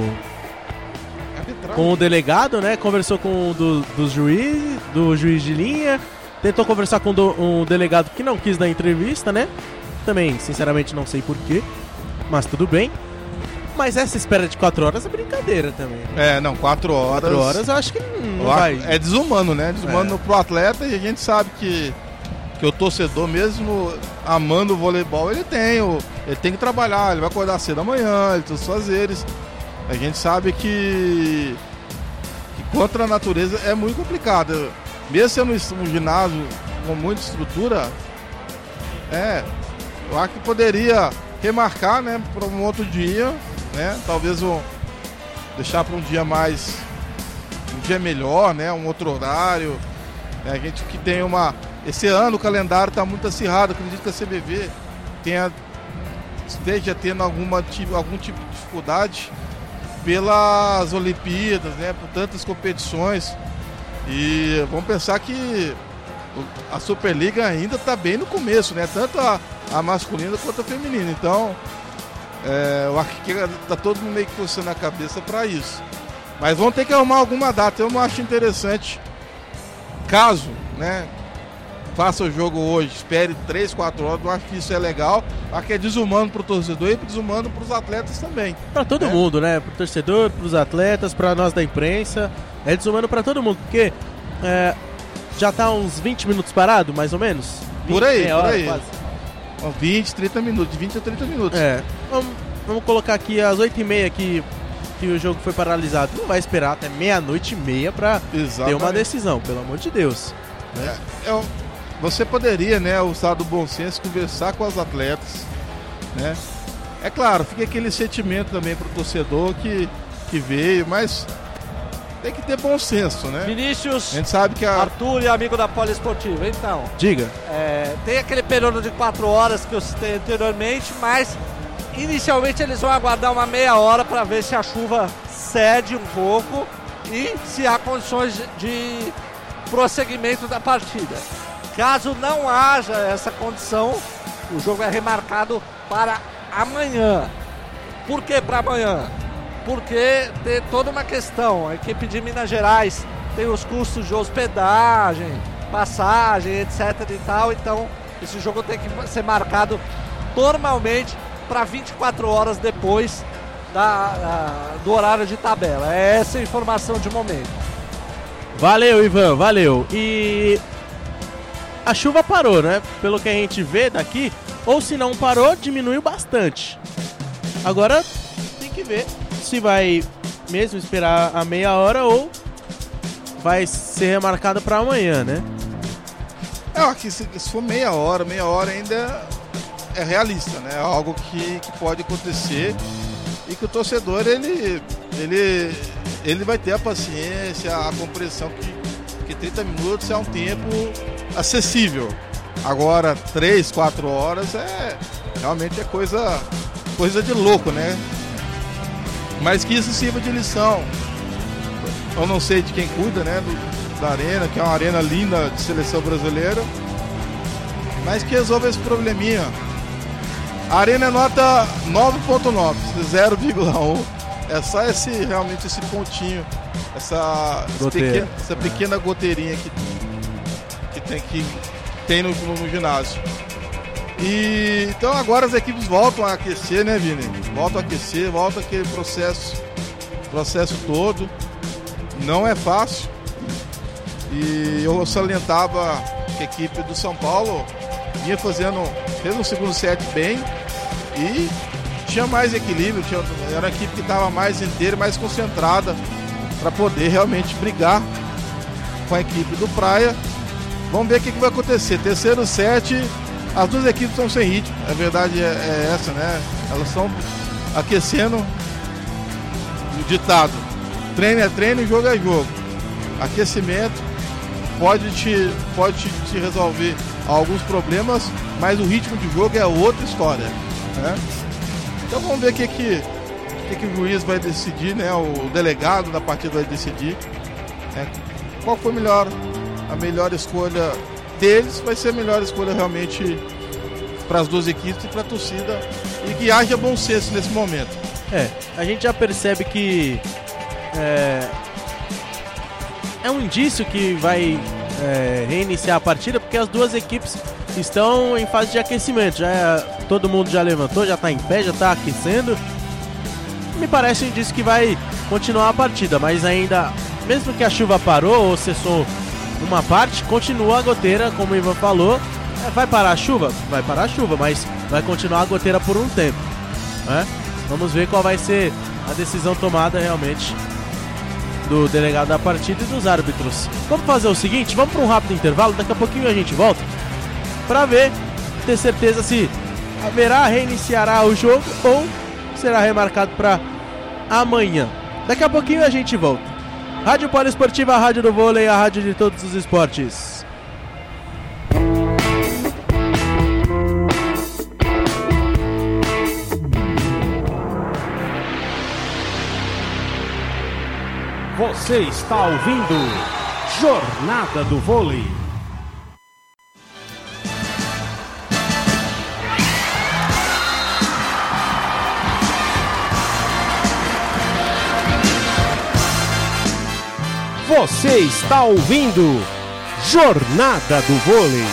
com o delegado, né? Conversou com o do, do juiz, do juiz de linha, tentou conversar com um delegado que não quis dar entrevista, né? Também, sinceramente, não sei porquê, mas tudo bem. Mas essa espera de quatro horas é brincadeira também. É, não, quatro horas... Quatro horas eu acho que não vai... É desumano, né? Desumano É. pro atleta, e a gente sabe que, que o torcedor, mesmo amando o voleibol, ele tem, o, ele tem que trabalhar, ele vai acordar cedo amanhã, ele tem os fazeres. A gente sabe que, que contra a natureza é muito complicado. Mesmo sendo um ginásio com muita estrutura, é, eu acho que poderia remarcar, né, para um outro dia, né, talvez um, deixar para um dia mais, um dia melhor, né, um outro horário, né, a gente que tem uma, esse ano o calendário está muito acirrado, acredito que a C B V tenha, esteja tendo alguma, algum tipo de dificuldade pelas Olimpíadas, né, por tantas competições, e vamos pensar que a Superliga ainda está bem no começo, né, tanto a, a masculina quanto a feminina, então é, eu acho que está todo mundo meio que coçando a cabeça para isso, mas vão ter que arrumar alguma data. Eu não acho interessante, caso, né, faça o jogo hoje, espere três, quatro horas, eu acho que isso é legal, acho que é desumano para o torcedor e desumano para os atletas também. Para todo né? mundo, né? Para o torcedor, para os atletas, para nós da imprensa, é desumano para todo mundo, porque é, já tá uns vinte minutos parado, mais ou menos? vinte, Por aí, por hora, aí. quase. vinte, trinta minutos, de vinte a trinta minutos. É, vamos, vamos colocar aqui às oito e meia que, que o jogo foi paralisado. Não vai esperar até meia-noite e meia para ter uma decisão, pelo amor de Deus. Né? É, é, você poderia, né, usar do bom senso, conversar com os atletas, né? É claro, fica aquele sentimento também pro torcedor que, que veio, mas tem que ter bom senso, né? Vinícius, A gente sabe que a... Arthur e amigo da Poliesportiva. Então, Diga. é, tem aquele período de quatro horas que eu citei anteriormente, mas inicialmente eles vão aguardar uma meia hora para ver se a chuva cede um pouco e se há condições de prosseguimento da partida. Caso não haja essa condição, o jogo é remarcado para amanhã. Por que para amanhã? Porque tem toda uma questão. A equipe de Minas Gerais tem os custos de hospedagem, passagem, etc e tal. Então, esse jogo tem que ser marcado normalmente para vinte e quatro horas depois da, da, do horário de tabela. É essa a informação de momento. Valeu, Ivan, valeu. E a chuva parou, né? Pelo que a gente vê daqui, ou se não parou, diminuiu bastante. Agora tem que ver se vai mesmo esperar a meia hora ou vai ser remarcado para amanhã, né? É, aqui, se, se for meia hora, meia hora ainda é realista, né? É algo que, que pode acontecer e que o torcedor, ele, ele, ele vai ter a paciência, a compreensão que, que trinta minutos é um tempo acessível. Agora, três, quatro horas é realmente é coisa, coisa de louco, né? Mas que isso sirva de lição. Eu não sei de quem cuida, né, do, da arena, que é uma arena linda de seleção brasileira, mas que resolva esse probleminha. A arena é nota nove ponto nove, zero vírgula um. É só esse, realmente esse pontinho, essa, essa, pequena, essa pequena goteirinha que, que tem, que tem no, no, no ginásio. E então agora as equipes voltam a aquecer, né, Vini? Voltam a aquecer, volta aquele processo, processo todo. Não é fácil. E eu salientava que a equipe do São Paulo vinha fazendo, fez um segundo set bem e tinha mais equilíbrio, tinha, era uma equipe que estava mais inteira, mais concentrada para poder realmente brigar com a equipe do Praia. Vamos ver o que, que vai acontecer. Terceiro set, as duas equipes estão sem ritmo, a verdade é, é essa, né? Elas estão aquecendo o ditado. Treino é treino, jogo é jogo. Aquecimento pode te, pode te, te resolver alguns problemas, mas o ritmo de jogo é outra história, né? Então vamos ver o que, que, que, que o juiz vai decidir, né? O delegado da partida vai decidir, né? Qual foi melhor, a melhor escolha deles, vai ser a melhor escolha realmente para as duas equipes e para a torcida, e que haja bom senso nesse momento. É, a gente já percebe que é, é um indício que vai é, reiniciar a partida, porque as duas equipes estão em fase de aquecimento. Já é, todo mundo já levantou, já está em pé, já está aquecendo. Me parece disso que vai continuar a partida, mas ainda, mesmo que a chuva parou ou cessou uma parte, continua a goteira, como o Ivan falou. É, vai parar a chuva? Vai parar a chuva, mas vai continuar a goteira por um tempo, né? Vamos ver qual vai ser a decisão tomada realmente do delegado da partida e dos árbitros. Vamos fazer o seguinte, vamos para um rápido intervalo, daqui a pouquinho a gente volta para ver, ter certeza se haverá, reiniciará o jogo ou será remarcado para amanhã. Daqui a pouquinho a gente volta. Rádio Poliesportiva, a rádio do vôlei, a rádio de todos os esportes. Você está ouvindo Jornada do Vôlei. Você está ouvindo Jornada do Vôlei.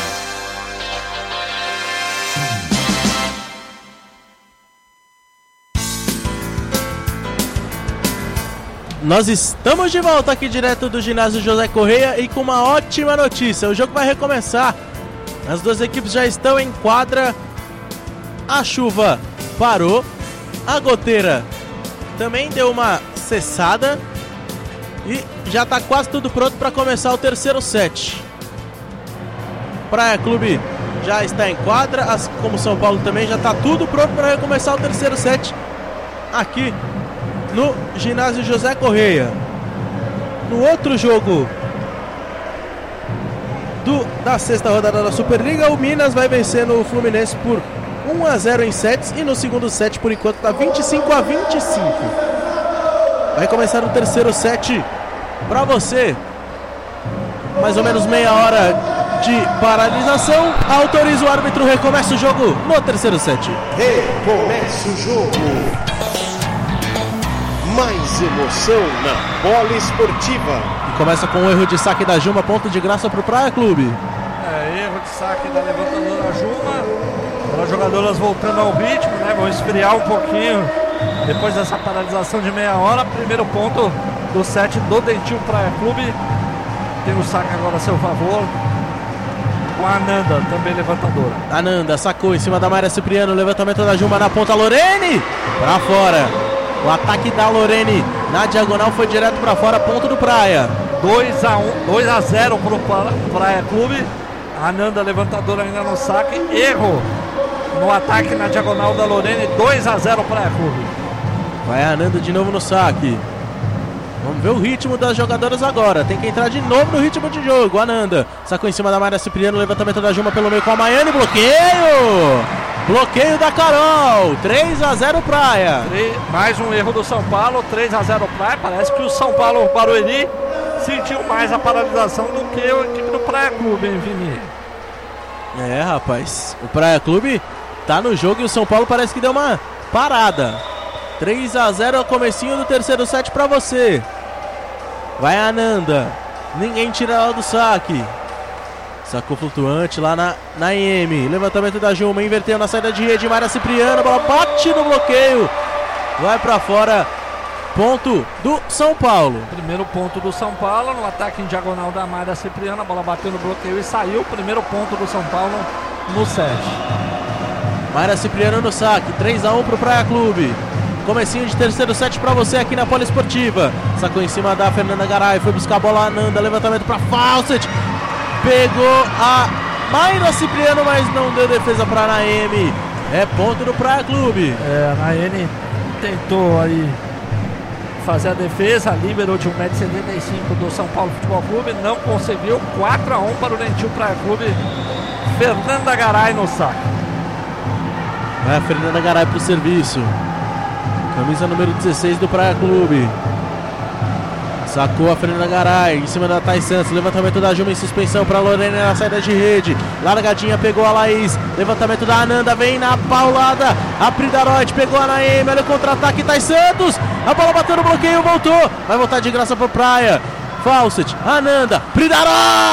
Nós estamos de volta aqui direto do ginásio José Correia e com uma ótima notícia. O jogo vai recomeçar. As duas equipes já estão em quadra. A chuva parou. A goteira também deu uma cessada. E já está quase tudo pronto para começar o terceiro set. Praia Clube já está em quadra, assim como São Paulo também. Já está tudo pronto para recomeçar o terceiro set aqui no ginásio José Correia. No outro jogo do, da sexta rodada da Superliga, o Minas vai vencendo o Fluminense por um a zero em sets. E no segundo set, por enquanto, está vinte e cinco a vinte e cinco. Vai começar o terceiro set para você. Mais ou menos meia hora de paralisação. Autoriza o árbitro, recomeça o jogo no terceiro set. Recomeça o jogo. Mais emoção na Poliesportiva. E começa com o erro de saque da Juma, ponto de graça para o Praia Clube. É, erro de saque da levantadora Juma. As jogadoras voltando ao ritmo, né? Vão esfriar um pouquinho depois dessa paralisação de meia hora. Primeiro ponto do set do Dentil Praia Clube. Tem o saque agora a seu favor com a Ananda, também levantadora. Ananda sacou em cima da Mayra Cipriano. Levantamento da Juma na ponta. Lorene para fora. O ataque da Lorene na diagonal foi direto para fora. Ponto do Praia. dois a zero para o Praia Clube. A Ananda levantadora ainda no saque. Erro no ataque na diagonal da Lorene. Dois a zero Praia Clube. Vai a Ananda de novo no saque. Vamos ver o ritmo das jogadoras agora. Tem que entrar de novo no ritmo de jogo. Ananda sacou em cima da Mayra Cipriano. Levantamento da Juma pelo meio com a Maiane. Bloqueio! Bloqueio da Carol. três a zero Praia. Mais um erro do São Paulo. três a zero Praia. Parece que o São Paulo Barueri sentiu mais a paralisação do que a equipe do Praia Clube, hein, Vini? É, rapaz. O Praia Clube tá no jogo e o São Paulo parece que deu uma parada. três a zero é o comecinho do terceiro set pra você. Vai a Ananda. Ninguém tira ela do saque. Sacou flutuante lá na, na I M. Levantamento da Juma. Inverteu na saída de rede. Mayra Cipriano. A bola bate no bloqueio. Vai pra fora. Ponto do São Paulo. Primeiro ponto do São Paulo. No ataque em diagonal da Mayra Cipriano. A bola bateu no bloqueio e saiu. Primeiro ponto do São Paulo no set. Mayra Cipriano no saque. três a um pro Praia Clube. Comecinho de terceiro set pra você aqui na Poliesportiva. Sacou em cima da Fernanda Garay. Foi buscar a bola a Ananda. Levantamento pra Fawcett. Pegou a Mayra Cipriano, mas não deu defesa pra Naemi. É ponto do Praia Clube. É, a Naemi tentou aí fazer a defesa. Liberou de um metro e setenta e cinco do São Paulo Futebol Clube. Não conseguiu. quatro a um para o Dentil Praia Clube. Fernanda Garay no saque. Vai a Fernanda Garay pro serviço. Camisa número dezesseis do Praia Clube. Sacou a Fernanda Garay em cima da Thais Santos. Levantamento da Juma em suspensão para Lorena na saída de rede. Largadinha, pegou a Laís. Levantamento da Ananda, vem na paulada. A Pridaroid pegou a Naemi. Olha o contra-ataque, Thais Santos. A bola bateu no bloqueio, voltou. Vai voltar de graça pro Praia. Fawcett, Ananda, Pridarotti!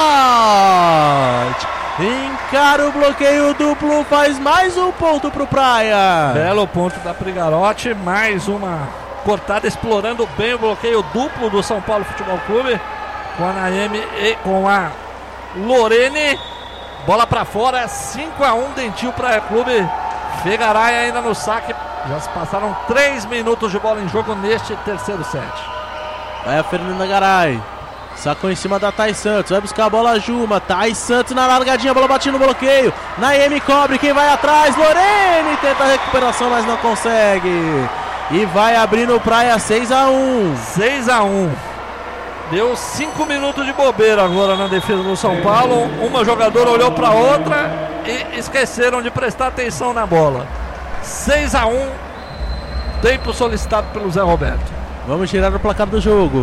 Encara o bloqueio duplo, faz mais um ponto pro Praia. Belo ponto da Pridarotti, mais uma cortada, explorando bem o bloqueio duplo do São Paulo Futebol Clube. Com a Naemi e com a Lorene. Bola pra fora, cinco a um, Dentil Praia Clube. Fegaray ainda no saque. Já se passaram três minutos de bola em jogo neste terceiro set. Vai a Fernanda Garay. Sacou em cima da Thais Santos. Vai buscar a bola a Juma. Thais Santos na largadinha. Bola batida no bloqueio. Naemi cobre. Quem vai atrás? Lorene tenta a recuperação, mas não consegue. E vai abrindo o Praia seis a um. seis a um. Deu cinco minutos de bobeira agora na defesa do São Paulo. Uma jogadora olhou para outra e esqueceram de prestar atenção na bola. seis a um. Tempo solicitado pelo Zé Roberto. Vamos tirar o placar do jogo.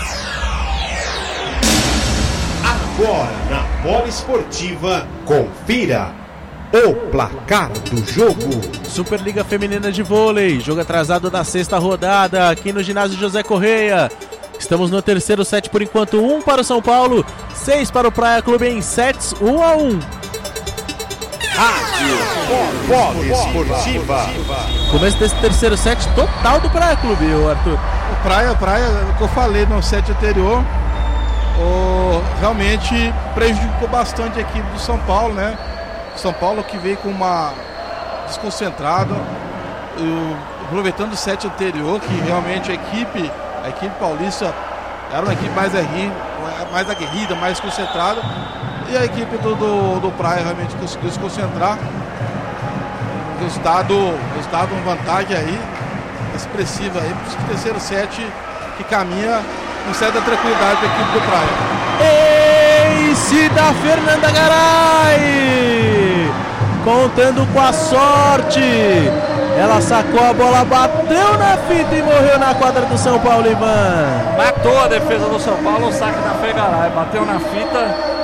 Agora na Bola Esportiva, confira o placar do jogo. Superliga Feminina de Vôlei, jogo atrasado da sexta rodada aqui no ginásio José Correia. Estamos no terceiro set por enquanto, um para o São Paulo, seis para o Praia Clube em sets, um a um. Rádio Bola Esportiva. Começo desse terceiro set total do Praia Clube, Arthur. O Praia, Praia, o que eu falei no set anterior, o, realmente prejudicou bastante a equipe do São Paulo, né? São Paulo que veio com uma desconcentrada, o, aproveitando o set anterior, que realmente a equipe, a equipe paulista era uma equipe mais aguerrida, mais, aguerrida, mais concentrada, e a equipe do, do, do Praia realmente conseguiu se concentrar. Resultado, resultado uma vantagem aí, expressiva aí, para o terceiro set que caminha com certa tranquilidade da equipe do Praia. Ace da Fernanda Garay, contando com a sorte. Ela sacou a bola, bateu na fita e morreu na quadra do São Paulo, Ivan. Matou a defesa do São Paulo, o saque da Fegaray, bateu na fita.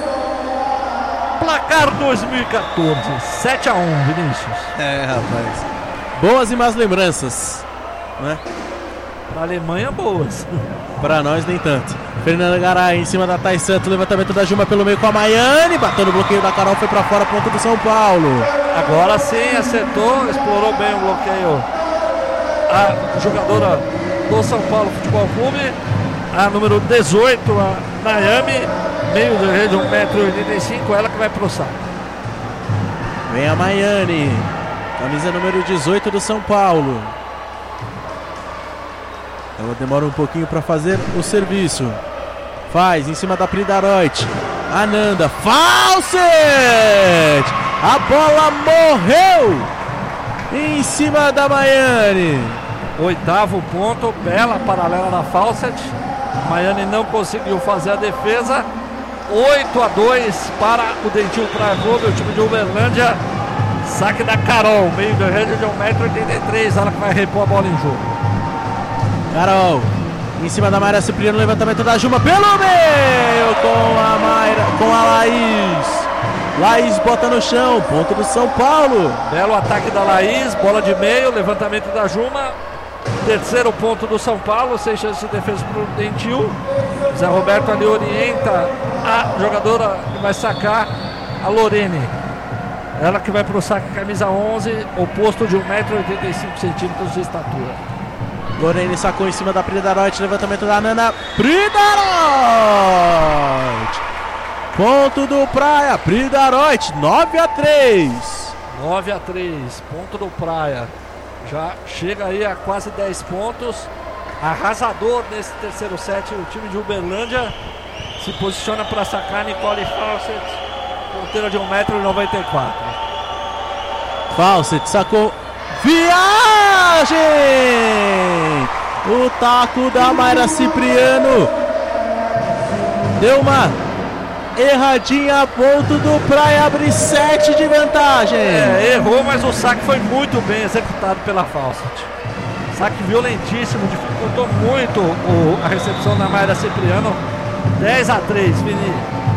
Placar dois mil e catorze, sete a um, Vinícius. É, rapaz. Boas e más lembranças, né? Pra Alemanha, boas. Pra nós, nem tanto. Fernanda Garay em cima da Thais Santos. Levantamento da Juma pelo meio com a Maiane. Bateu no bloqueio da Carol, foi pra fora, ponto do São Paulo. Agora sim, acertou, explorou bem o bloqueio a jogadora do São Paulo Futebol Clube, a número dezoito, a Nayami, meio de rede, um metro e oitenta e cinco, ela que vai pro saco. Vem a Maiane, camisa número dezoito do São Paulo. Ela demora um pouquinho para fazer o serviço. Faz em cima da Pridarotti. Ananda, Fawcett! A bola morreu em cima da Maiane. Oitavo ponto, bela paralela da Fawcett. Maiane não conseguiu fazer a defesa. oito a dois para o Dentil Praia Clube, o time de Uberlândia. Saque da Carol, meio de rede de um metro e oitenta e três, ela que vai repor a bola em jogo. Carol, em cima da Mayra Cipriano, levantamento da Juma pelo meio com a Mayra, com a Laís. Laís bota no chão, ponto do São Paulo. Belo ataque da Laís, bola de meio, levantamento da Juma. Terceiro ponto do São Paulo, sem chance de defesa para o Dentil. Zé Roberto ali orienta a jogadora que vai sacar, a Lorene. Ela que vai para o saque, camisa onze, oposto de um metro e oitenta e cinco centímetros de estatura. Lorene sacou em cima da Pridarotti, levantamento da Nana. Pridarotti! Ponto do Praia, Pridarotti, nove a três. nove a três, ponto do Praia. Já chega aí a quase dez pontos. Arrasador nesse terceiro set, o time de Uberlândia se posiciona para sacar Nicole Fawcett, ponteira de um metro e noventa e quatro. Fawcett sacou. Viagem! O taco da Mayra Cipriano deu uma erradinha a ponto do Praia, abrir sete de vantagem. É, errou, mas o saque foi muito bem executado pela Fawcett. Saque violentíssimo, dificultou muito o, a recepção da Mayra Cipriano. dez a três, Vini.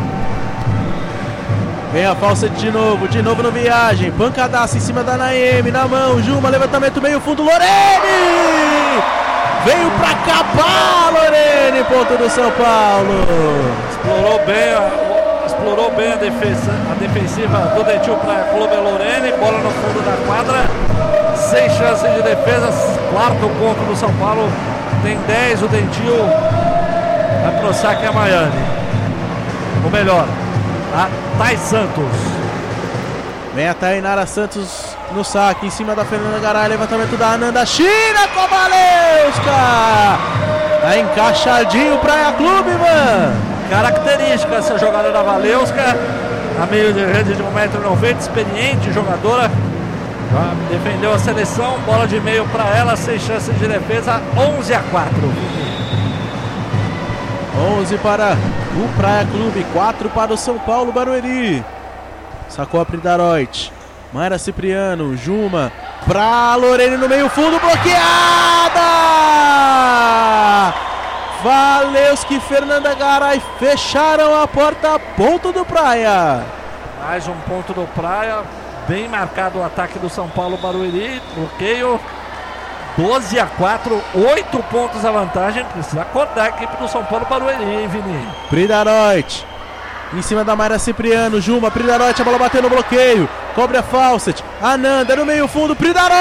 Vem a Fawcett de novo, de novo no Viagem. Pancadaça em cima da Naemi, na mão, Juma, levantamento meio fundo, Lorene! veio pra acabar, Lorene, ponto do São Paulo. Explorou bem a, explorou bem a, defesa, a defensiva do Dentil Praia Clube Lorene, bola no fundo da quadra, sem chance de defesa, quarto ponto do São Paulo, tem dez o Dentil, vai pro saque a Maiane, ou melhor, a Thay Santos. Vem a Tainara Santos no saque, em cima da Fernanda Garay, levantamento da Ananda China com a Valeuska. Tá encaixadinho Praia Clube, mano. Característica essa jogada da Valeuska, a meio de rede de um metro e noventa, experiente jogadora. Defendeu a seleção, bola de meio para ela, sem chance de defesa, onze a quatro. onze para o Praia Clube, quatro para o São Paulo Barueri. Sacou a Pridaroit, Mayra Cipriano, Juma, pra Lorene no meio fundo, bloqueada! Valeuski e Fernanda Garay fecharam a porta, ponto do Praia. Mais um ponto do Praia, bem marcado o ataque do São Paulo Barueri, bloqueio, doze a quatro, oito pontos a vantagem, precisa acordar a equipe do São Paulo Barueri, hein, Vini? Pridaroit, em cima da Mayra Cipriano, Juma, Pridaroit, a bola bateu no bloqueio, cobre a Fawcett, Ananda no meio fundo, Pridaroit!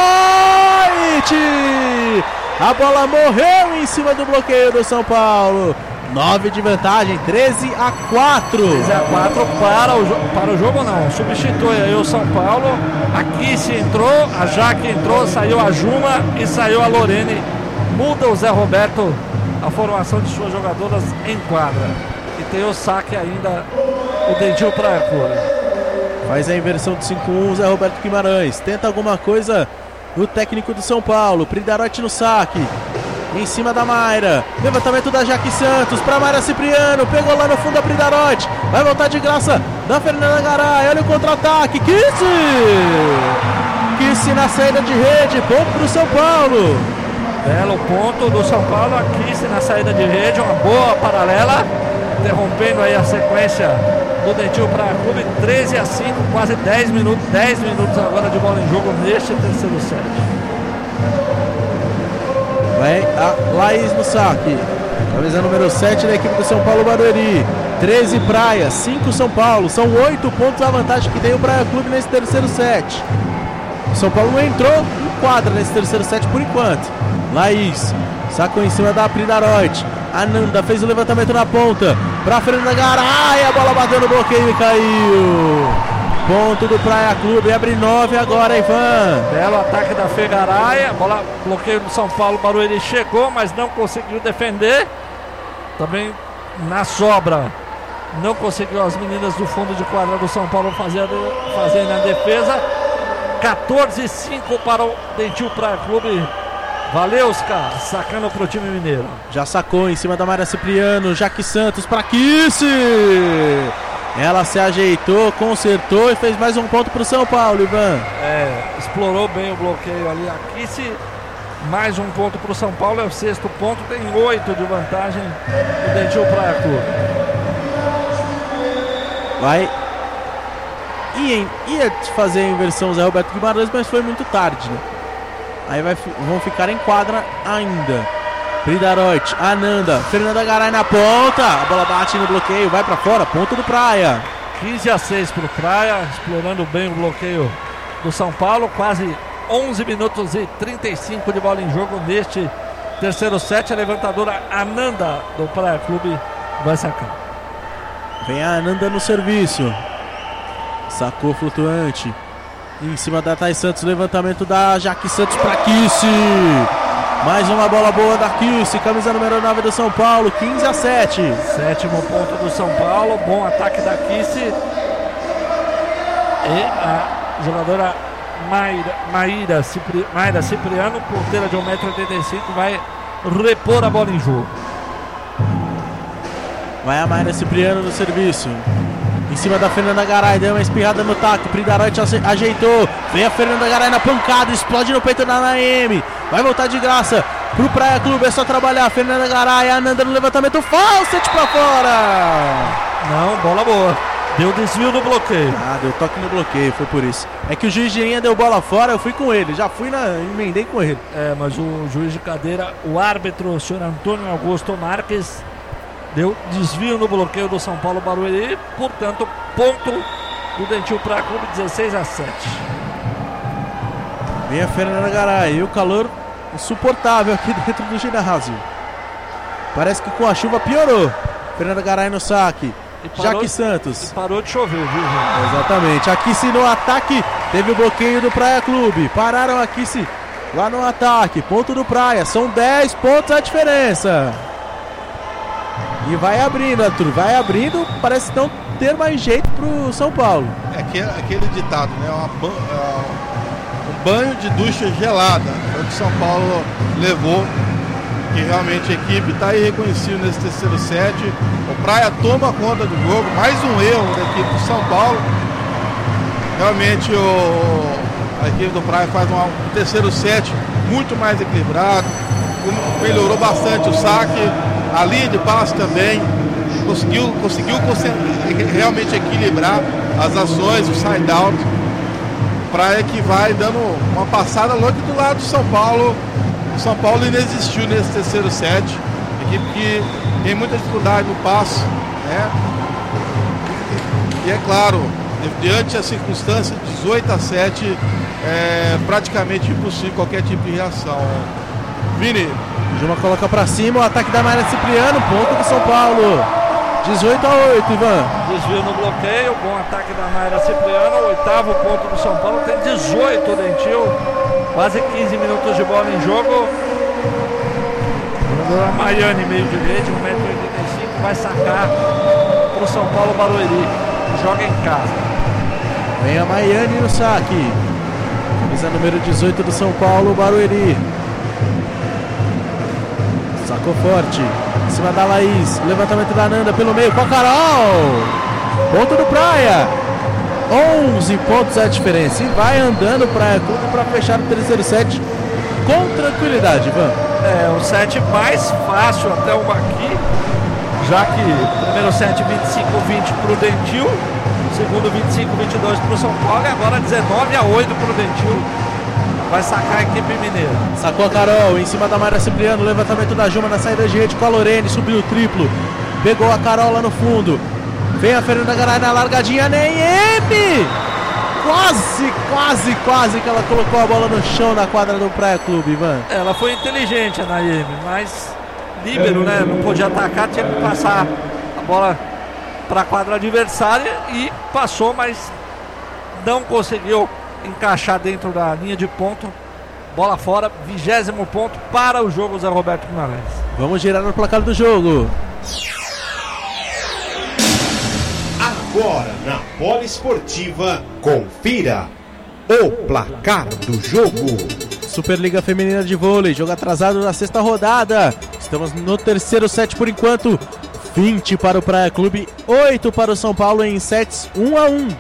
A bola morreu em cima do bloqueio do São Paulo. nove de vantagem, treze a quatro. treze a quatro para o, para o jogo não, substitui aí o São Paulo. A Kissi entrou, a Jaque entrou, saiu a Juma e saiu a Lorene. Muda o Zé Roberto a formação de suas jogadoras em quadra. E tem o saque ainda o Dentil Praia Clube. Faz a inversão de cinco a um, Zé Roberto Guimarães. Tenta alguma coisa o técnico do São Paulo. Pridaroit no saque. Em cima da Mayra. Levantamento da Jaque Santos para Mayra Cipriano. Pegou lá no fundo a Pridaroit. Vai voltar de graça da Fernanda Garay. Olha o contra-ataque. Kissi! Kissi na saída de rede. Ponto para o São Paulo. Belo ponto do São Paulo. A Kissi na saída de rede. Uma boa paralela. Interrompendo aí a sequência do Dentil Praia Clube. treze a cinco. Quase dez minutos. dez minutos agora de bola em jogo neste terceiro set. Vai a Laís no saque. Camisa número sete da equipe do São Paulo Barueri. treze Praia, cinco São Paulo. São oito pontos a vantagem que tem o Praia Clube nesse terceiro set. O São Paulo não entrou em quadra nesse terceiro set por enquanto. Laís sacou em cima da Pridaroit. Ananda fez o levantamento na ponta para Fernanda Garay. A bola bateu no bloqueio e caiu. Ponto do Praia Clube, abre nove agora, Ivan. Belo ataque da Fegaray, a bola, bloqueio do São Paulo, Barueri chegou, mas não conseguiu defender. Também na sobra, não conseguiu as meninas do fundo de quadra do São Paulo fazer, fazer na defesa. quatorze a cinco para o Dentil Praia Clube. Valeuska sacando para o time mineiro. Já sacou em cima da Mayra Cipriano, Jaque Santos para Kissi. Ela se ajeitou, consertou e fez mais um ponto para o São Paulo, Ivan. É, explorou bem o bloqueio ali. Aqui se mais um ponto para o São Paulo, é o sexto ponto, tem oito de vantagem o Dentil Praia Clube. Vai. Ia, ia fazer a inversão Zé Roberto Guimarães, mas foi muito tarde, né? Aí vai, vão ficar em quadra ainda. Pridaroit, Ananda, Fernanda Garay na ponta. A bola bate no bloqueio, vai pra fora, ponto do Praia. quinze a seis pro Praia, explorando bem o bloqueio do São Paulo. Quase onze minutos e trinta e cinco de bola em jogo neste terceiro set. A levantadora Ananda do Praia Clube vai sacar. Vem a Ananda no serviço. Sacou flutuante. Em cima da Thay Santos, levantamento da Jaque Santos pra Kissi. Mais uma bola boa da Kissi, camisa número nove do São Paulo, quinze a sete. Sétimo ponto do São Paulo, bom ataque da Kissi. E a jogadora Mayra, Mayra, Cipri, Mayra Cipriano, ponteira de um metro e oitenta e cinco, vai repor a bola em jogo. Vai a Mayra Cipriano no serviço. Em cima da Fernanda Garay, deu uma espirrada no taco. Pridaroit ajeitou. Vem a Fernanda Garay na pancada, explode no peito da Naemi. Vai voltar de graça pro Praia Clube, é só trabalhar. Fernanda Garay, Ananda no levantamento, Fawcett pra fora. Não, bola boa. Deu desvio no bloqueio. Ah, deu toque no bloqueio, foi por isso. É que o juiz de linha deu bola fora, eu fui com ele. Já fui na. Emendei com ele. É, mas o juiz de cadeira, o árbitro, o senhor Antônio Augusto Marques, deu desvio no bloqueio do São Paulo Barueri. Portanto, ponto do Dentil Praia Clube, dezesseis a sete. Vem a Fernanda Garay. E o calor insuportável aqui dentro do ginásio. Parece que com a chuva piorou. Fernanda Garay no saque. Jaque Santos. E parou de chover, viu, gente? Exatamente. Aqui-se no ataque. Teve o bloqueio do Praia Clube. Pararam aqui-se lá no ataque. Ponto do Praia. São dez pontos a diferença. E vai abrindo, Arthur. Vai abrindo. Parece não ter mais jeito pro São Paulo. É aquele, aquele ditado, né? Uma, um banho de ducha gelada. Foi o que São Paulo levou. Que realmente a equipe está irreconhecível nesse terceiro set. O Praia toma conta do jogo, mais um erro da equipe do São Paulo. Realmente o, a equipe do Praia faz um, um terceiro set muito mais equilibrado, melhorou bastante o saque, a linha de passe também, conseguiu, conseguiu realmente equilibrar as ações, o side-out. Praia que vai dando uma passada louca do lado do São Paulo. O São Paulo inexistiu nesse terceiro set, equipe que tem muita dificuldade no passe, né? E é claro, diante da circunstância, dezoito a sete, é praticamente impossível qualquer tipo de reação. Vini. Juma coloca pra cima, o ataque da Mayra Cipriano, ponto do São Paulo. dezoito a oito, Ivan. Desvio no bloqueio, bom ataque da Mayra Cipriano, oitavo ponto do São Paulo, tem dezoito o Dentil. Quase quinze minutos de bola em jogo. A Maiane, meio de rede, um metro e oitenta e cinco, vai sacar para o São Paulo Barueri. Joga em casa. Vem a Maiane no saque. Camisa número dezoito do São Paulo Barueri. Sacou forte. Em cima da Laís. Levantamento da Nanda pelo meio com a Carol. Ponto do Praia. onze pontos a diferença. E vai andando Praia Clube para fechar o terceiro set com tranquilidade, Ivan. É, o set mais fácil até o aqui, já que o primeiro set vinte e cinco a vinte para o Dentil, segundo vinte e cinco a vinte e dois para o São Paulo e agora dezenove a oito para o Dentil. Vai sacar a equipe mineira. Sacou a Carol em cima da Mayra Cipriano. Levantamento da Juma na saída de rede com a Lorene. Subiu o triplo. Pegou a Carol lá no fundo. Vem a Fernanda Garay na largadinha, nem M! Quase, quase, quase que ela colocou a bola no chão da quadra do Praia Clube, Ivan. Ela foi inteligente, a Naime, mas líbero, né? Não podia atacar, tinha que passar a bola para a quadra adversária e passou, mas não conseguiu encaixar dentro da linha de ponto. Bola fora, vigésimo ponto para o jogo Zé Roberto Guimarães. Vamos girar no placar do jogo. Agora na Poliesportiva, confira o placar do jogo. Superliga Feminina de Vôlei, jogo atrasado na sexta rodada. Estamos no terceiro set por enquanto. vinte para o Praia Clube, oito para o São Paulo em sets um a um.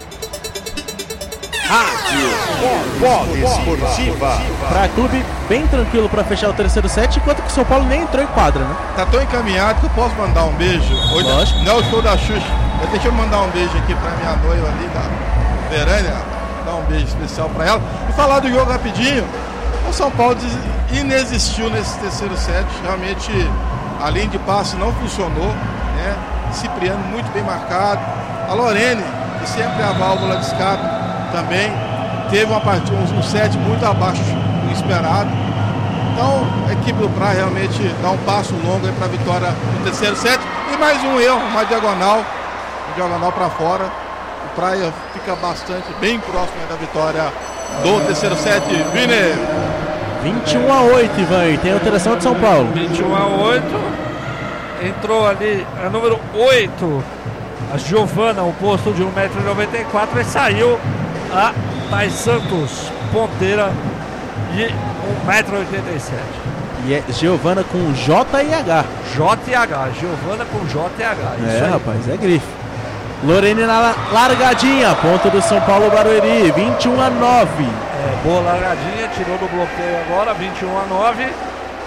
Rádio Poliesportiva. Praia Clube bem tranquilo para fechar o terceiro set, enquanto que o São Paulo nem entrou em quadra, né? Tá tão encaminhado que eu posso mandar um beijo. Hoje Lógico. não é o show da Xuxa. Deixa eu mandar um beijo aqui pra minha noiva ali da Verânia. Dar um beijo especial pra ela. E falar do jogo rapidinho. O São Paulo inexistiu nesse terceiro set. Realmente a linha de passe não funcionou, né? Cipriano muito bem marcado. A Lorene, que sempre é a válvula de escape, também teve uma partida, um set muito abaixo do esperado. Então a equipe do Praia realmente dá um passo longo para a vitória no terceiro set. E mais um erro, uma diagonal, uma diagonal para fora. O Praia fica bastante bem próximo da vitória do terceiro set. Vini! vinte e um a oito, Ivan, e tem alteração de São Paulo. vinte e um a oito. Entrou ali a número oito, a Giovana, o posto de um metro e noventa e quatro, e saiu a Thais Santos, ponteira de um metro e oitenta e sete. E é Giovana com J e H. J e H, Giovana com J e H. É, Isso aí. rapaz, é grife. Lorene na largadinha, ponto do São Paulo Barueri, vinte e um a nove. É, boa largadinha, tirou do bloqueio agora, vinte e um a nove.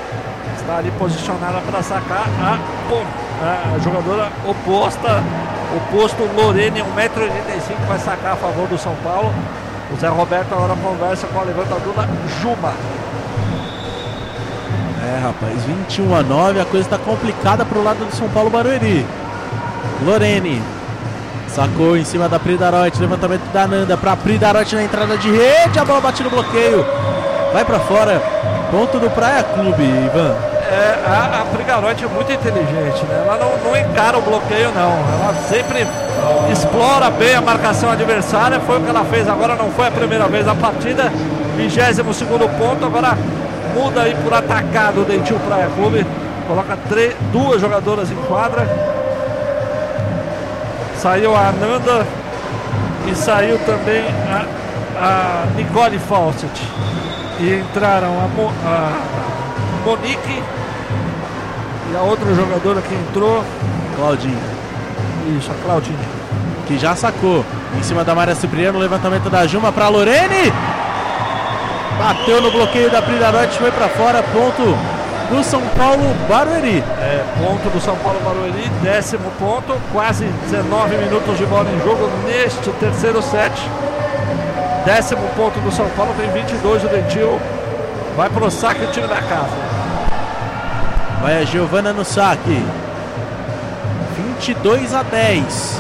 Está ali posicionada para sacar a, a jogadora oposta, o posto. Lorene, um metro e oitenta e cinco, vai sacar a favor do São Paulo. O Zé Roberto agora conversa com a levantadora Juma. É, rapaz, vinte e um a nove, a coisa está complicada pro lado do São Paulo Barueri. Lorene sacou em cima da Pridarotti, levantamento da Nanda para Pridarotti na entrada de rede, a bola bate no bloqueio, vai para fora, ponto do Praia Clube, Ivan. É, a, a Pridarotti é muito inteligente, né? Ela não, não encara o bloqueio, não, ela sempre explora bem a marcação adversária, foi o que ela fez agora, não foi a primeira vez na partida, vigésimo segundo ponto, agora muda aí por atacado o Dentil Praia Clube, coloca três, duas jogadoras em quadra, saiu a Ananda e saiu também a, a Nicole Fawcett, e entraram a, Mo, a Monique e a outra jogadora que entrou, Claudinho. Isso, a Claudinha, que já sacou em cima da Maria Cipriano, levantamento da Juma para Lorene, bateu no bloqueio da Pridarotti, foi para fora, ponto do São Paulo Barueri. É, ponto do São Paulo Barueri, décimo ponto, quase dezenove minutos de bola em jogo neste terceiro set. Décimo ponto do São Paulo, tem vinte e dois o Dentil, vai pro saque o time da casa. Vai a Giovana no saque, vinte e dois a dez,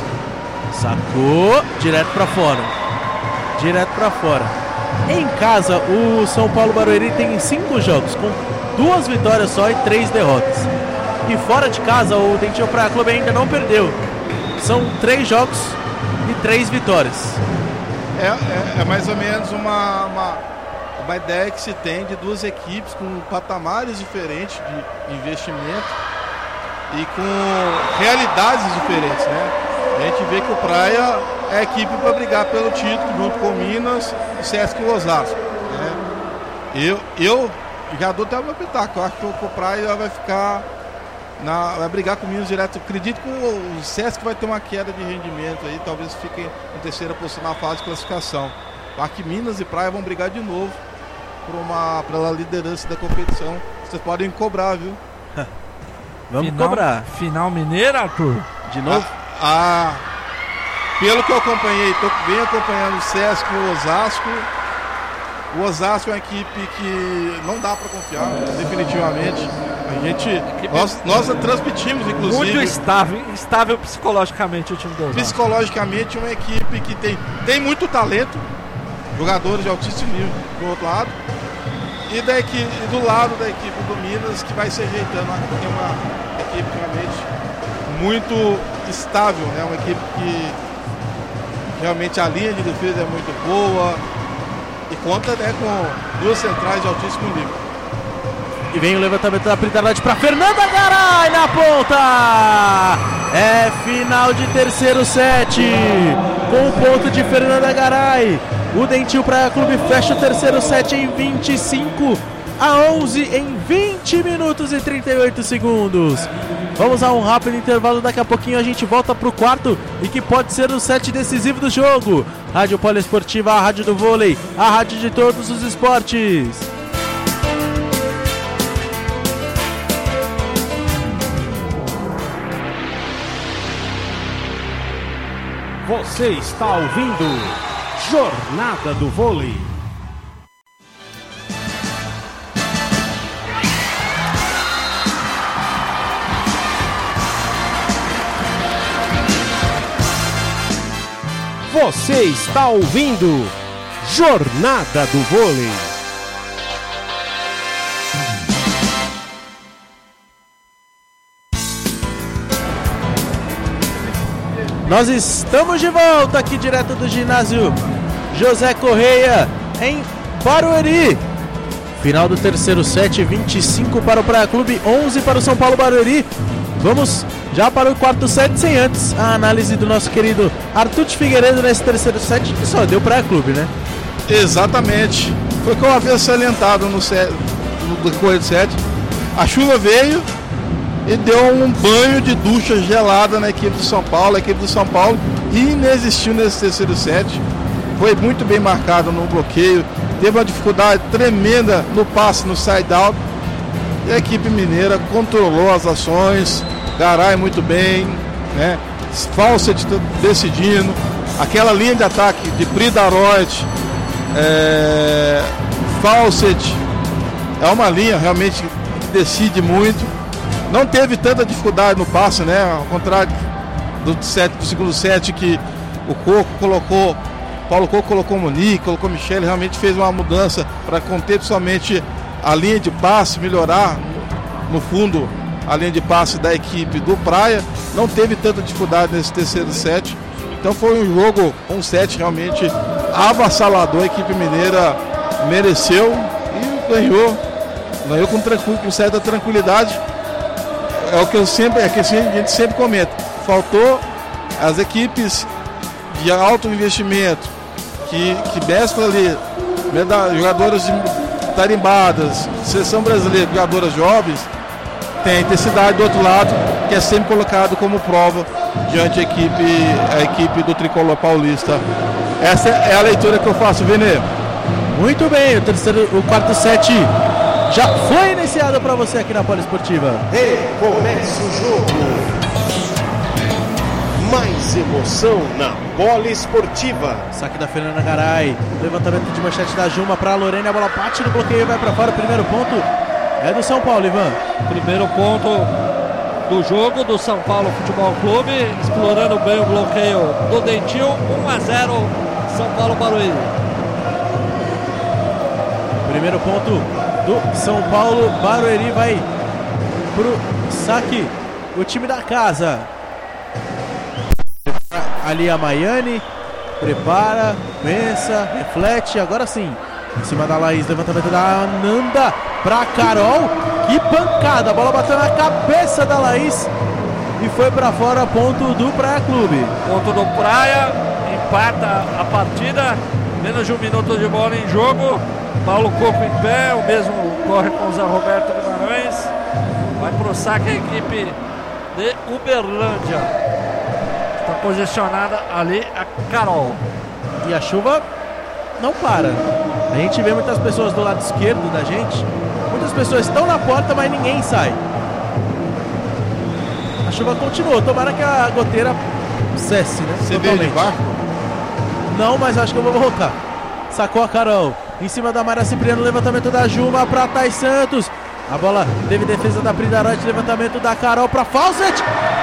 sacou, direto para fora, direto para fora. Em casa, o São Paulo Barueri tem cinco jogos, com duas vitórias só e três derrotas. E fora de casa, o Dentil Praia Clube ainda não perdeu. São três jogos e três vitórias. É, é, é mais ou menos uma, uma, uma ideia que se tem de duas equipes com patamares diferentes de investimento e com realidades diferentes, né? A gente vê que o Praia é a equipe para brigar pelo título junto com o Minas e Sesc e Osasco, né? Eu, eu já dou até o meu pitaco, eu acho que o Praia vai ficar na, vai brigar com o Minas direto. Acredito que o, o Sesc vai ter uma queda de rendimento aí, talvez fique em terceira posição na fase de classificação. Eu acho que Minas e Praia vão brigar de novo por uma, pela liderança da competição. Vocês podem cobrar, viu? Vamos final, cobrar. Final mineira, Arthur? De novo? Ah, ah, pelo que eu acompanhei, estou bem acompanhando o Sesc e o Osasco. O Osasco é uma equipe que não dá para confiar, definitivamente. A gente, nós, nós a transmitimos, inclusive. Muito estável, estável psicologicamente o time do Osasco. Psicologicamente, uma equipe que tem, tem muito talento, jogadores de altíssimo nível do outro lado, e, da equipe, e do lado da equipe do Minas, que vai se ajeitando. É uma equipe realmente muito estável, né? Uma equipe que realmente a linha de defesa é muito boa e conta, né, com duas centrais de altíssimo nível. E vem o levantamento da Pridarotti para Fernanda Garay na ponta. É final de terceiro set com o ponto de Fernanda Garay. O Dentil Praia Clube fecha o terceiro set em vinte e cinco a onze em vinte minutos e trinta e oito segundos. Vamos a um rápido intervalo, daqui a pouquinho a gente volta pro quarto e que pode ser o set decisivo do jogo. Rádio Poliesportiva, a rádio do vôlei, a rádio de todos os esportes. Você está ouvindo Jornada do Vôlei. Você está ouvindo Jornada do Vôlei. Nós estamos de volta aqui direto do ginásio José Correia em Barueri. Final do terceiro set, vinte e cinco para o Praia Clube, onze para o São Paulo Barueri. Vamos já para o quarto set, sem antes a análise do nosso querido Arthur de Figueiredo nesse terceiro set, que só deu Praia Clube, né? Exatamente. Foi como eu havia salientado no, set, no decorrer do set. A chuva veio e deu um banho de ducha gelada na equipe do São Paulo. A equipe do São Paulo inexistiu nesse terceiro set. Foi muito bem marcado no bloqueio. Teve uma dificuldade tremenda no passe, no side-out. E a equipe mineira controlou as ações. Garay muito bem, né? Fawcett decidindo, aquela linha de ataque de Pridaroit, é, Fawcett, é uma linha realmente que decide muito. Não teve tanta dificuldade no passe, né? Ao contrário do, set, do segundo set, que o Coco colocou, Paulo Coco colocou Monique, colocou Michele, realmente fez uma mudança para conter somente a linha de passe, melhorar no fundo a linha de passe da equipe do Praia. Não teve tanta dificuldade nesse terceiro set. Então foi um jogo, um set realmente avassalador. A equipe mineira mereceu e ganhou. Ganhou com, tranquilo, com certa tranquilidade. É o que eu sempre, é que a gente sempre comenta. Faltou as equipes de alto investimento que, que mesclam ali jogadoras de tarimbadas, seleção brasileira, jogadoras jovens. Tem a intensidade do outro lado, que é sempre colocado como prova diante da equipe, a equipe do Tricolor Paulista. Essa é a leitura que eu faço, Vene. Muito bem, o terceiro, o quarto set já foi iniciado para você aqui na Poliesportiva. Recomeça o jogo. Mais emoção na Poliesportiva. Saque da Fernanda Garay, levantamento de manchete da Juma para a Lorene, a bola bate no bloqueio e vai para fora. O primeiro ponto é do São Paulo, Ivan. Primeiro ponto do jogo do São Paulo Futebol Clube, explorando bem o bloqueio do Dentil. um a zero São Paulo Barueri. Primeiro ponto do São Paulo Barueri, vai pro saque o time da casa. Ali a Maiane, prepara, pensa, reflete, agora sim. Em cima da Laís, levantamento da Ananda pra Carol. Que pancada, a bola bateu na cabeça da Laís e foi pra fora, ponto do Praia Clube. Ponto do Praia, empata a partida, menos de um minuto de bola em jogo. Paulo Coco em pé, o mesmo corre com o Zé Roberto Guimarães. Vai pro saque a equipe de Uberlândia. Está posicionada ali a Carol. E a chuva não para. A gente vê muitas pessoas do lado esquerdo da gente. Muitas pessoas estão na porta, mas ninguém sai. A chuva continuou. Tomara que a goteira cesse, né? Você veio de barco? Não, mas acho que eu vou voltar. Sacou a Carol. Em cima da Mara Cipriano, levantamento da Juma para Thais Santos. A bola teve defesa da Pridarote, levantamento da Carol para Fawcett.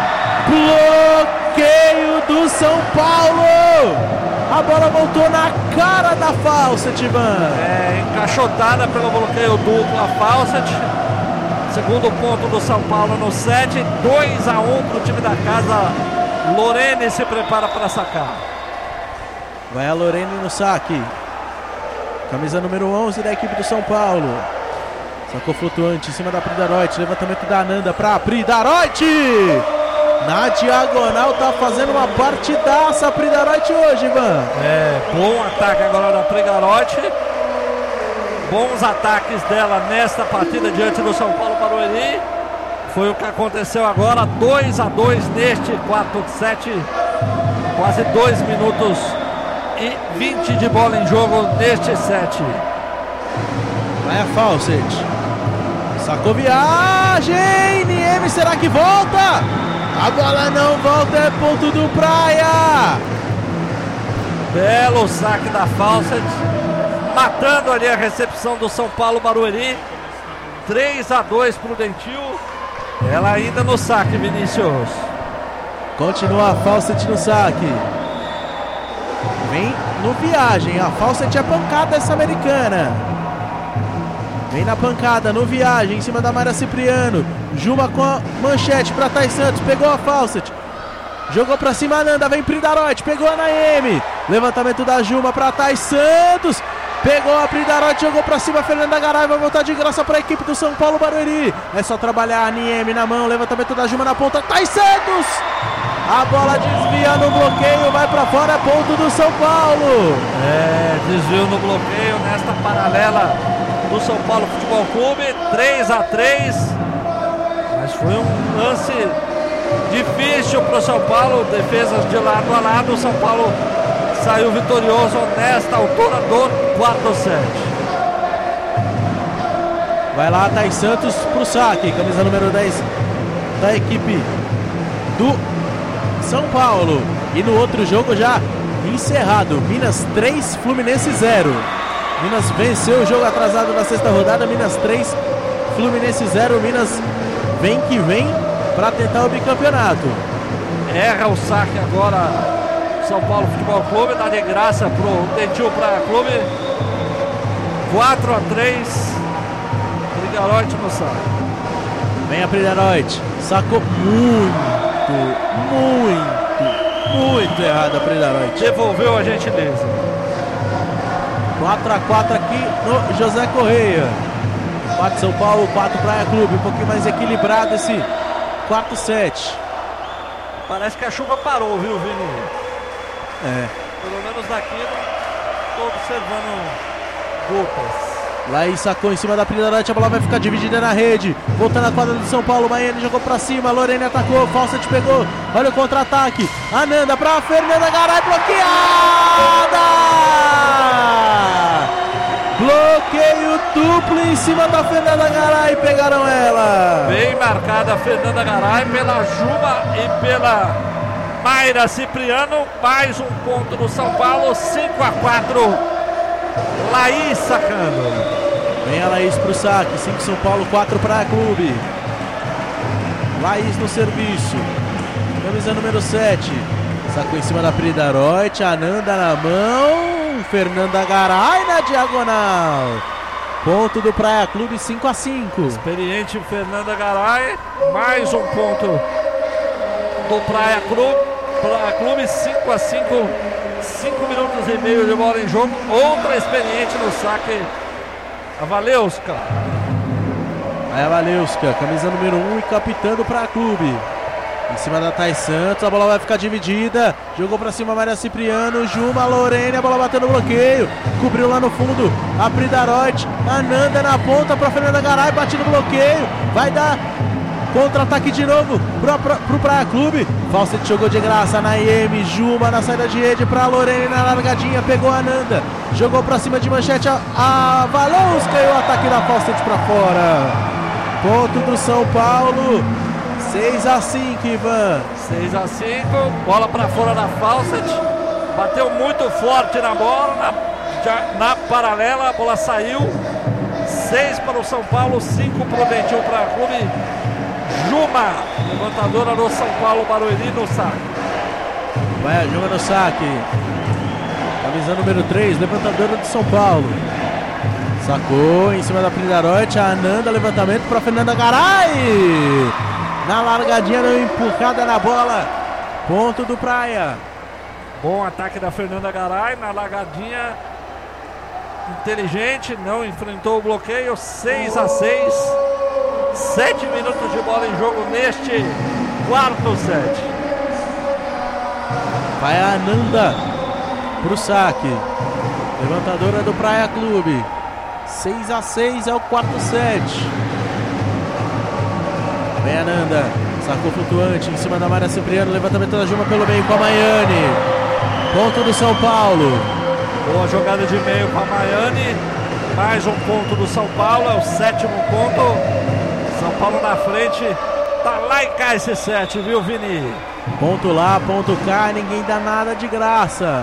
Bloqueio do São Paulo. A bola voltou na cara da Fawcett, Ivan. É, encaixotada pelo bloqueio duplo a Fawcett. Segundo ponto do São Paulo no set. dois a um para o time da casa. Lorene se prepara para sacar. Vai a Lorene no saque. Camisa número onze da equipe do São Paulo. Sacou flutuante em cima da Pridarote. Levantamento da Ananda para Pridarote. Na diagonal, tá fazendo uma partidaça a Pridarote hoje, Ivan. É, bom ataque agora da Pridarote. Bons ataques dela nesta partida diante do São Paulo Barueri. Foi o que aconteceu agora, dois a dois neste quarto set. Quase dois minutos e vinte de bola em jogo neste set. Vai a Fawcett. Sacou viagem. N M, será que volta? A bola não volta, é ponto do Praia. Belo saque da Fawcett, matando ali a recepção do São Paulo Barueri. três a dois para o Dentil. Ela ainda no saque, Vinícius. Continua a Fawcett no saque. Vem no viagem, a Fawcett é pancada essa americana. Vem na pancada, no viagem, em cima da Mara Cipriano. Juma com a manchete para Thais Santos, pegou a Fawcett. Jogou pra cima a Ananda, vem Pridarote, pegou a Naemi. Levantamento da Juma pra Thais Santos. Pegou a Pridarote, jogou pra cima a Fernanda Garay, vai voltar de graça pra equipe do São Paulo Barueri. É só trabalhar a Niemi na mão, levantamento da Juma na ponta, Thais Santos. A bola desvia no bloqueio, vai pra fora, é ponto do São Paulo. É, desvio no bloqueio nesta paralela do São Paulo Futebol Clube, três a três. Mas foi um lance difícil para o São Paulo, defesas de lado a lado. O São Paulo saiu vitorioso nesta altura do quarto set. Vai lá, Thais Santos pro saque, camisa número dez da equipe do São Paulo. E no outro jogo já encerrado, Minas três, Fluminense zero. Minas venceu o jogo atrasado na sexta rodada, Minas três, Fluminense zero. Minas vem que vem para tentar o bicampeonato. Erra o saque agora São Paulo Futebol Clube, dá de graça pro Dentil Praia Clube. quatro a três, Pridaroit no saque. Vem a Pridaroit, sacou muito, muito, muito errado a Pridaroit. Devolveu a gentileza. quatro a quatro aqui no José Correia. quatro São Paulo, quatro Praia Clube. Um pouquinho mais equilibrado esse quarto set. Parece que a chuva parou, viu, Vini? É. Pelo menos daqui estou observando gotas. Laís sacou em cima da Pridaroit, a bola vai ficar dividida na rede. Voltando a quadra do São Paulo, Maiane jogou pra cima, Lorene atacou, Fawcett pegou. Olha o contra-ataque. Ananda pra Fernanda Garay, bloqueada! Bloqueio duplo em cima da Fernanda Garay, pegaram ela. Bem marcada a Fernanda Garay pela Juma e pela Mayra Cipriano. Mais um ponto do São Paulo, cinco a quatro. Laís sacando. Vem a Laís pro saque, cinco São Paulo, quatro Praia Clube. Laís no serviço. Camisa número sete. Sacou em cima da Pridaroit, Ananda na mão. Fernanda Garay na diagonal. Ponto do Praia Clube, cinco a cinco. Experiente Fernanda Garay. Mais um ponto do Praia Clube. Praia Clube, cinco a cinco. cinco minutos e meio de bola em jogo. Outra experiente no saque, a Valeuska. Aí a Valeuska, camisa número um e capitã do Praia Clube. Em cima da Thais Santos, a bola vai ficar dividida. Jogou pra cima a Maria Cipriano, Juma, Lorene, a bola bateu no bloqueio. Cobriu lá no fundo a Pridaroit. Ananda na ponta pra Fernanda Garay, bate no bloqueio. Vai dar contra-ataque de novo pro, pro, pro Praia Clube. Fawcett jogou de graça na I M. Juma na saída de rede pra Lorene na largadinha. Pegou a Ananda. Jogou pra cima de manchete a, a Valeuska e o ataque da Fawcett pra fora. Ponto do São Paulo. seis a cinco, Ivan. seis a cinco. Bola pra fora da Fawcett. Bateu muito forte na bola. Na, na paralela, a bola saiu. seis para o São Paulo, cinco para o Dentil Praia Clube. Juma, levantadora do São Paulo, Barueri no saque. Vai a Juma no saque. Camisa número três, levantadora do São Paulo. Sacou em cima da Pridaroit, a Ananda, levantamento para Fernanda Garay. Na largadinha, deu empurrada na bola. Ponto do Praia. Bom ataque da Fernanda Garay na largadinha. Inteligente, não enfrentou o bloqueio. seis a seis. sete minutos de bola em jogo neste quarto set. Vai a Ananda pro saque. Levantadora do Praia Clube. seis a seis é o quarto set. Vem a Ananda. Sacou flutuante em cima da Maria Cipriano. Levantamento da Juma pelo meio com a Maiane. Ponto do São Paulo. Boa jogada de meio com a Maiane. Mais um ponto do São Paulo. É o sétimo ponto. São Paulo na frente. Tá lá e cá esse set, viu, Vini? Ponto lá, ponto cá. Ninguém dá nada de graça.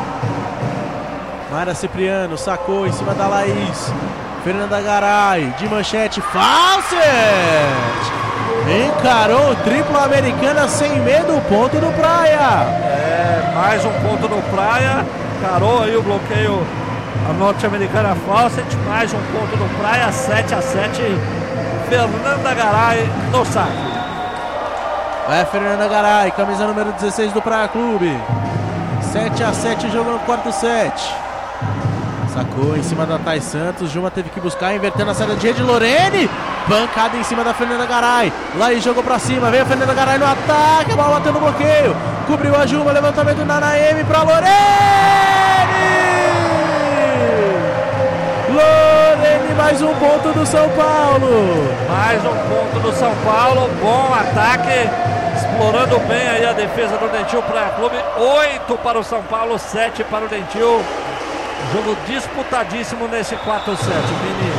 Maria Cipriano sacou em cima da Laís. Fernanda Garay de manchete. Fawcett encarou o triplo Americana sem medo. Ponto do Praia. É, mais um ponto do Praia. Encarou aí o bloqueio a norte-americana Fawcett. Mais um ponto do Praia. sete a sete. Fernanda Garay no saque. Vai a Fernanda Garay, camisa número dezesseis do Praia Clube. sete a sete, jogo no quarto set. Sacou em cima da Thais Santos. Juma teve que buscar, invertendo a saída de rede. Lorene, bancada em cima da Fernanda Garay. Laís jogou pra cima, veio a Fernanda Garay no ataque. A bola bateu no bloqueio. Cobriu a Juma, levantamento na Naemi pra Lorene. Lorene, mais um ponto do São Paulo. Mais um ponto do São Paulo. Bom ataque. Explorando bem aí a defesa do Dentil Praia Clube. oito para o São Paulo, sete para o Dentil. Jogo disputadíssimo nesse quarto set, Vini.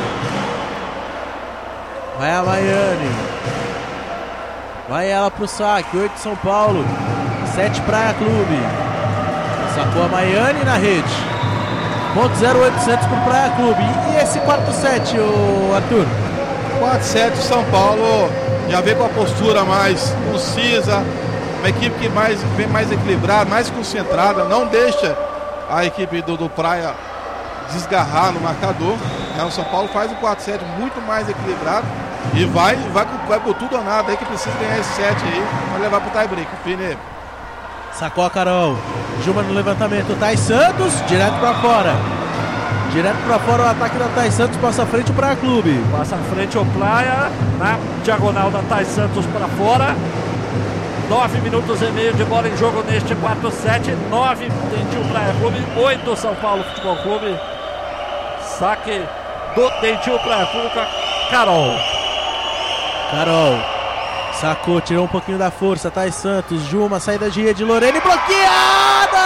Vai a Maiane. Vai ela pro saque. oito São Paulo, sete Praia Clube. Sacou a Maiane na rede. Ponto zero oitocentos pro Praia Clube. E esse quarto set, o Arthur? quarto set, o São Paulo já vem com a postura mais concisa, uma equipe que mais, vem mais equilibrada, mais concentrada, não deixa a equipe do, do Praia desgarrar no marcador. Né? O São Paulo faz o quarto set muito mais equilibrado e vai, vai, vai por tudo ou nada aí que precisa ganhar esse set aí para levar pro tie break. Fine. Sacou a Carol. Juma no levantamento. Thais Santos, direto pra fora. Direto pra fora o ataque da Thais Santos. Passa à frente o Praia Clube. Passa à frente o Praia. Na diagonal da Thais Santos pra fora. Nove minutos e meio de bola em jogo neste quarto set. Nove Dentil Praia Clube. Oito São Paulo Futebol Clube. Saque do Dentil Praia Clube com a Carol. Carol. Sacou, tirou um pouquinho da força. Thais Santos, Juma, saída de rede. Lorene bloqueada!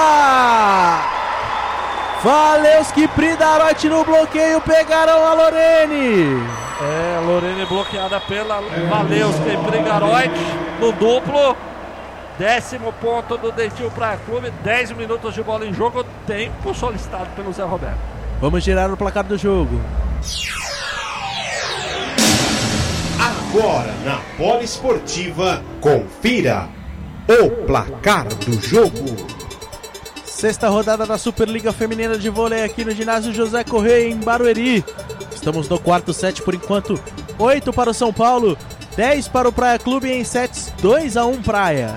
Valeuski e Pridarotti no bloqueio. Pegaram a Lorene. É, a Lorene bloqueada pela Valeuski e Pridarotti no duplo. Décimo ponto do Dentil Praia Clube. Dez minutos de bola em jogo. Tempo solicitado pelo Zé Roberto. Vamos girar o placar do jogo. Agora na Poliesportiva, confira o placar do jogo. Sexta rodada da Superliga Feminina de Vôlei aqui no ginásio José Correia em Barueri. Estamos no quarto set por enquanto. oito para o São Paulo, dez para o Praia Clube em sets dois a um Praia.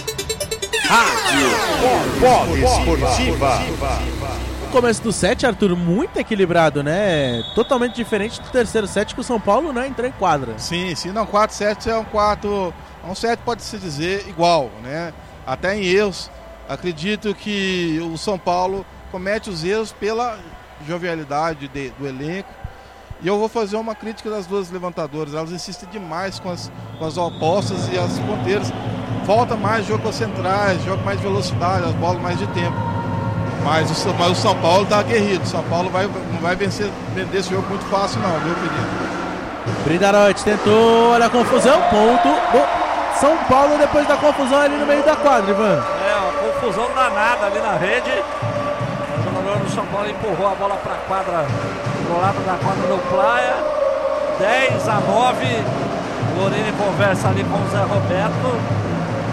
Rádio Poliesportiva. O começo do set, Arthur, muito equilibrado, né? Totalmente diferente do terceiro set que o São Paulo, né, entrou em quadra. Sim, sim, não, quarto set é um quarto, um set pode-se dizer igual, né? Até em erros, acredito que o São Paulo comete os erros pela jovialidade de, do elenco. E eu vou fazer uma crítica das duas levantadoras, elas insistem demais com as, com as opostas e as ponteiras. Falta mais jogo com as centrais, jogo mais de velocidade, as bolas mais de tempo. Mas o, mas o São Paulo está aguerrido. O São Paulo vai, não vai vencer, vender esse jogo muito fácil, não, viu, querido? Bridarotti tentou, olha a confusão. Ponto do São Paulo depois da confusão ali no meio da quadra, Ivan. É, uma confusão danada ali na rede. O jogador do São Paulo empurrou a bola para a quadra, do lado da quadra do Praia. dez a nove. Lorene conversa ali com o Zé Roberto.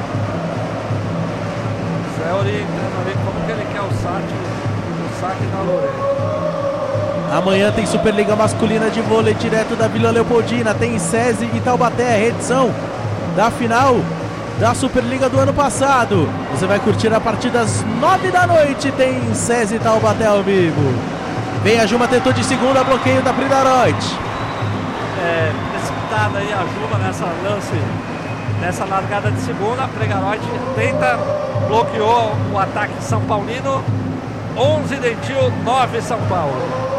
Zé orientando ali como que ele quer o saque, o saque da Lorene. Amanhã tem Superliga Masculina de Vôlei direto da Vila Leopoldina. Tem SESI e Taubaté, reedição da final da Superliga do ano passado. Você vai curtir a partir das nove da noite. Tem SESI e Taubaté ao vivo. Vem a Juma, tentou de segunda, bloqueio da Pridarotti. É, precipitada aí a Juma nessa lance, nessa largada de segunda. A Pridarotti tenta, bloqueou o ataque São Paulino. onze Dentil, nove São Paulo.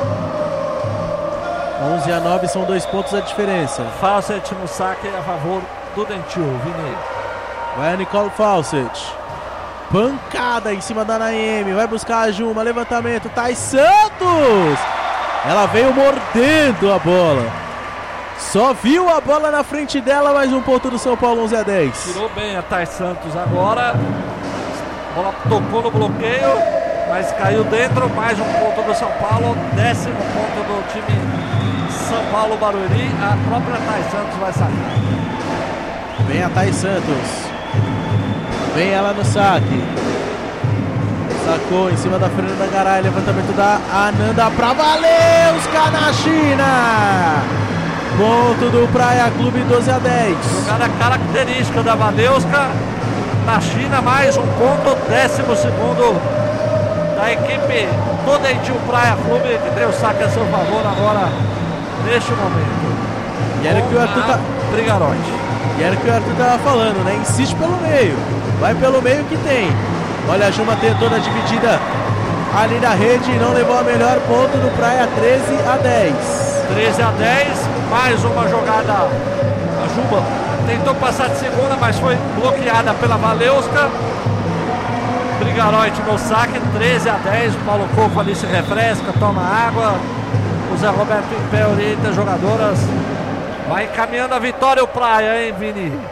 onze a nove são dois pontos a diferença. Fawcett no saque a favor do Dentil, Vini. Vai a Nicole Fawcett. Pancada em cima da Naemi. Vai buscar a Juma. Levantamento. Thais Santos. Ela veio mordendo a bola. Só viu a bola na frente dela. Mais um ponto do São Paulo, onze a dez. Tirou bem a Thais Santos agora. A bola tocou no bloqueio, mas caiu dentro. Mais um ponto do São Paulo. Décimo ponto do time São Paulo Barueri. A própria Thais Santos vai sacar. Vem a Thais Santos. Vem ela no saque. Sacou em cima da Fernanda Garay. Levantamento da Ananda pra Valeuska na China. Ponto do Praia Clube, doze a dez. Jogada característica da Valeuska na China. Mais um ponto. Décimo segundo da equipe do Dentil Praia Clube, que tem o saque a seu favor agora neste momento. E era o que o Arthur tá... Pridarotti. E era o que o Arthur tava falando, né? Insiste pelo meio. Vai pelo meio que tem. Olha, a Juma tentou na dividida ali na rede e não levou a melhor. Ponto do Praia, treze a dez. treze a dez. Mais uma jogada. A Juma tentou passar de segunda, mas foi bloqueada pela Valeuska. Pridarotti no saque, treze a dez. O Paulo Coco ali se refresca, toma água. O Zé Roberto em pé orienta as jogadoras. Vai encaminhando a vitória o Praia, hein, Vini?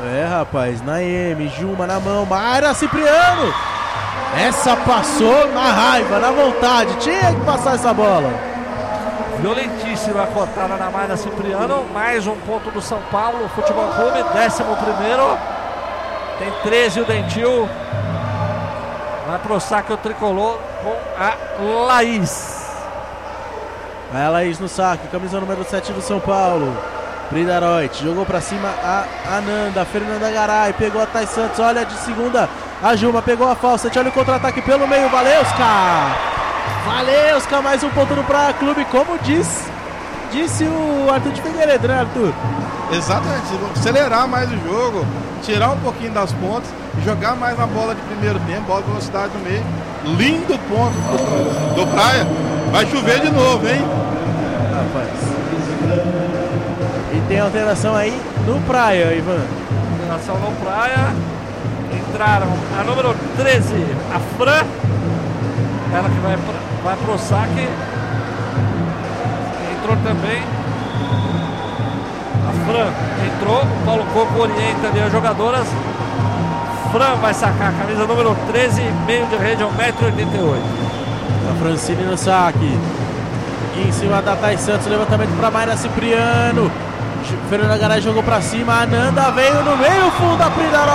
É, rapaz, Naemi, Juma na mão, Mayra Cipriano. Essa passou na raiva, na vontade, tinha que passar essa bola. Violentíssima a cortada na Mayra Cipriano. Mais um ponto do São Paulo Futebol Clube, décimo primeiro. Tem treze o Dentil. Vai pro saque o tricolor com a Laís. Vai a Laís no saque, camisa número sete do São Paulo. Pridaroit, jogou pra cima a Ananda, Fernanda Garay, pegou a Thay Santos, olha de segunda, a Juma pegou a falsa, olha o contra-ataque pelo meio, Valeuska! Valeuska, mais um ponto do Praia Clube, como diz, disse o Arthur de Figueiredo, né, Arthur? Exatamente, acelerar mais o jogo, tirar um pouquinho das pontas e jogar mais a bola de primeiro tempo, bola de velocidade no meio. Lindo ponto do, do Praia, vai chover de novo, hein? Rapaz. E tem alteração aí no Praia, Ivan. Alteração no Praia. Entraram a número treze, a Fran. Ela que vai, pra, vai pro saque. Entrou também a Fran. Entrou. O Paulo Coco orienta ali as jogadoras. Fran vai sacar a camisa número treze, meio de rede, um metro e oitenta e oito. A Francine no saque. Em cima da Thay Santos, levantamento para Mayra Cipriano. Fernanda Garay jogou para cima. A Ananda veio no meio fundo da Pridaroit.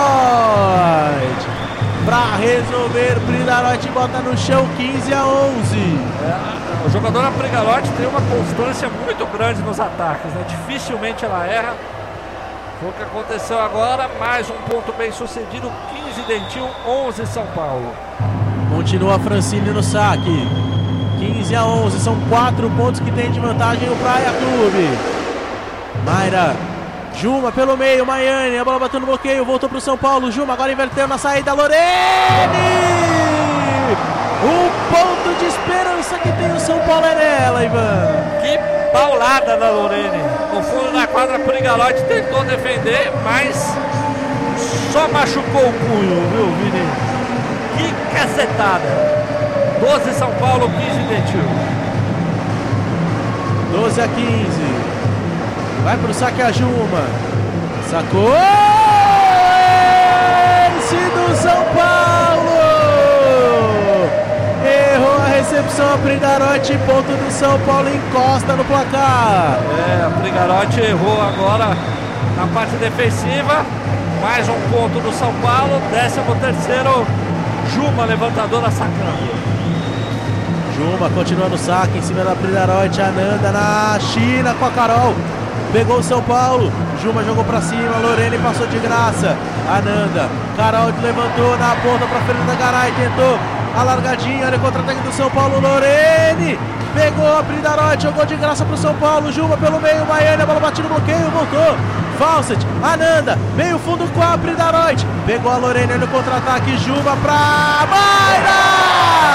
Para resolver, Pridaroit bota no chão quinze a onze. É, o jogador da Pridaroit tem uma constância muito grande nos ataques, né? Dificilmente ela erra. Foi o que aconteceu agora. Mais um ponto bem sucedido. quinze Dentil, onze São Paulo. Continua a Francine no saque. quinze a onze, são quatro pontos que tem de vantagem o Praia Clube. Mayra, Juma pelo meio, Maiane, a bola bateu no bloqueio, voltou pro São Paulo, Juma agora inverteu na saída, Lorene! Um ponto de esperança que tem o São Paulo é nela, Ivan. Que paulada da Lorene. No fundo da quadra, Pridaroit tentou defender, mas só machucou o punho, viu, Vini? Que cacetada. doze São Paulo, quinze Dentil. doze a quinze. Vai pro saque a Juma. Sacou. Esse do São Paulo. Errou a recepção a Pridaroit. Ponto do São Paulo, encosta no placar. É, a Pridaroit errou agora na parte defensiva. Mais um ponto do São Paulo. Décimo terceiro, Juma, levantadora, sacando. Juma continua no saque em cima da Pridaroit. Ananda na China com a Carol. Pegou o São Paulo. Juma jogou pra cima. Lorene passou de graça. Ananda. Carol levantou na ponta pra Fernanda Garay. Tentou a largadinha. Olha o contra-ataque do São Paulo. Lorene. Pegou a Pridaroit. Jogou de graça pro São Paulo. Juma pelo meio. Maiane. A bola bateu no bloqueio. Voltou. Fawcett. Ananda. Meio fundo com a Pridaroit. Pegou a Lorene. Olha o contra-ataque. Juma pra Mayra.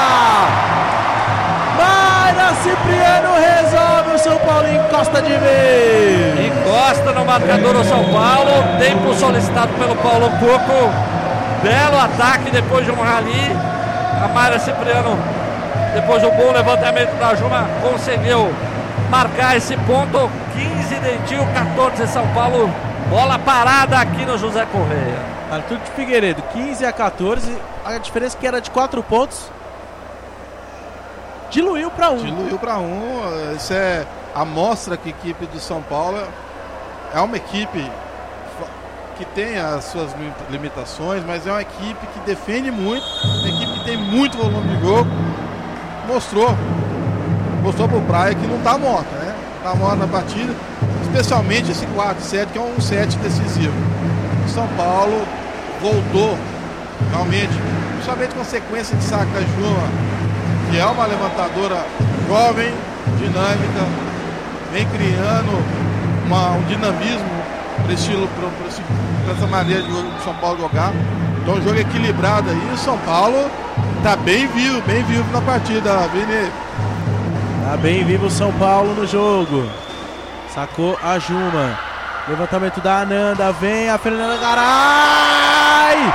Mayra Cipriano resolve, o São Paulo encosta de vez. Encosta no marcador do São Paulo. Tempo solicitado pelo Paulo Coco. Belo ataque depois de um rally. A Mayra Cipriano, depois do bom levantamento da Juma, conseguiu marcar esse ponto. quinze Dentil, quatorze São Paulo. Bola parada aqui no José Correia. Arthur de Figueiredo, quinze a quatorze. A diferença que era de quatro pontos diluiu para um. Diluiu para um. Isso é a mostra que a equipe do São Paulo é uma equipe que tem as suas limitações, mas é uma equipe que defende muito, uma equipe que tem muito volume de jogo. Mostrou, mostrou pro Praia que não tá morta, né? Tá morta na partida, especialmente esse quatro set, que é um set decisivo. São Paulo voltou realmente, principalmente com a sequência de saque da Juma, que é uma levantadora jovem, dinâmica, vem criando uma, um dinamismo para estilo, para essa maneira de São Paulo jogar. Então um jogo equilibrado aí, o São Paulo tá bem vivo, bem vivo na partida, Vini. Tá bem vivo o São Paulo no jogo. Sacou a Juma. Levantamento da Ananda, vem a Fernanda Garay.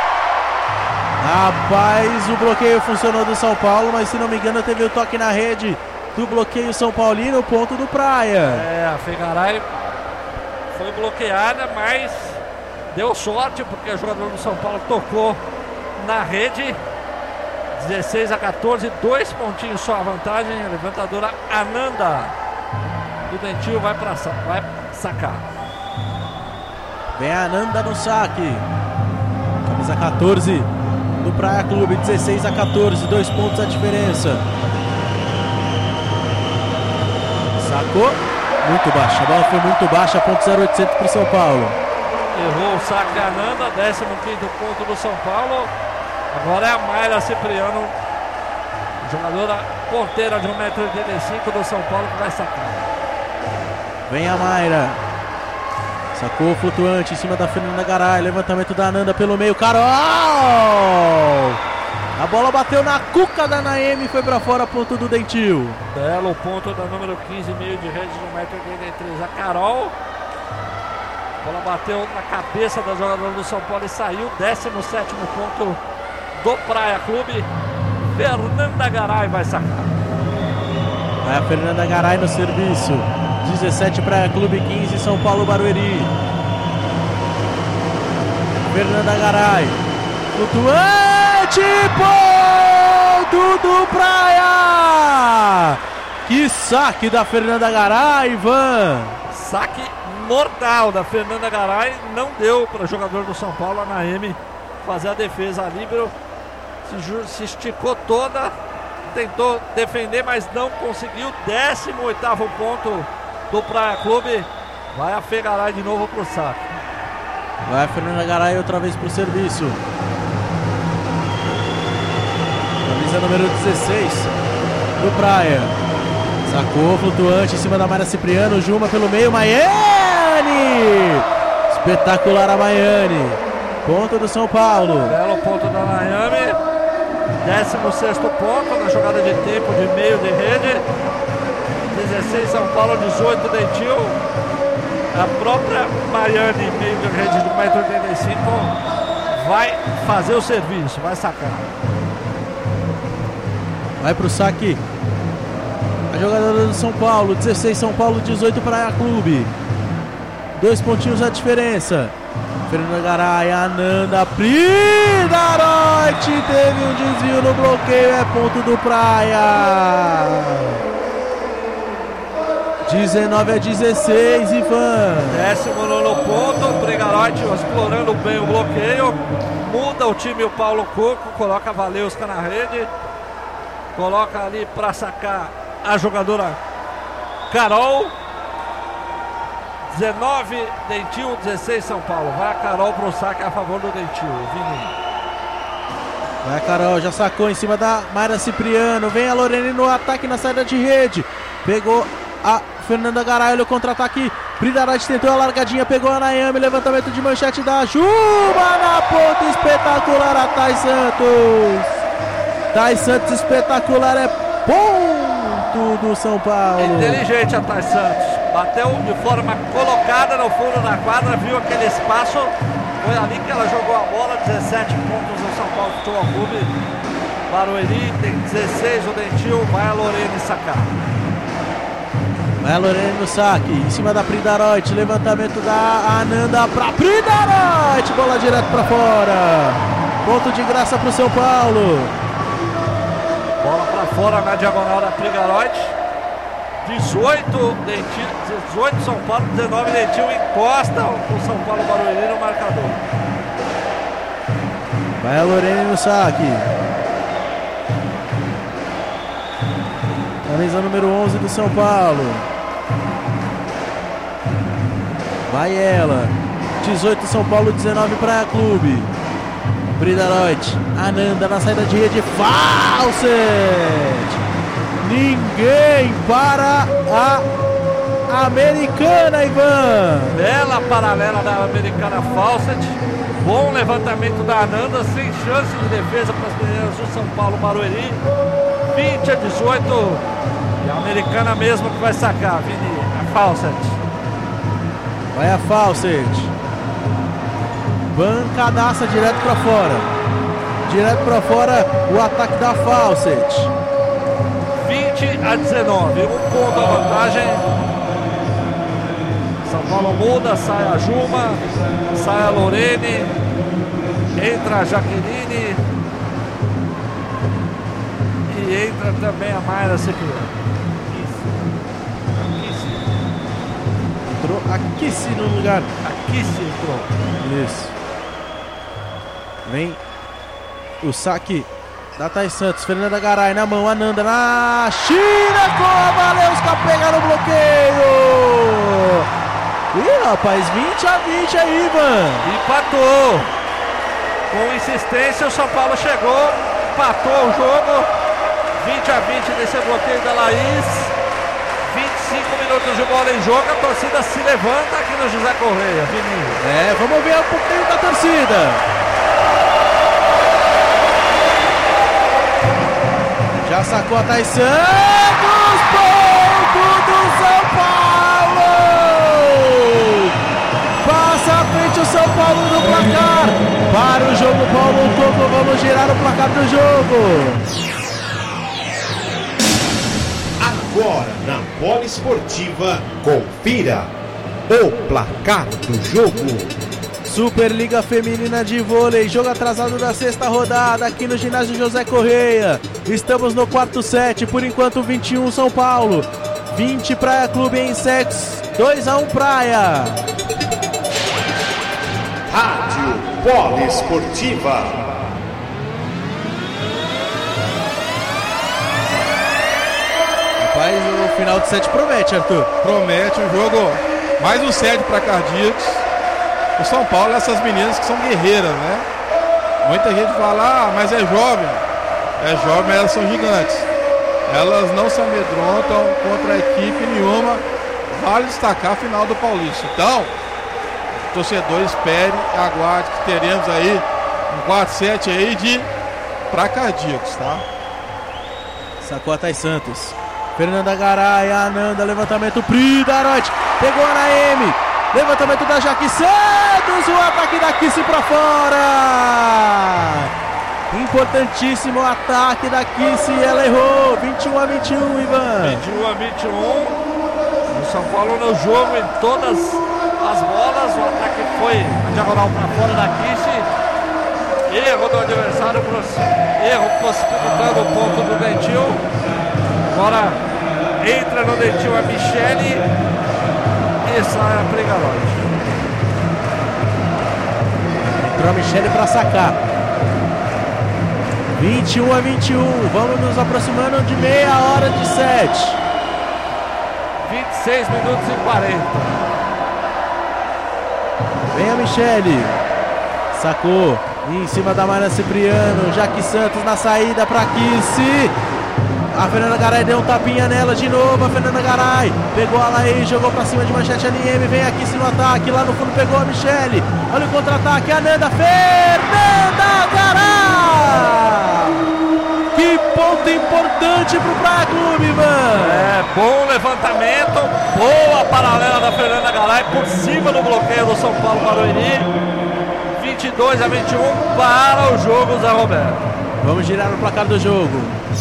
Rapaz, o bloqueio funcionou do São Paulo, mas se não me engano teve o toque na rede do bloqueio São Paulino, ponto do Praia. É, a Fegaray foi bloqueada, mas deu sorte porque o jogador do São Paulo tocou na rede. dezesseis a quatorze, dois pontinhos só a vantagem. A levantadora Ananda do Dentil vai, pra, vai sacar. Vem a Ananda no saque. Camisa quatorze do Praia Clube, dezesseis a quatorze, dois pontos a diferença. Sacou, muito baixa, a bola foi muito baixa, ponto zero oitocentos para o São Paulo. Errou o saque a Ananda, décimo quinto ponto do São Paulo. Agora é a Mayra Cipriano, jogadora ponteira de um metro e oitenta e cinco do São Paulo, que vai sacar. Vem a Mayra. Sacou flutuante em cima da Fernanda Garay. Levantamento da Ananda pelo meio. Carol! A bola bateu na cuca da Naemi e foi pra fora, ponto do Dentil. Belo ponto da número quinze, meio de rede no um metro e oitenta e três. A Carol. A bola bateu na cabeça da jogadora do São Paulo e saiu. décimo sétimo ponto do Praia Clube. Fernanda Garay vai sacar. Vai a Fernanda Garay no serviço. dezessete Praia Clube, quinze São Paulo Barueri. Fernanda Garay. Flutuante, ponto do Praia. Que saque da Fernanda Garay, Ivan. Saque mortal da Fernanda Garay. Não deu para o jogador do São Paulo, a Naemi, fazer a defesa. A líbero se, se esticou toda, tentou defender, mas não conseguiu. décimo oitavo ponto do Praia Clube. Vai a Fê Garay de novo pro saque. Vai a Fernanda Garay outra vez pro serviço. Camisa número dezesseis do Praia. Sacou, flutuante em cima da Mayra Cipriano. Juma pelo meio, Maiane. Espetacular a Maiane. Ponto do São Paulo. Belo ponto da Miami. décimo sexto ponto na jogada de tempo de meio de rede. dezesseis São Paulo, dezoito Dentil. A própria Maiane, meio de rede de um metro e oitenta e cinco, vai fazer o serviço, vai sacar. Vai pro saque a jogadora do São Paulo. dezesseis São Paulo, dezoito Praia Clube. Dois pontinhos a diferença. Fernanda Garay, Ananda, Pridaroite, teve um desvio no bloqueio, é ponto do Praia. dezenove a dezesseis, Ivan. décimo nono ponto, Pridaroite explorando bem o bloqueio. Muda o time o Paulo Coco, coloca a Valeuska na rede. Coloca ali para sacar a jogadora Carol. dezenove Dentil, dezesseis São Paulo. Vai a Carol pro saque a favor do Dentil. Vini. Vai a Carol, já sacou em cima da Mayra Cipriano. Vem a Lorene no ataque na saída de rede. Pegou a Fernanda Garay, olha o contra-ataque. Pridaroite tentou a largadinha, pegou a Nayami. Levantamento de manchete da Juba na ponta. Espetacular a Thais Santos. Thais Santos espetacular, é ponto do São Paulo. Inteligente a Thais Santos. Bateu de forma colocada no fundo da quadra, viu aquele espaço. Foi ali que ela jogou a bola. dezessete pontos no São Paulo Futebol Clube. Barueri tem dezesseis o Dentil. Vai a Lorene sacar. Vai a Lorene no saque, em cima da Pridaroite. Levantamento da Ananda pra Pridaroite. Bola direto pra fora. Ponto de graça pro São Paulo. Bola pra fora na diagonal da Pridaroite. dezoito Dentil, dezoito São Paulo, dezenove Dentil, encosta o São Paulo Barueri no marcador. Vai a Lorene no saque. Camisa número onze do São Paulo. Vai ela. dezoito São Paulo, dezenove Praia Clube. Pridaroite, Ananda na saída de rede. Fawcett. Ninguém para a americana, Ivan. Bela paralela da americana Fawcett. Bom levantamento da Ananda, sem chance de defesa para as meninas do São Paulo Barueri. vinte a dezoito. E a americana mesmo que vai sacar, Vini, a Fawcett. Vai a Fawcett. Bancadaça direto para fora. Direto para fora o ataque da Fawcett. vinte a dezenove, um ponto a vantagem. São Paulo muda, sai a Juma, sai a Lorene, entra a Jaqueline e entra também a Mayra Cipriano. Entrou a Kissi no lugar. A Kissi entrou. Isso. Vem o saque da Thaís Santos. Fernanda Garay na mão. Ananda na China. Com a Valeuska pega no bloqueio. Ih, rapaz, vinte a vinte aí, Ivan. Empatou. Com insistência, o São Paulo chegou. Empatou o jogo. vinte a vinte nesse bloqueio da Laís. vinte e cinco minutos de bola em jogo. A torcida se levanta aqui no José Correia. Vininho. É, vamos ver um pouquinho da torcida. Já sacou a Thaís Santos, ponto do São Paulo! Passa à frente o São Paulo no placar. Para o jogo, Paulo Coco, vamos girar o placar do jogo. Agora na Poliesportiva, confira o placar do jogo. Superliga Feminina de Vôlei, jogo atrasado da sexta rodada aqui no ginásio José Correia. Estamos no quarto set, por enquanto vinte e um São Paulo, vinte Praia Clube em sets, dois a um Praia. Rádio Poliesportiva. Rapaz, o final de set promete, Arthur. Promete um jogo, mais um set para Cardíacos. O São Paulo, essas meninas que são guerreiras, né? Muita gente fala, ah, mas é jovem. É jovem, mas elas são gigantes. Elas não se amedrontam contra a equipe nenhuma. Vale destacar a final do Paulista. Então, torcedor, espere e aguarde que teremos aí um quatro sete aí de pra Cardíacos, tá? Sacou a Thaís Santos. Fernanda Garay, Ananda, levantamento, Pri, Darote, pegou a Naemi. Levantamento da Jaque Santos, o ataque da Kissi pra fora. Importantíssimo ataque da Kissi, ela errou. vinte e um a vinte e um, Ivan. vinte e um a vinte e um. O São Paulo no jogo em todas as bolas. O ataque foi a diagonal pra fora da Kissi. Erro do adversário, erro possibilitando o ponto do Dentil. Agora entra no Dentil a Michele. Essa é a Pregarote. Entrou a Michele para sacar. vinte e um a vinte e um. Vamos nos aproximando de meia hora de set. vinte e seis minutos e quarenta. Vem a Michele. Sacou. Em cima da Mayra Cipriano. Jaque Santos na saída para Kissi. A Fernanda Garay deu um tapinha nela de novo. A Fernanda Garay pegou a Laís, jogou pra cima de manchete L M. Vem aqui no ataque. Lá no fundo pegou a Michele. Olha o contra-ataque. A Nanda. Fernanda Garay. Que ponto importante pro Praia Clube, mano. É, bom levantamento. Boa paralela da Fernanda Garay por cima do bloqueio do São Paulo Barueri. vinte e dois a vinte e um para o jogo, Zé Roberto. Vamos girar o placar do jogo.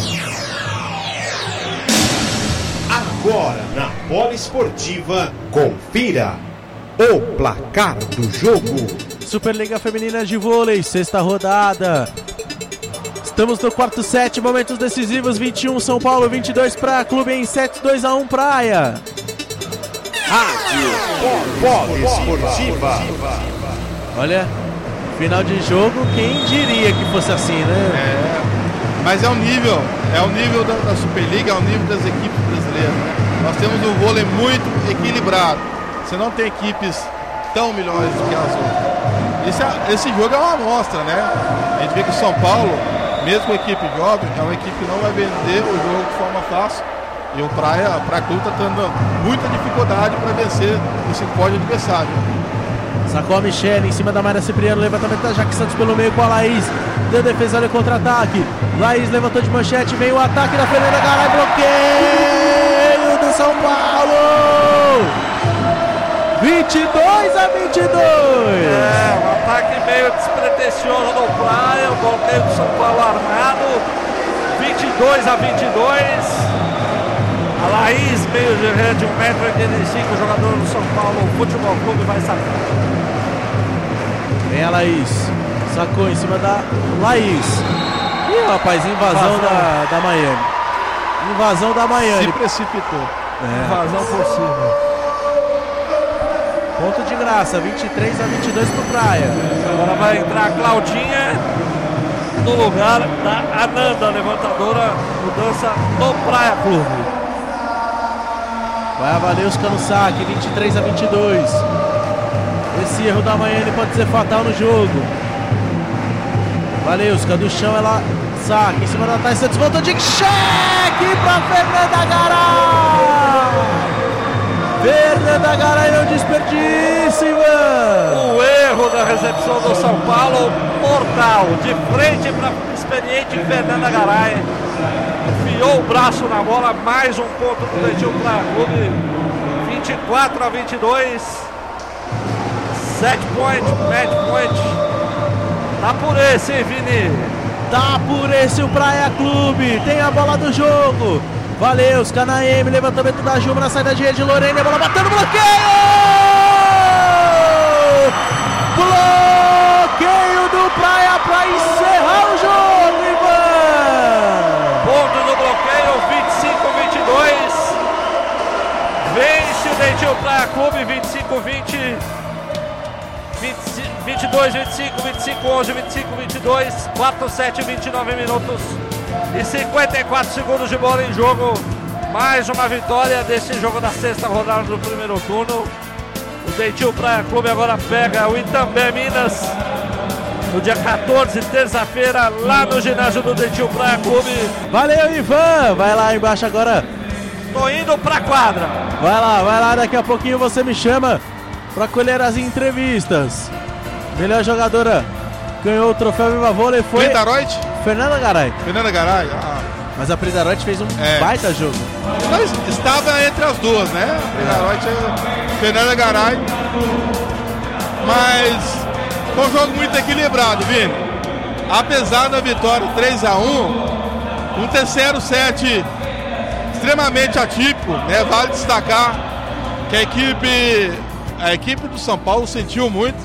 Agora na Poliesportiva, confira o placar do jogo. Superliga Feminina de Vôlei, sexta rodada. Estamos no quarto set, momentos decisivos. vinte e um São Paulo, vinte e dois Praia Clube em sete, dois a um Praia. Rádio Poliesportiva. Olha, final de jogo, quem diria que fosse assim, né? É. Mas é o nível, é o nível da, da Superliga, é o nível das equipes brasileiras, né? Nós temos um vôlei muito equilibrado. Você não tem equipes tão melhores do que as outras. Esse, esse jogo é uma amostra, né? A gente vê que o São Paulo, mesmo com a equipe jovem, é uma equipe que não vai vender o jogo de forma fácil. E o Praia, a Praia Clube está tendo muita dificuldade para vencer esse pódio adversário. Sacou a Michele em cima da Mayra Cipriano. Levantamento da Jaque Santos pelo meio com a Laís. Deu defesa, olha o contra-ataque. Laís levantou de manchete. Vem o ataque da Fernanda Garay. Bloqueio do São Paulo. vinte e dois a vinte e dois. É, um ataque meio despretensioso do Praia. O bloqueio do São Paulo armado. vinte e dois a vinte e dois. A Laís, meio de rede, um metro e oitenta e cinco, jogador do São Paulo Futebol Clube, vai sacar. Vem a Laís. Sacou em cima da Laís. Ih, rapaz, invasão, invasão. Da, da Miami. Invasão da Miami. Se precipitou. É. Invasão por cima. Ponto de graça, vinte e três a vinte e dois pro Praia. Agora vai entrar a Claudinha no lugar da Ananda, levantadora, mudança no Praia Clube. Vai a Valeuska no saque, vinte e três a vinte e dois. Esse erro da Miami pode ser fatal no jogo. Valeuska do chão, ela saque em cima da Thais Santos, voltou de cheque pra Fernanda Garay. Fernanda Garay não desperdiça, Ivan. O erro da recepção do São Paulo, mortal, de frente para experiente Fernanda Garay. Enfiou o braço na bola, mais um ponto do Dentil Praia Clube. vinte e quatro a vinte e dois. Set point, match point. Tá por esse, hein, Vini? Tá por esse o Praia Clube. Tem a bola do jogo. Valeuska na M, levantamento da Juma na saída de rede, Lorene, a bola batendo, bloqueio! Bloqueio do Praia para encerrar o jogo, Ivan! Ponto do bloqueio, vinte e cinco a vinte e dois. Vence o Dentil Praia Clube, vinte e cinco a vinte. vinte e dois a vinte e cinco, vinte e cinco a onze, vinte e cinco a vinte e dois. quatro, sete, vinte e nove minutos. E cinquenta e quatro segundos de bola em jogo. Mais uma vitória desse jogo da sexta rodada do primeiro turno. O Dentil Praia Clube agora pega o Itambé Minas no dia quatorze, terça-feira, lá no ginásio do Dentil Praia Clube. Valeu, Ivan! Vai lá embaixo agora. Tô indo pra quadra. Vai lá, vai lá, daqui a pouquinho você me chama pra colher as entrevistas. Melhor jogadora ganhou o troféu Viva Vôlei foi Pridaroit? Fernanda Garay. Fernanda Garay, ah. Mas a Pridaroit fez um é. baita jogo. Mas estava entre as duas, né? A Pridaroit e Fernanda Garay. Mas foi um jogo muito equilibrado, Vini. Apesar da vitória três a um, um terceiro set extremamente atípico, né? Vale destacar que a equipe, a equipe do São Paulo sentiu muito.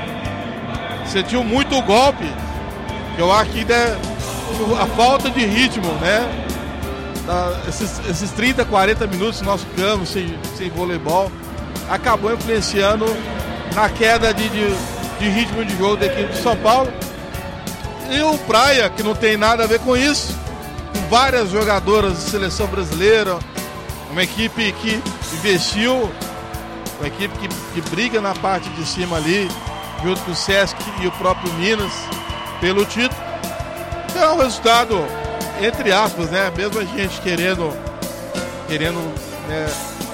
Sentiu muito o golpe. Eu acho que né, a falta de ritmo, né? Da, esses, esses trinta, quarenta minutos que nós ficamos sem, sem voleibol acabou influenciando na queda de, de, de ritmo de jogo da equipe de São Paulo. E o Praia, que não tem nada a ver com isso, com várias jogadoras de seleção brasileira, uma equipe que investiu, uma equipe que, que briga na parte de cima ali, junto com o Sesc e o próprio Minas, pelo título. É um resultado, entre aspas, né? Mesmo a gente querendo, querendo, né?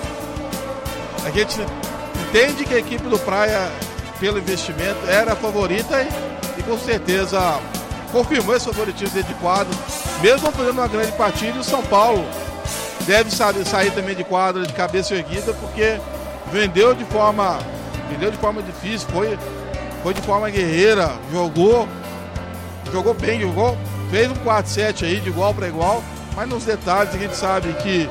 A gente entende que a equipe do Praia, pelo investimento, era a favorita e, e com certeza confirmou esse favoritismo dentro de quadro, mesmo fazendo uma grande partida. E o São Paulo deve sair, sair também de quadra de cabeça erguida, porque vendeu de forma, vendeu de forma difícil, foi Foi de forma guerreira, jogou, jogou bem, jogou, fez um quatro sete aí de igual para igual, mas nos detalhes a gente sabe que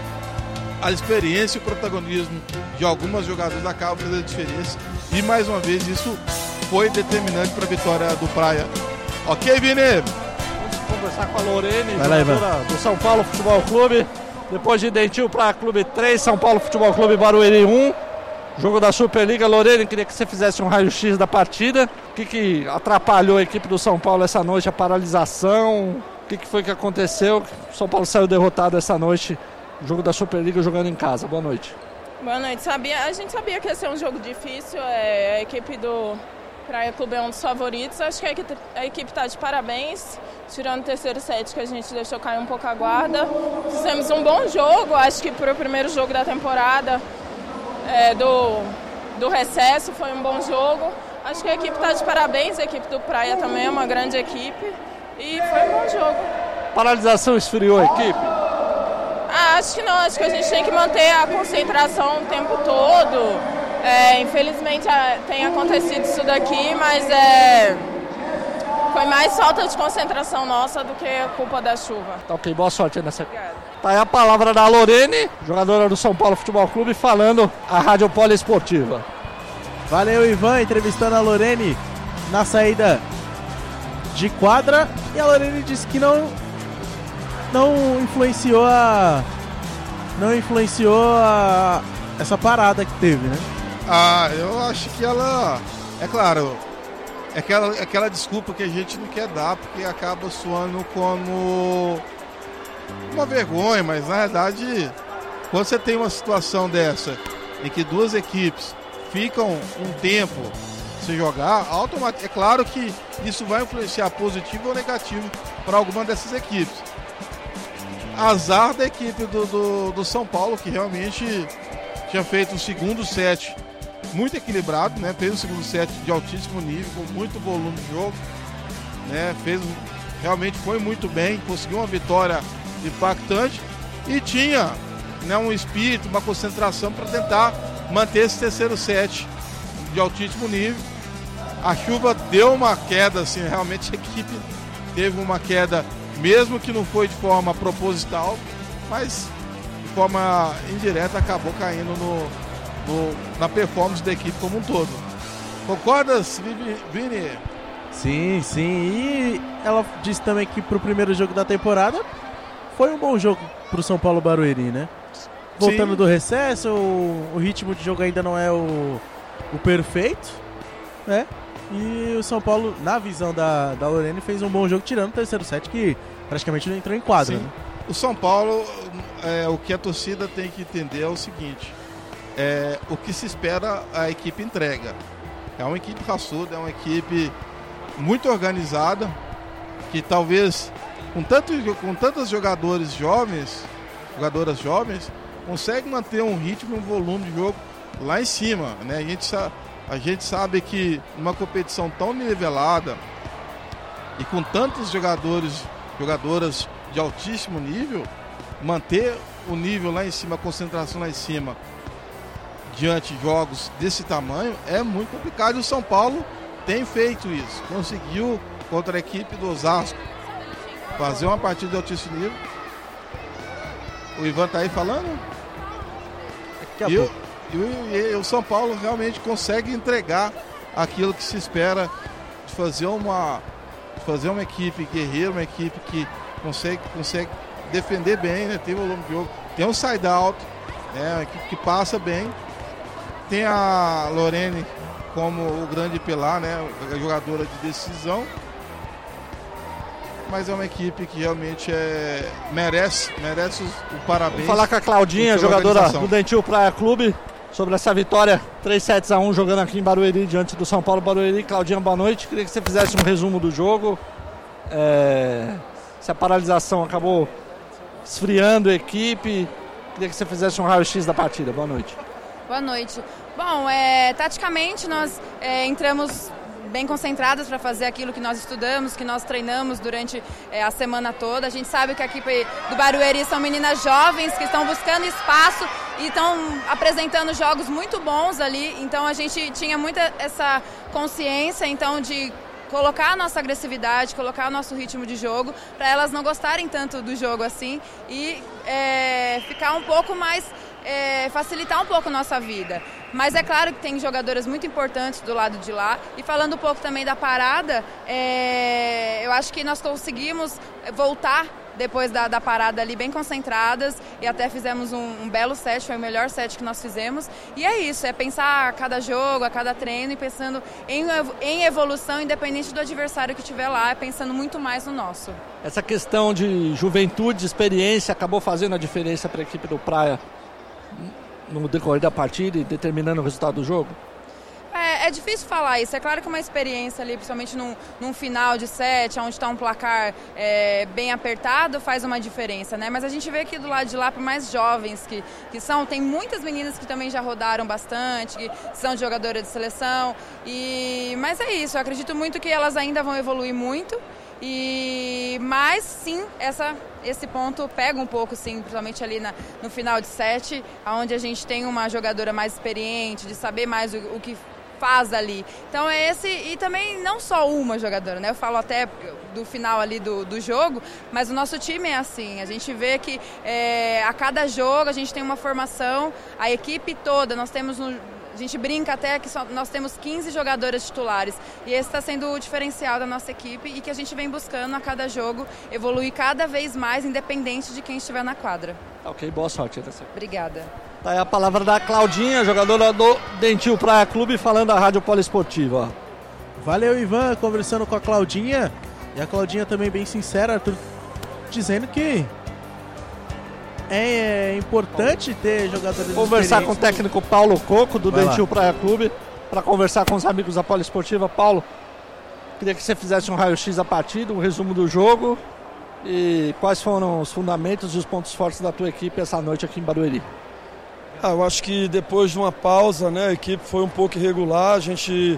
a experiência e o protagonismo de algumas jogadoras acabam fazendo a diferença. E mais uma vez isso foi determinante para a vitória do Praia. Ok, Vini? Vamos conversar com a Lorene, Vai lá, jogadora do São Paulo Futebol Clube. Depois de Dentil Praia Clube três, São Paulo Futebol Clube Barueri um. Jogo da Superliga. Lorene, queria que você fizesse um raio-x da partida. O que, que atrapalhou a equipe do São Paulo essa noite? A paralisação? O que, que foi que aconteceu? O São Paulo saiu derrotado essa noite. Jogo da Superliga jogando em casa. Boa noite. Boa noite. Sabia, a gente sabia que ia ser um jogo difícil. É, a equipe do Praia Clube é um dos favoritos. Acho que a equipe, a equipe está de parabéns. Tirando o terceiro set que a gente deixou cair um pouco a guarda. Fizemos um bom jogo. Acho que para o primeiro jogo da temporada... É, do, do recesso, foi um bom jogo. Acho que a equipe está de parabéns, a equipe do Praia também é uma grande equipe e foi um bom jogo. Paralisação esfriou a equipe? Ah, acho que não, acho que a gente tem que manter a concentração o tempo todo. É, infelizmente tem acontecido isso daqui, mas é, foi mais falta de concentração nossa do que culpa da chuva. Tá ok, boa sorte aí nessa. Obrigada. Tá aí a palavra da Lorene, jogadora do São Paulo Futebol Clube, falando a Rádio Poliesportiva. Valeu, Ivan, entrevistando a Lorene na saída de quadra. E a Lorene disse que não, não influenciou a... Não influenciou a, essa parada que teve, né? Ah, eu acho que ela... É claro, é aquela, é aquela desculpa que a gente não quer dar, porque acaba soando como uma vergonha, mas na verdade, quando você tem uma situação dessa, em que duas equipes ficam um tempo sem jogar, automaticamente, é claro que isso vai influenciar positivo ou negativo para alguma dessas equipes. Azar da equipe do, do, do São Paulo, que realmente tinha feito o segundo set muito equilibrado, né? Fez o segundo set de altíssimo nível, com muito volume de jogo, né? Fez, realmente foi muito bem, conseguiu uma vitória impactante e tinha, né, um espírito, uma concentração para tentar manter esse terceiro set de altíssimo nível. A chuva deu uma queda, assim, realmente a equipe teve uma queda, mesmo que não foi de forma proposital, mas de forma indireta acabou caindo no, no, na performance da equipe como um todo. Concordas, Vini? Sim, sim. E ela disse também que pro primeiro jogo da temporada foi um bom jogo pro São Paulo Barueri, né? Voltando Sim. do recesso, o, o ritmo de jogo ainda não é o, o perfeito, né? E o São Paulo, na visão da, da Lorene, fez um bom jogo, tirando o terceiro set, que praticamente não entrou em quadra. Né? O São Paulo, é, o que a torcida tem que entender é o seguinte, é, o que se espera a equipe entrega. É uma equipe raçuda, é uma equipe muito organizada, que talvez, com, tanto, com tantos jogadores jovens, jogadoras jovens, consegue manter um ritmo e um volume de jogo lá em cima, né? A gente, a gente sabe que numa competição tão nivelada e com tantos jogadores, jogadoras de altíssimo nível, manter o nível lá em cima, a concentração lá em cima, diante de jogos desse tamanho, é muito complicado. E o São Paulo tem feito isso, conseguiu contra a equipe do Osasco fazer uma partida de altíssimo nível. O Ivan tá aí falando? E o, e, o, e o São Paulo realmente consegue entregar aquilo que se espera de fazer uma, de fazer uma equipe guerreira, uma equipe que consegue, consegue defender bem, né? Tem volume de jogo, tem um side-out, né? Uma equipe que passa bem. Tem a Lorene como o grande pilar, né? A jogadora de decisão. Mas é uma equipe que realmente é, merece, merece o parabéns. Vou falar com a Claudinha, jogadora do Dentil Praia Clube, sobre essa vitória três sets a um jogando aqui em Barueri, diante do São Paulo Barueri. Claudinha, boa noite. Queria que você fizesse um resumo do jogo. É, se a paralisação acabou esfriando a equipe, queria que você fizesse um raio-x da partida. Boa noite. Boa noite. Bom, é, taticamente nós é, entramos bem concentradas para fazer aquilo que nós estudamos, que nós treinamos durante é, a semana toda. A gente sabe que a equipe do Barueri são meninas jovens que estão buscando espaço e estão apresentando jogos muito bons ali. Então a gente tinha muita essa consciência então de colocar a nossa agressividade, colocar o nosso ritmo de jogo, para elas não gostarem tanto do jogo assim e é, ficar um pouco mais, é, facilitar um pouco a nossa vida. Mas é claro que tem jogadoras muito importantes do lado de lá. E falando um pouco também da parada, é, eu acho que nós conseguimos voltar depois da, da parada ali bem concentradas e até fizemos um, um belo set, foi o melhor set que nós fizemos. E é isso, é pensar a cada jogo, a cada treino e pensando em, em evolução, independente do adversário que estiver lá, pensando muito mais no nosso. Essa questão de juventude, de experiência, acabou fazendo a diferença para a equipe do Praia no decorrer da partida e determinando o resultado do jogo? É, é difícil falar isso. É claro que uma experiência ali, principalmente num, num final de set, onde está um placar é, bem apertado, faz uma diferença, né? Mas a gente vê aqui do lado de lá, por mais jovens que, que são, tem muitas meninas que também já rodaram bastante, que são jogadoras de seleção. E, mas é isso, eu acredito muito que elas ainda vão evoluir muito. E, mas sim, essa, esse ponto pega um pouco, sim, principalmente ali na, no final de set, onde a gente tem uma jogadora mais experiente, de saber mais o, o que faz ali. Então é esse, e também não só uma jogadora, né? Eu falo até do final ali do, do jogo, mas o nosso time é assim, a gente vê que é, a cada jogo a gente tem uma formação, a equipe toda, nós temos no, a gente brinca até que só, nós temos quinze jogadoras titulares, e esse está sendo o diferencial da nossa equipe e que a gente vem buscando a cada jogo evoluir cada vez mais, independente de quem estiver na quadra. Ok, boa sorte. Obrigada. Tá aí a palavra da Claudinha, jogadora do Dentil Praia Clube, falando da Rádio Poliesportiva. Valeu, Ivan, conversando com a Claudinha. E a Claudinha também bem sincera, Arthur, dizendo que é importante ter jogadores conversar com o técnico Paulo Coco, do Vai Dentil lá. Praia Clube, para conversar com os amigos da Poliesportiva. Paulo, queria que você fizesse um raio-x da partida, um resumo do jogo e quais foram os fundamentos e os pontos fortes da tua equipe essa noite aqui em Barueri. Ah, eu acho que depois de uma pausa, né, a equipe foi um pouco irregular, a gente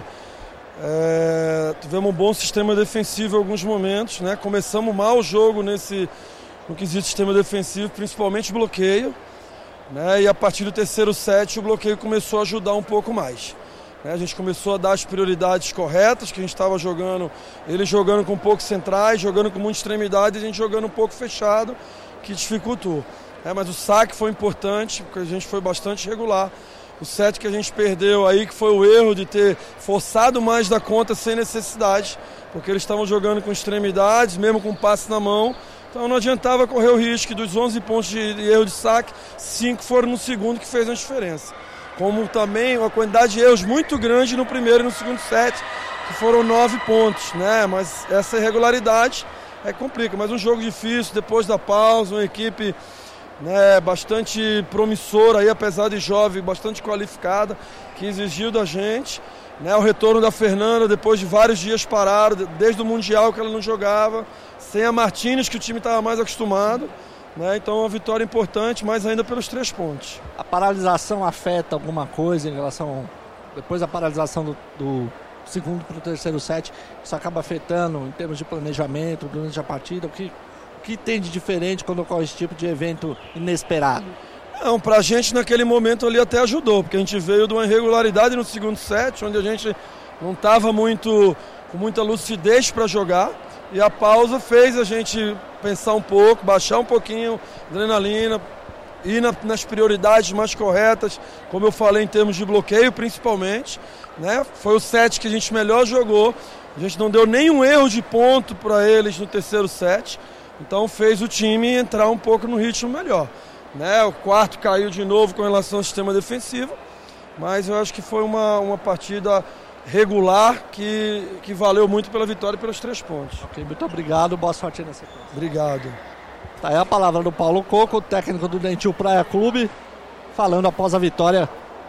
é, tivemos um bom sistema defensivo em alguns momentos, né, começamos mal o jogo nesse, no quesito sistema defensivo, principalmente bloqueio, né, e a partir do terceiro set o bloqueio começou a ajudar um pouco mais. Né, a gente começou a dar as prioridades corretas, que a gente estava jogando, eles jogando com poucos centrais, jogando com muita extremidade, e a gente jogando um pouco fechado, que dificultou. É, mas o saque foi importante, porque a gente foi bastante regular. O set que a gente perdeu aí, que foi o erro de ter forçado mais da conta sem necessidade, porque eles estavam jogando com extremidades, mesmo com passe na mão, então não adiantava correr o risco. Dos onze pontos de erro de saque, cinco foram no segundo, que fez a diferença. Como também uma quantidade de erros muito grande no primeiro e no segundo set, que foram nove pontos, né? Mas essa irregularidade é complica, mas um jogo difícil, depois da pausa, uma equipe, né, bastante promissora, aí, apesar de jovem, bastante qualificada, que exigiu da gente. Né, o retorno da Fernanda, depois de vários dias parado, desde o Mundial que ela não jogava, sem a Martínez, que o time estava mais acostumado. Né, então uma vitória importante, mas ainda pelos três pontos. A paralisação afeta alguma coisa em relação, depois da paralisação do, do segundo para o terceiro set, isso acaba afetando em termos de planejamento durante a partida? O que O que tem de diferente quando ocorre esse tipo de evento inesperado? Não, pra gente naquele momento ali até ajudou, porque a gente veio de uma irregularidade no segundo set, onde a gente não estava muito, com muita lucidez para jogar, e a pausa fez a gente pensar um pouco, baixar um pouquinho a adrenalina, ir na, nas prioridades mais corretas, como eu falei, em termos de bloqueio principalmente. Né? Foi o set que a gente melhor jogou, a gente não deu nenhum erro de ponto para eles no terceiro set. Então fez o time entrar um pouco no ritmo melhor. Né? O quarto caiu de novo com relação ao sistema defensivo, mas eu acho que foi uma, uma partida regular que, que valeu muito pela vitória e pelos três pontos. Okay, muito obrigado, boa sorte aí na sequência. Obrigado. Tá aí a palavra do Paulo Coco, técnico do Dentil Praia Clube, falando após a vitória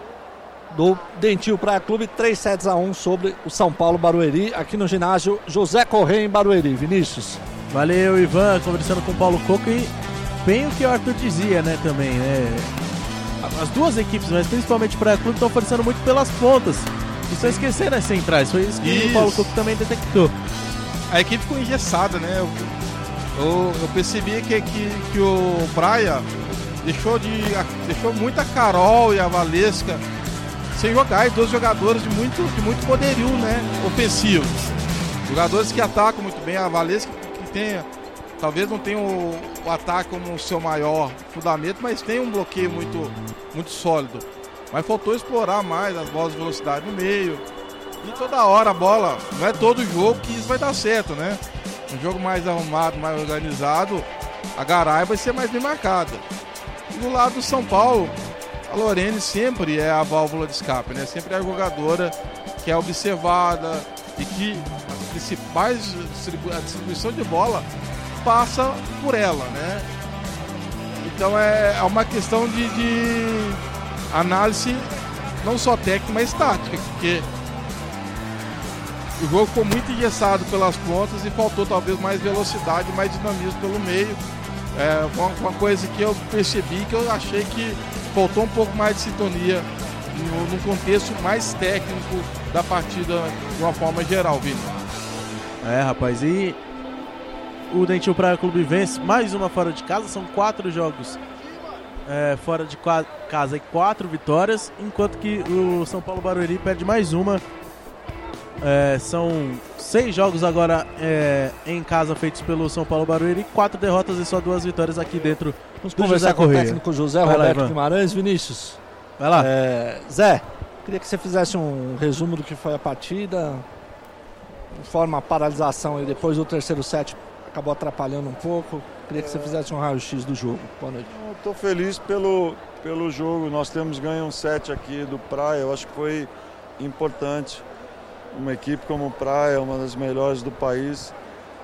do Dentil Praia Clube, três sets a um sobre o São Paulo Barueri, aqui no ginásio José Corrêa em Barueri. Vinícius. Valeu, Ivan, conversando com o Paulo Coco, e bem o que o Arthur dizia, né, também, né? As duas equipes, mas principalmente o Praia Clube, estão forçando muito pelas pontas. E só esqueceram as centrais, foi isso que isso. o Paulo Coco também detectou. A equipe ficou engessada, né? Eu, eu, eu percebi que, que, que o Praia deixou, de, deixou muito a Carol e a Valesca sem jogar, e dois jogadores de muito, de muito poderio, né, ofensivo. Jogadores que atacam muito bem, a Valesca que tem, talvez não tenha o, o ataque como o seu maior fundamento, mas tem um bloqueio muito, muito sólido. Mas faltou explorar mais as bolas de velocidade no meio. E toda hora a bola, não é todo jogo que isso vai dar certo, né? Um jogo mais arrumado, mais organizado, a Garay vai ser mais bem marcada. E do lado do São Paulo, a Lorene sempre é a válvula de escape, né? Sempre é a jogadora que é observada e que as principais a distribuição de bola passa por ela, né? Então é uma questão de, de análise não só técnica, mas tática, porque o jogo ficou muito engessado pelas pontas e faltou talvez mais velocidade, mais dinamismo pelo meio. É uma, uma coisa que eu percebi, que eu achei que faltou um pouco mais de sintonia no, no contexto mais técnico da partida de uma forma geral, Vini. É, rapaz, e o Dentil Praia Clube vence mais uma fora de casa, são quatro jogos é, fora de qua- casa e quatro vitórias, enquanto que o São Paulo Barueri perde mais uma. É, são seis jogos agora é, em casa feitos pelo São Paulo Barueri, quatro derrotas e só duas vitórias aqui dentro. Vamos do conversar José com Correia. o técnico José Vai Roberto lá, Guimarães. Vinícius, vai lá. É, Zé, queria que você fizesse um resumo do que foi a partida, de forma a paralisação e depois o terceiro set acabou atrapalhando um pouco. Queria que você fizesse um raio-x do jogo. Boa noite. Estou feliz pelo, pelo jogo. Nós temos ganho um set aqui do Praia. Eu acho que foi importante. Uma equipe como o Praia, uma das melhores do país.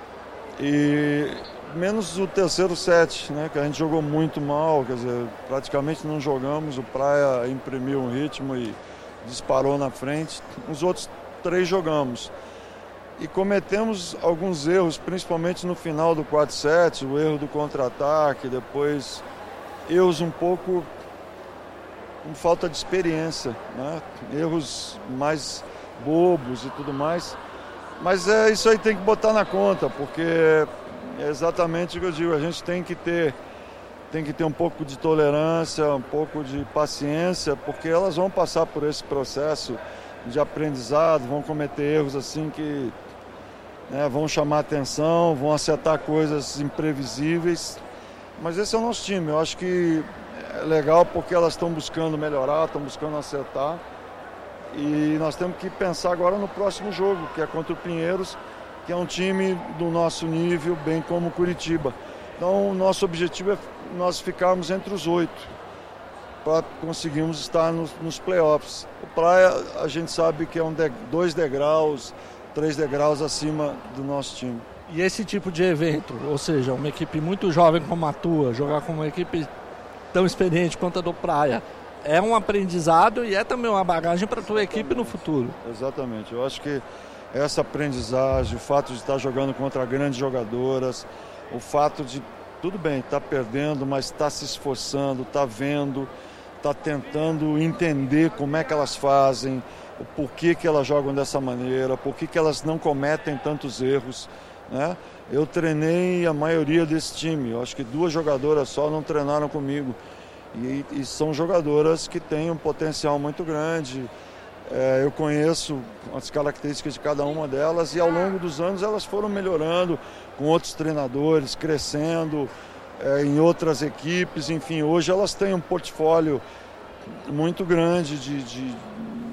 E menos o terceiro set, né, que a gente jogou muito mal. Quer dizer, praticamente não jogamos. O Praia imprimiu um ritmo e disparou na frente. Os outros três jogamos. E cometemos alguns erros, principalmente no final do quarto set, o erro do contra-ataque, depois erros um pouco com falta de experiência, né? Erros mais bobos e tudo mais. Mas é, isso aí tem que botar na conta, porque é exatamente o que eu digo, a gente tem que ter, tem que ter um pouco de tolerância, um pouco de paciência, porque elas vão passar por esse processo de aprendizado, vão cometer erros assim que, né, vão chamar atenção, vão acertar coisas imprevisíveis. Mas esse é o nosso time. Eu acho que é legal porque elas estão buscando melhorar, estão buscando acertar. E nós temos que pensar agora no próximo jogo, que é contra o Pinheiros, que é um time do nosso nível, bem como o Curitiba. Então o nosso objetivo é nós ficarmos entre os oito, para conseguirmos estar nos, nos playoffs. O Praia, a gente sabe que é um de, dois degraus, três degraus acima do nosso time. E esse tipo de evento, ou seja, uma equipe muito jovem como a tua, jogar com uma equipe tão experiente quanto a do Praia, é um aprendizado e é também uma bagagem para a tua equipe no futuro. Exatamente. Eu acho que essa aprendizagem, o fato de estar jogando contra grandes jogadoras, o fato de, tudo bem, estar perdendo, mas estar se esforçando, estar vendo, estar tentando entender como é que elas fazem, o porquê que elas jogam dessa maneira, por que elas não cometem tantos erros, né? Eu treinei a maioria desse time, eu acho que duas jogadoras só não treinaram comigo. E, e são jogadoras que têm um potencial muito grande. É, eu conheço as características de cada uma delas e ao longo dos anos elas foram melhorando com outros treinadores, crescendo é, em outras equipes. Enfim, hoje elas têm um portfólio muito grande, de, de, de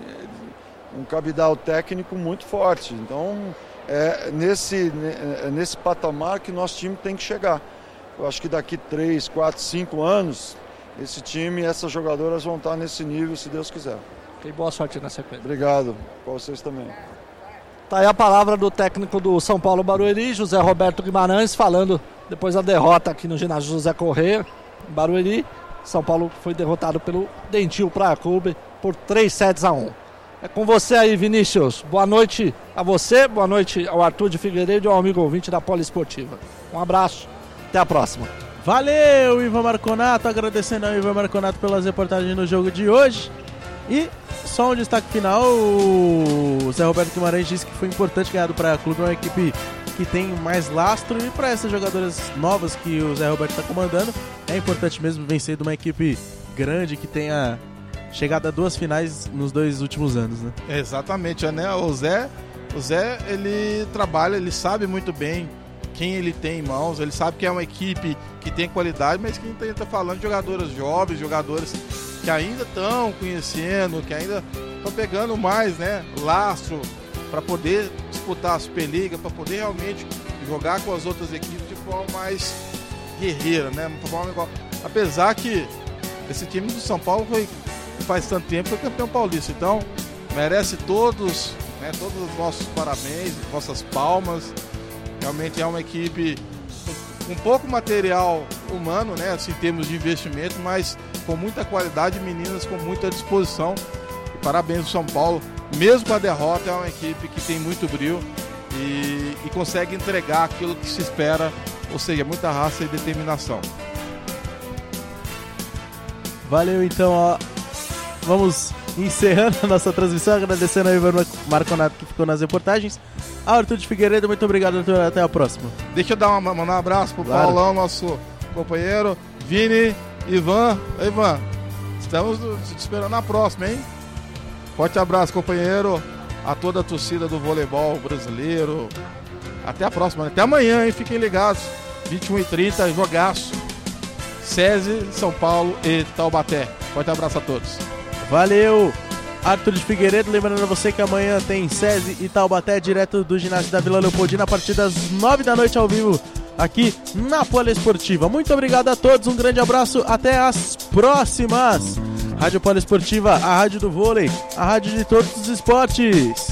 um cabidal técnico muito forte. Então, é nesse, é nesse patamar que nosso time tem que chegar. Eu acho que daqui três, quatro, cinco anos... esse time e essas jogadoras vão estar nesse nível, se Deus quiser. E boa sorte na sequência. Obrigado, para vocês também. Tá aí a palavra do técnico do São Paulo Barueri, José Roberto Guimarães, falando depois da derrota aqui no ginásio José Correia, em Barueri. São Paulo foi derrotado pelo Dentil Praia Clube por três sets a um. É com você aí, Vinícius. Boa noite a você, boa noite ao Arthur de Figueiredo e ao amigo ouvinte da Poliesportiva. Um abraço, até a próxima. Valeu, Ivan Marconato, agradecendo ao Ivan Marconato pelas reportagens no jogo de hoje. E só um destaque final, o Zé Roberto Guimarães disse que foi importante ganhar do Praia Clube, uma equipe que tem mais lastro, e para essas jogadoras novas que o Zé Roberto está comandando, é importante mesmo vencer de uma equipe grande que tenha chegado a duas finais nos dois últimos anos, né? Exatamente, né? O Zé, o Zé, ele trabalha, ele sabe muito bem quem ele tem em mãos, ele sabe que é uma equipe que tem qualidade, mas que a gente está falando de jogadoras jovens, jogadoras que ainda estão conhecendo, que ainda estão pegando mais, né, lastro para poder disputar a Superliga, para poder realmente jogar com as outras equipes de forma mais guerreira, né? De forma igual. Apesar que esse time do São Paulo foi, faz tanto tempo, foi campeão paulista, então merece todos, né, todos os nossos parabéns, nossas palmas. Realmente é uma equipe com pouco material humano, né, assim, em termos de investimento, mas com muita qualidade, meninas com muita disposição. E parabéns ao São Paulo, mesmo com a derrota, é uma equipe que tem muito brilho e, e consegue entregar aquilo que se espera, ou seja, muita raça e determinação. Valeu, então, ó. Vamos encerrando a nossa transmissão, agradecendo ao Ivan Marconato que ficou nas reportagens. Arthur de Figueiredo, muito obrigado, Arthur, até a próxima. Deixa eu dar uma, mandar um abraço pro claro. Paulão, nosso companheiro, Vini, Ivan, Ivan, estamos te esperando na próxima, hein? Forte abraço, companheiro, a toda a torcida do voleibol brasileiro. Até a próxima, até amanhã, hein? Fiquem ligados, vinte e uma e trinta, jogaço. SESI, São Paulo e Taubaté. Forte abraço a todos. Valeu, Arthur de Figueiredo. Lembrando a você que amanhã tem SESI e Taubaté, direto do ginásio da Vila Leopoldina, a partir das nove da noite ao vivo, aqui na Poliesportiva. Muito obrigado a todos, um grande abraço, até as próximas. Rádio Poliesportiva, a rádio do vôlei, a rádio de todos os esportes.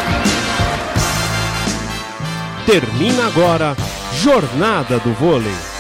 Termina agora Jornada do Vôlei.